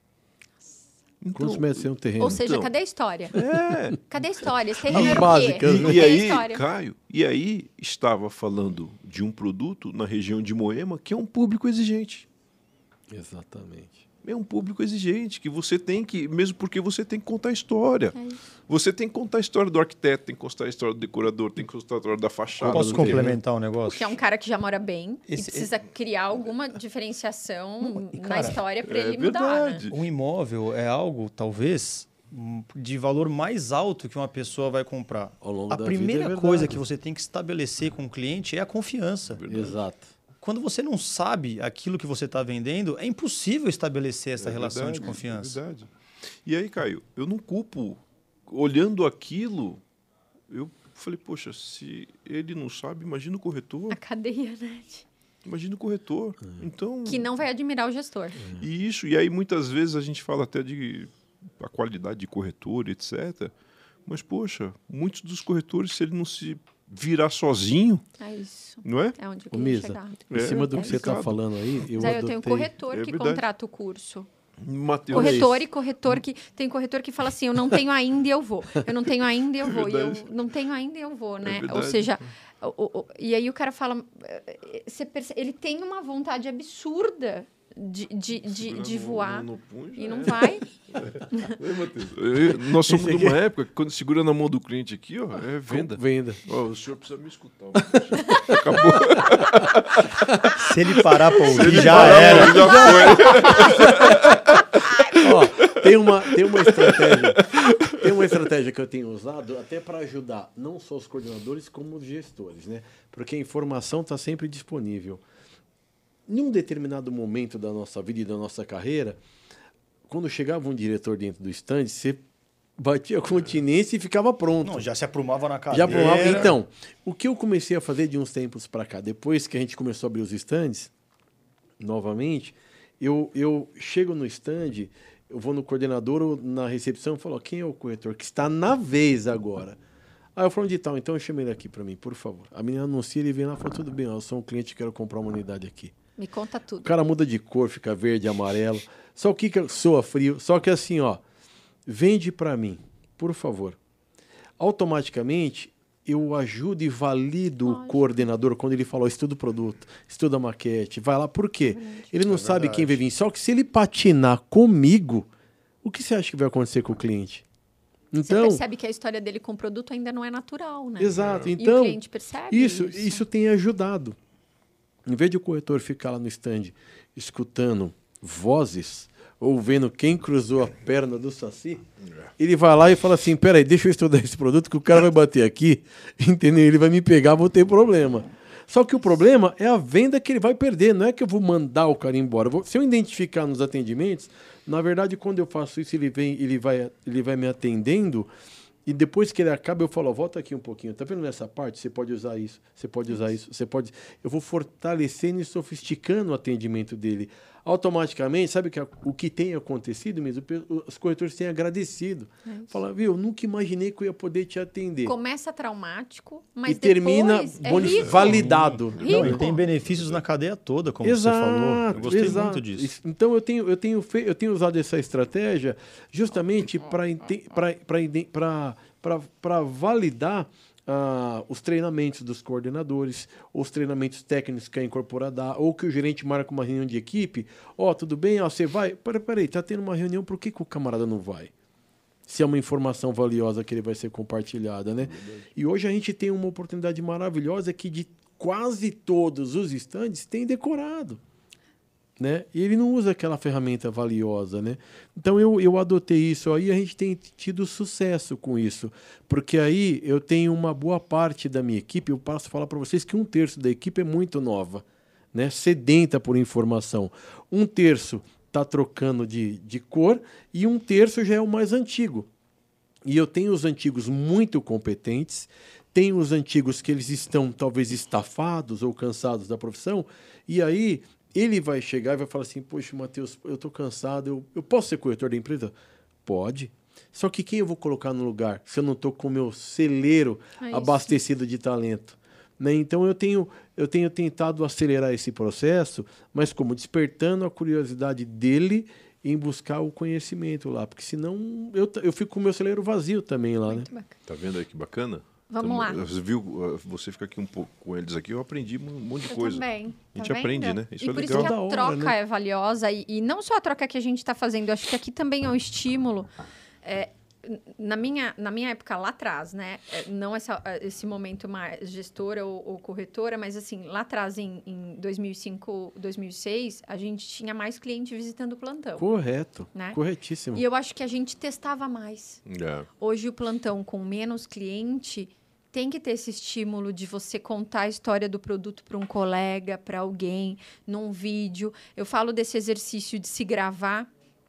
Então, Quantos metros tem um terreno? Ou seja, Então. cadê a história? é, Cadê a história? Esse terreno As era o básicas, quê? né? Não E, tem e aí, história. Caio, e aí estava falando de um produto na região de Moema que é um público exigente. Exatamente. É um público exigente, que você tem que, mesmo porque você tem que contar a história. É isso. Você tem que contar a história do arquiteto, tem que contar a história do decorador, tem que contar a história da fachada. Posso do complementar o negócio? Que é um cara que já mora bem Esse- e precisa criar alguma diferenciação e, na cara, história para É ele mudar, né? verdade. Um imóvel é algo, talvez, hum, de valor mais alto que uma pessoa vai comprar. Ao longo A da vida, primeira é verdade. coisa que você tem que estabelecer com o cliente é a confiança. Exato. Quando você não sabe aquilo que você está vendendo, é impossível estabelecer essa É relação verdade, de confiança. É verdade. E aí, Caio, eu não culpo. Olhando aquilo, eu falei, poxa, se ele não sabe, imagina o corretor. A cadeia, né? Imagina o corretor. Então, Que não vai admirar o gestor. e isso, e aí muitas vezes a gente fala até de a qualidade de corretor, etcétera. Mas, poxa, muitos dos corretores, se ele não se virar sozinho, É isso. não é? É onde eu Ô, queria Misa, chegar. em É cima do que você está complicado. falando aí, eu Zé, eu adotei... tenho um corretor É que verdade. contrata o curso. Mateus, Corretor isso. e corretor que tem corretor que fala assim, eu não tenho ainda e eu vou. Eu não tenho ainda e eu vou. E eu verdade. não tenho ainda e eu vou, né? Ou verdade. seja, o- o- o- e aí o cara fala, eh, você perce- ele tem uma vontade absurda de, de, de, Segura de no- voar no- no punho, já e não é. vai. Oi, Matheus. Eu- Nós somos de uma época que quando segura na mão do cliente aqui, ó, é venda. Venda. Ó, o senhor precisa me escutar. ó. Acabou. Se ele parar pra ouvir, Ele já parou, era. Já foi. Ó, tem uma, tem uma estratégia. Tem uma estratégia que eu tenho usado até para ajudar não só os coordenadores, como os gestores, né? Porque a informação está sempre disponível. Em um determinado momento da nossa vida e da nossa carreira, quando chegava um diretor dentro do stand, você batia a continência e ficava pronto. Não, já se aprumava na Já cadeira. provava. Então, o que eu comecei a fazer de uns tempos para cá, depois que a gente começou a abrir os stands, novamente, eu, eu chego no stand, eu vou no coordenador ou na recepção e falo, ó, quem é o corretor que está na vez agora? Aí eu falo de tal, então eu chamei ele aqui para mim, por favor. A menina anuncia, ele vem lá e fala, tudo bem, ó, eu sou um cliente, quero comprar uma unidade aqui. Me conta O tudo. cara muda de cor, fica verde, amarelo. Só o que que soa frio. Só que assim, ó, vende para mim, por favor. Automaticamente, eu ajudo e valido Lógico. o coordenador quando ele fala, ó, estuda o produto, estuda a maquete, vai lá. Por quê? Ele não É sabe verdade. quem vai vir. Só que se ele patinar comigo, o que você acha que vai acontecer com o cliente? Você Então, percebe que a história dele com o produto ainda não é natural, né? exato. E o Então, cliente percebe isso, isso. isso tem ajudado. Em vez de o corretor ficar lá no stand escutando vozes ou vendo quem cruzou a perna do Saci, ele vai lá e fala assim, peraí, deixa eu estudar esse produto que o cara vai bater aqui, entendeu? Ele vai me pegar, vou ter problema. Só que o problema é a venda que ele vai perder, não é que eu vou mandar o cara embora. Eu vou- se eu identificar nos atendimentos, na verdade, quando eu faço isso, ele, vem, ele, vai, ele vai me atendendo. E depois que ele acaba, eu falo, ó, volta aqui um pouquinho. Tá vendo nessa parte? Você pode usar isso, você pode usar isso, você pode... Eu vou fortalecendo e sofisticando o atendimento dele. Automaticamente, sabe que a- o que tem acontecido mesmo? Pe- Os corretores têm agradecido. Fala, viu, eu nunca imaginei que eu ia poder te atender. Começa traumático, mas e termina depois é boni- rico. validado. Não, e Rico. tem benefícios na cadeia toda, como você falou. Eu gostei exato. muito disso. Isso- Então eu tenho, eu tenho, fe- eu tenho usado essa estratégia justamente para validar ah, os treinamentos dos coordenadores, os treinamentos técnicos que a Incorpora dá, ou que o gerente marca uma reunião de equipe. Ó, tudo bem? Ó, você vai? Peraí, peraí, tá tendo uma reunião, por que, que o camarada não vai? Se é uma informação valiosa que ele vai ser compartilhada, né? E hoje a gente tem uma oportunidade maravilhosa que de quase todos os estandes tem decorado, né? E ele não usa aquela ferramenta valiosa, né? Então eu, eu adotei isso aí, a gente tem tido sucesso com isso, porque aí eu tenho uma boa parte da minha equipe, eu passo a falar para vocês que um terço da equipe é muito nova, né? Sedenta por informação. Um terço está trocando de, de cor e um terço já é o mais antigo. E eu tenho os antigos muito competentes, tenho os antigos que eles estão talvez estafados ou cansados da profissão, e aí ele vai chegar e vai falar assim, poxa, Matheus, eu estou cansado, eu, eu posso ser corretor da empresa? Pode. Só que quem eu vou colocar no lugar se eu não estou com o meu celeiro É isso. abastecido de talento? Né? Então eu tenho, eu tenho tentado acelerar esse processo, mas como despertando a curiosidade dele em buscar o conhecimento lá, porque senão eu, t- eu fico com o meu celeiro vazio também lá, né? Muito bacana. Tá vendo aí que bacana? Vamos lá. Você viu, uh, você fica aqui um pouco com eles aqui, eu aprendi um monte de Eu coisa. também. A gente tá aprende, vendo? né? Isso e é por legal. isso que a Da hora, troca né? é valiosa. E, e não só a troca que a gente está fazendo, eu acho que aqui também é um estímulo. É, n- na, minha, na minha época lá atrás, né? é, Não essa, esse momento mais gestora ou, ou corretora, mas assim, lá atrás, em, em dois mil e cinco, dois mil e seis, a gente tinha mais cliente visitando o plantão. Correto, Né? corretíssimo. E eu acho que a gente testava mais. É. Hoje o plantão com menos cliente tem que ter esse estímulo de você contar a história do produto para um colega, para alguém, num vídeo. Eu falo desse exercício de se gravar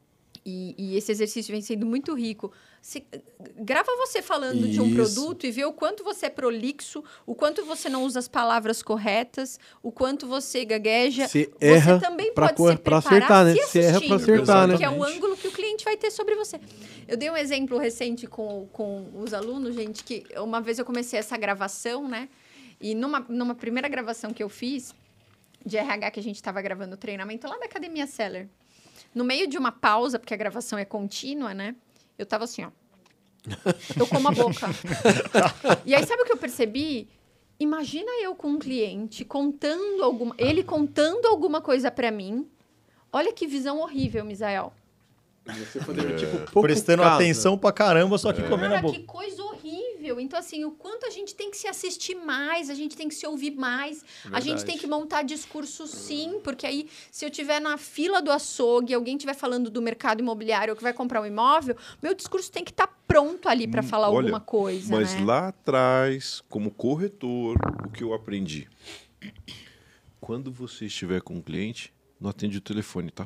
e, e esse exercício vem sendo muito rico. Se, grava você falando de um Isso. produto e vê o quanto você é prolixo, o quanto você não usa as palavras corretas, o quanto você gagueja. Você Você erra também pra pode cor- se pra preparar acertar, né? se Você erra pra assistindo, acertar, né? que é o Exatamente. ângulo que o cliente vai ter sobre você. Eu dei um exemplo recente com, com os alunos, gente, que uma vez eu comecei essa gravação, né? E numa, numa primeira gravação que eu fiz, de R H, que a gente estava gravando o treinamento lá da Academia Seller, no meio de uma pausa, porque a gravação é contínua, né? Eu tava assim, ó. Eu como a boca. E aí, sabe o que eu percebi? Imagina eu com um cliente contando alguma... Ele contando alguma coisa para mim, Olha que visão horrível, Misael. Você poderia, tipo, pouco Prestando caso. atenção pra caramba, só que comendo a Cara, boca. que coisa horrível. Então, assim, o quanto a gente tem que se assistir mais, a gente tem que se ouvir mais, a gente Verdade. tem que montar discurso sim, porque aí, se eu estiver na fila do açougue, alguém estiver falando do mercado imobiliário ou que vai comprar um imóvel, meu discurso tem que estar pronto ali para falar Olha, alguma coisa, Mas né? lá atrás, como corretor, o que eu aprendi? Quando você estiver com um cliente, não atende o telefone, tá?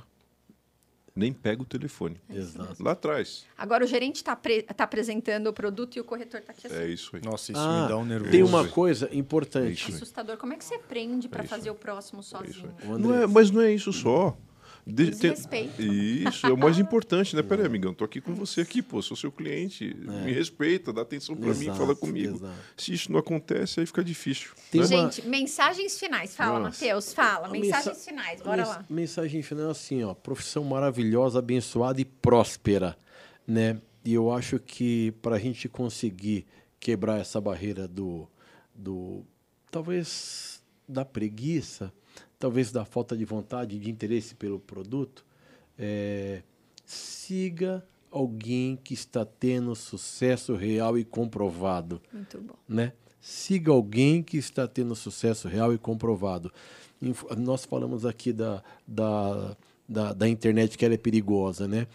Nem pega o telefone. Exato. Lá atrás. Agora o gerente está tá apresentando o produto e o corretor está aqui assim. É isso aí. Nossa, isso Ah, me dá um nervoso. tem uma coisa importante. Assustador. Como é que você aprende para É isso fazer o próximo sozinho? O André- Não é, mas não é isso só. De- tem- Desrespeito. Isso, é o mais importante, né? Pera aí, amigão, tô aqui com você aqui, pô, sou seu cliente, me respeita, dá atenção pra mim, Exato, fala comigo. exato. Se isso não acontece, aí fica difícil. Tem né? uma- Gente, mensagens finais. Fala, Nossa. Matheus, fala. A Mensagens mensa- finais, bora Mens- lá. Mensagem final é assim, ó, profissão maravilhosa, abençoada e próspera, né? E eu acho que para a gente conseguir quebrar essa barreira do, do talvez da preguiça, talvez da falta de vontade, de interesse pelo produto, é, siga alguém que está tendo sucesso real e comprovado, Muito bom. né? Siga alguém que está tendo sucesso real e comprovado. Inf- Nós falamos aqui da, da, da, da internet que ela é perigosa, né?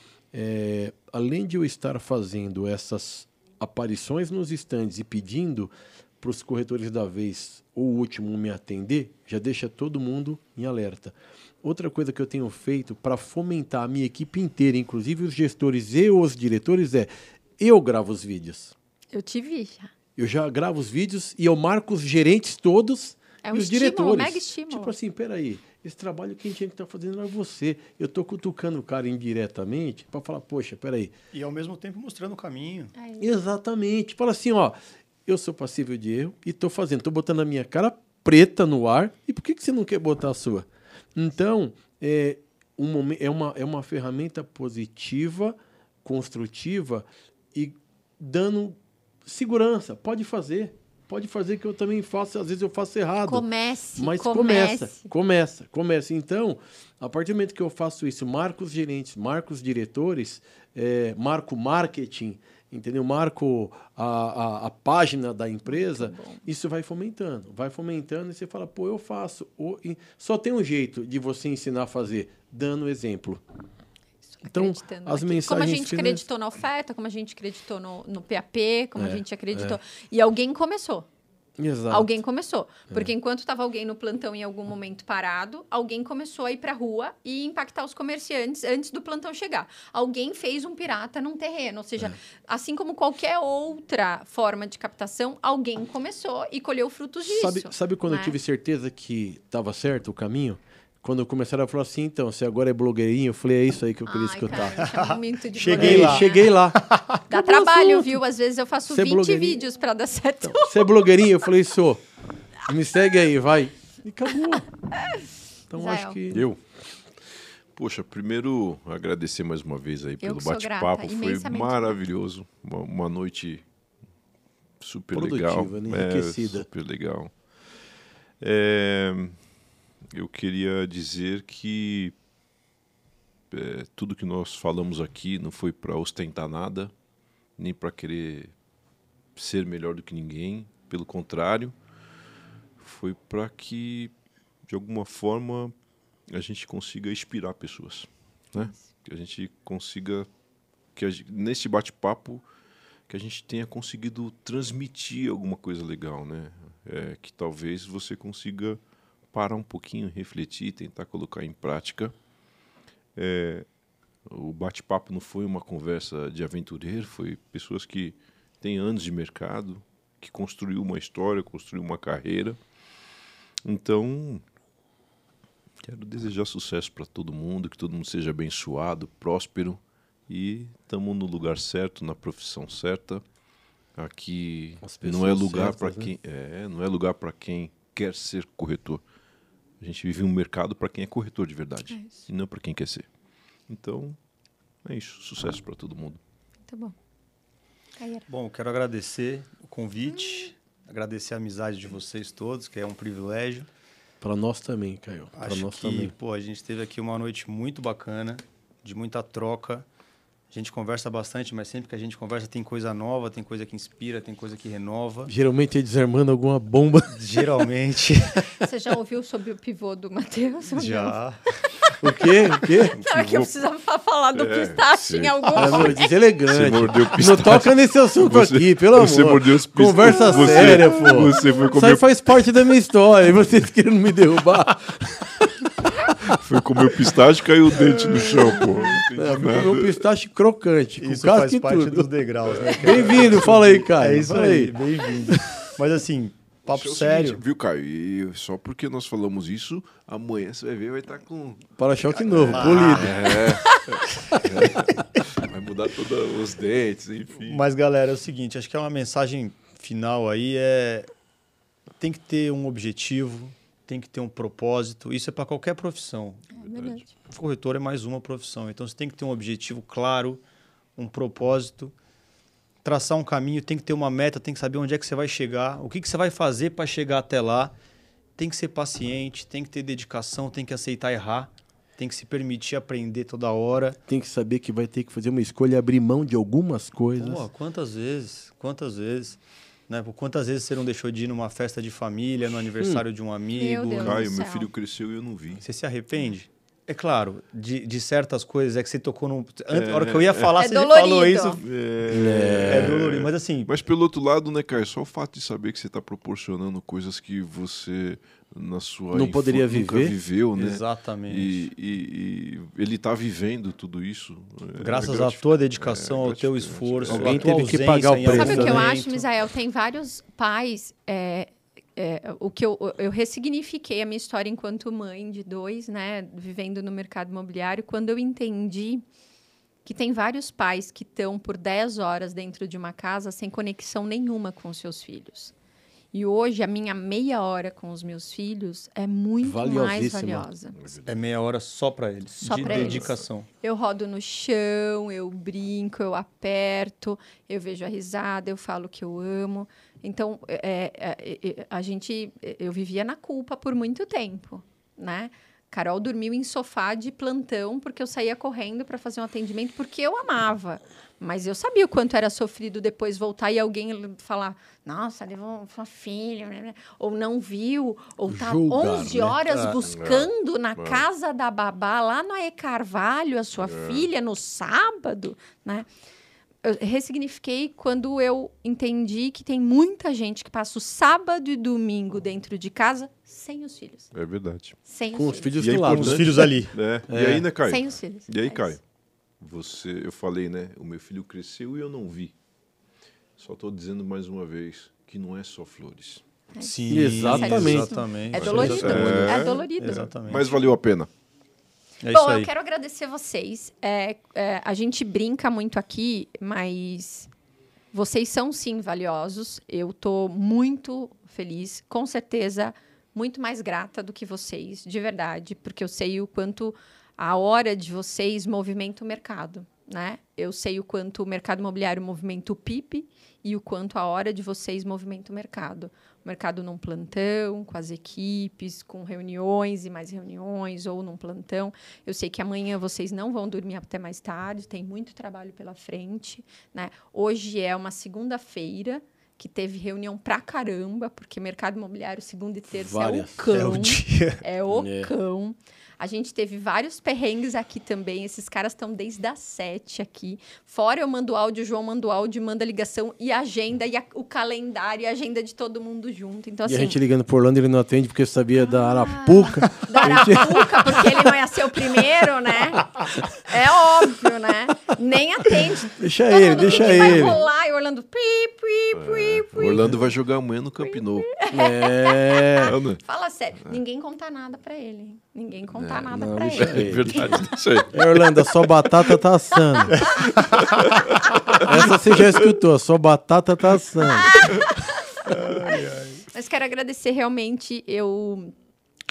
É, além de eu estar fazendo essas aparições nos estandes e pedindo para os corretores da vez o último me atender, já deixa todo mundo em alerta. Outra coisa que eu tenho feito para fomentar a minha equipe inteira, inclusive os gestores e os diretores, é eu gravo os vídeos. Eu te vi já. Eu já gravo os vídeos e eu marco os gerentes todos É um e os estímulo, diretores. mega estímulo. Tipo assim, peraí, esse trabalho quem tinha que estar fazendo era você. Eu estou cutucando o cara indiretamente para falar, poxa, peraí. E ao mesmo tempo mostrando o caminho. É. Exatamente. Fala assim, ó, eu sou passível de erro e estou fazendo, estou botando a minha cara preta no ar. E por que, que você não quer botar a sua? Então, é, um momen- é, uma, é uma ferramenta positiva, construtiva e dando segurança. Pode fazer. Pode fazer que eu também faço, às vezes eu faço errado. Comece, Mas comece. começa, começa, começa. Então, a partir do momento que eu faço isso, marco os gerentes, marco os diretores, é, marco o marketing, entendeu? Marco a, a, a página da empresa, isso vai fomentando, vai fomentando e você fala, pô, eu faço. Ou- e só tem um jeito de você ensinar a fazer, dando exemplo. Então, Acreditando as naquilo. mensagens Como a gente finais- acreditou na oferta, como a gente acreditou no, no P A P, como a É, gente acreditou. E alguém começou. Exato. Alguém começou. Porque enquanto estava alguém no plantão em algum momento parado, alguém começou a ir para a rua e impactar os comerciantes antes do plantão chegar. Alguém fez um pirata num terreno. Ou seja, assim como qualquer outra forma de captação, alguém começou e colheu frutos disso. Sabe, sabe quando né? eu tive certeza que estava certo o caminho? Quando começaram a falar assim, então, você agora é blogueirinho, eu falei, é isso aí que eu queria Ai, escutar. cara, me chama muito de Cheguei blogueirinha. lá. Cheguei lá. Dá Acabou o trabalho, assunto. viu? Às vezes eu faço Você é vinte blogueirinha? vídeos para dar certo. Então, você é blogueirinho? Eu falei, sou. Me segue aí, vai. E acabou. Então, Israel. acho que... Eu? Poxa, primeiro agradecer mais uma vez aí pelo que sou bate-papo. grata, Foi imensamente maravilhoso. Uma, uma noite super Produtiva, legal. né? É, Enriquecida. super legal. É, eu queria dizer que é, tudo que nós falamos aqui não foi para ostentar nada, nem para querer ser melhor do que ninguém. Pelo contrário, foi para que, de alguma forma, a gente consiga inspirar pessoas, né? Que a gente consiga, que a gente, nesse bate-papo, que a gente tenha conseguido transmitir alguma coisa legal, né? É, que talvez você consiga parar um pouquinho, refletir, tentar colocar em prática. É, o bate-papo não foi uma conversa de aventureiro, foi pessoas que têm anos de mercado, que construiu uma história, construiu uma carreira. Então, quero desejar sucesso para todo mundo, que todo mundo seja abençoado, próspero, e estamos no lugar certo, na profissão certa. Aqui As não é pessoas lugar para certas, né? quem é, não é lugar para quem quer ser corretor. A gente vive um mercado para quem é corretor de verdade, É isso. e não para quem quer ser. Então, é isso. Sucesso para todo mundo. Muito bom. Caíra. Bom, eu quero agradecer o convite, agradecer a amizade de vocês todos, que é um privilégio. Para nós também, Caio. Para Acho nós que, também. pô, a gente teve aqui uma noite muito bacana, de muita troca. A gente conversa bastante, mas sempre que a gente conversa tem coisa nova, tem coisa que inspira, tem coisa que renova. Geralmente é desarmando alguma bomba. Geralmente. Você já ouviu sobre o pivô do Matheus? ou não? Já. O quê? O quê? Não, é que eu precisava falar do É, pistache sim. em algum Ah, não, momento. deselegante. Você mordeu Não pistache. toca nesse assunto Você- aqui, pelo você amor. mordeu os pistachos. Conversa Você- séria, pô. você foi Isso comer- aí faz parte da minha história. E vocês querendo me derrubar. Foi comer o pistache e caiu o dente no chão, pô. Não entendi É, nada. meu pistache crocante, com Isso casca faz e parte tudo. dos degraus, né? cara? Bem-vindo, fala aí, Caio. É isso fala aí, bem-vindo. Mas assim, papo Isso é o sério. seguinte, viu, Caio? E só porque nós falamos isso, amanhã você vai ver, vai estar com... Para-choque novo, polido. É. Vai mudar todos os dentes, enfim. Mas, galera, é o seguinte, acho que é uma mensagem final aí, é... Tem que ter um objetivo, tem que ter um propósito. Isso é para qualquer profissão. É verdade. O corretor é mais uma profissão. Então, você tem que ter um objetivo claro, um propósito, traçar um caminho, tem que ter uma meta, tem que saber onde é que você vai chegar, o que, que você vai fazer para chegar até lá. Tem que ser paciente, tem que ter dedicação, tem que aceitar errar, tem que se permitir aprender toda hora. Tem que saber que vai ter que fazer uma escolha, abrir mão de algumas coisas. Pô, quantas vezes, quantas vezes, né? Por quantas vezes você não deixou de ir numa festa de família, no aniversário de um amigo? Meu Deus. Caio, do meu céu. filho cresceu e eu não vi. Você se arrepende? É claro, de, de certas coisas é que você tocou num... Antes, na hora que eu ia falar, É você já dolorido. falou isso. É... É dolorido, mas assim, Mas pelo outro lado, né, Caio, só o fato de saber que você está proporcionando coisas que você, na sua Não infância, poderia nunca viver. viveu, né? exatamente. E, e- e ele está vivendo tudo isso. É Graças à gratificante. tua dedicação, É ao teu gratificante. esforço, Alguém à tua teve que ausência pagar o em preço. Sabe o que eu momento. acho, Misael? Tem vários pais. é, é, o que eu, eu ressignifiquei a minha história enquanto mãe de dois, né? Vivendo no mercado imobiliário, quando eu entendi que tem vários pais que estão por dez horas dentro de uma casa sem conexão nenhuma com os seus filhos. E hoje a minha meia hora com os meus filhos é muito mais Valiosíssima. valiosa. É meia hora só para eles, Só de pra eles. dedicação. Eu rodo no chão, eu brinco, eu aperto, eu vejo a risada, eu falo que eu amo. Então, é, é, é, a gente, eu vivia na culpa por muito tempo, né? Carol dormiu em sofá de plantão porque eu saía correndo para fazer um atendimento porque eu amava. Mas eu sabia o quanto era sofrido depois voltar e alguém falar, nossa, levou uma filha, né? Ou não viu, ou tá Julgar, onze né? horas Ah, buscando na casa da babá, lá no Ae Carvalho, a sua filha, no sábado, né? Eu ressignifiquei quando eu entendi que tem muita gente que passa o sábado e domingo dentro de casa sem os filhos. É verdade. Sem Com os os filhos. filhos E é do lado. Com os importante- filhos ali. É. E É. aí, né, Caio? Sem os filhos. E aí, É Caio? isso. Você, eu falei, né? O meu filho cresceu e eu não vi. Só estou dizendo mais uma vez que não é só flores. Sim, Exatamente. exatamente. É dolorido. É. É, dolorido. Exatamente. Mas valeu a pena. É Bom, isso aí. eu quero agradecer vocês. É, é, a gente brinca muito aqui, mas vocês são sim valiosos. Eu estou muito feliz, com certeza, muito mais grata do que vocês, de verdade, porque eu sei o quanto a hora de vocês movimenta o mercado, né? Eu sei o quanto o mercado imobiliário movimenta o P I B e o quanto a hora de vocês movimenta o mercado. O mercado num plantão, com as equipes, com reuniões e mais reuniões, ou num plantão. Eu sei que amanhã vocês não vão dormir até mais tarde, tem muito trabalho pela frente, né? Hoje é uma segunda-feira que teve reunião pra caramba, porque mercado imobiliário, segunda e terça, Várias. é o cão. É o dia. É o É. cão. A gente teve vários perrengues aqui também. Esses caras estão desde as sete aqui. Fora eu mando áudio, o João manda áudio, manda ligação e agenda, e a- o calendário e a agenda de todo mundo junto. Então, E assim, a gente ligando por Orlando, ele não atende porque sabia da Arapuca. da Arapuca, porque ele não ia ser o primeiro, né? É óbvio, né? Nem atende. Deixa Todo ele, mundo, deixa "Quem vai ele. rolar?" E Orlando, pi, pi, pi, pi. Orlando vai jogar amanhã no Camp Nou. É. Não, né? Fala sério. Ninguém conta nada pra ele. hein? Ninguém conta nada não, pra deixa ele. É verdade, deixa aí. É, Orlando, a sua batata tá assando. Essa você já escutou, a sua batata tá assando. Mas quero agradecer realmente. Eu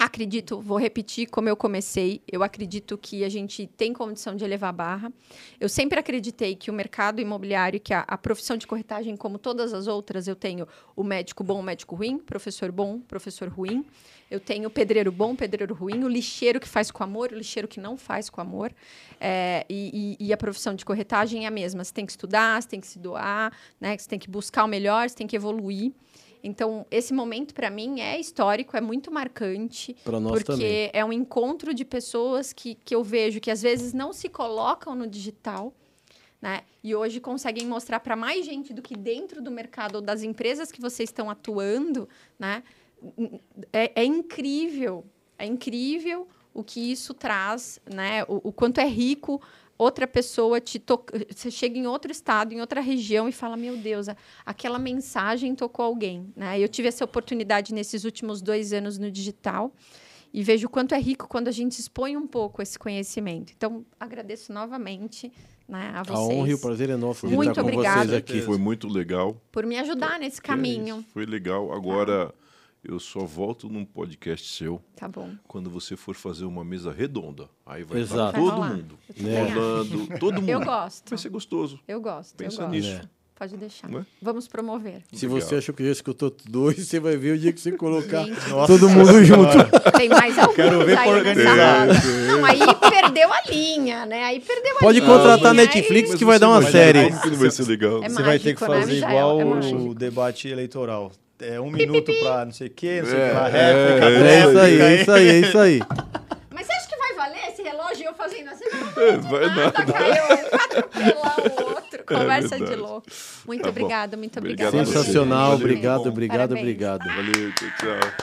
Acredito, vou repetir como eu comecei, eu acredito que a gente tem condição de elevar a barra. Eu sempre acreditei que o mercado imobiliário, que a, a profissão de corretagem, como todas as outras, eu tenho o médico bom, o médico ruim, professor bom, professor ruim. Eu tenho o pedreiro bom, pedreiro ruim, o lixeiro que faz com amor, o lixeiro que não faz com amor. É, e, e, e a profissão de corretagem é a mesma. Você tem que estudar, você tem que se doar, né? Você tem que buscar o melhor, você tem que evoluir. Então, esse momento, para mim, é histórico, é muito marcante. Para nós porque também. é um encontro de pessoas que, que eu vejo que, às vezes, não se colocam no digital, né? E hoje conseguem mostrar para mais gente do que dentro do mercado ou das empresas que vocês estão atuando, né? É, é incrível, é incrível o que isso traz, né? O, o quanto é rico outra pessoa te toca, você chega em outro estado, em outra região e fala, meu Deus, aquela mensagem tocou alguém, né? Eu tive essa oportunidade nesses últimos dois anos no digital e vejo o quanto é rico quando a gente expõe um pouco esse conhecimento. Então, agradeço novamente, né, a vocês. A honra e o prazer é nosso de Muito estar com obrigada. vocês aqui. Foi muito legal. Por me ajudar nesse caminho. É isso, foi legal. Agora, eu só volto num podcast seu Tá bom. quando você for fazer uma mesa redonda. Aí vai Exato. estar todo Vai rolar. mundo Eu também acho. falando, todo mundo. Eu gosto. Vai ser gostoso. Eu gosto, Pensa eu gosto. nisso. É. Pode deixar. Não é? Vamos promover. Se Legal. você achou que já escutou dois, você vai ver o dia que você colocar Gente, Nossa todo mundo Senhora. junto. tem mais alguns Quero ver aí pra nessa organizar. roda. Não, aí perdeu a linha, né? Aí perdeu a Pode linha. contratar a aí- Netflix Mas que vai você dar uma imagina série. Como que não vai ser legal? É Você vai ter que mágico, né, fazer Michael? igual É o mágico. debate eleitoral. É um minuto pra não sei o quê, não sei o É, que lá, é, réplica, É isso aí, é isso aí, é isso aí. Mas você acha que vai valer esse relógio e eu fazendo assim? É, vai Nada, nada. caiu. Vai atropelar o outro. Conversa de verdade. louco. Muito Tá bom. obrigada, muito Obrigado obrigada. a você. Sensacional, Valeu. obrigado, Bom. obrigado, Parabéns. obrigado. Valeu, tchau, tchau.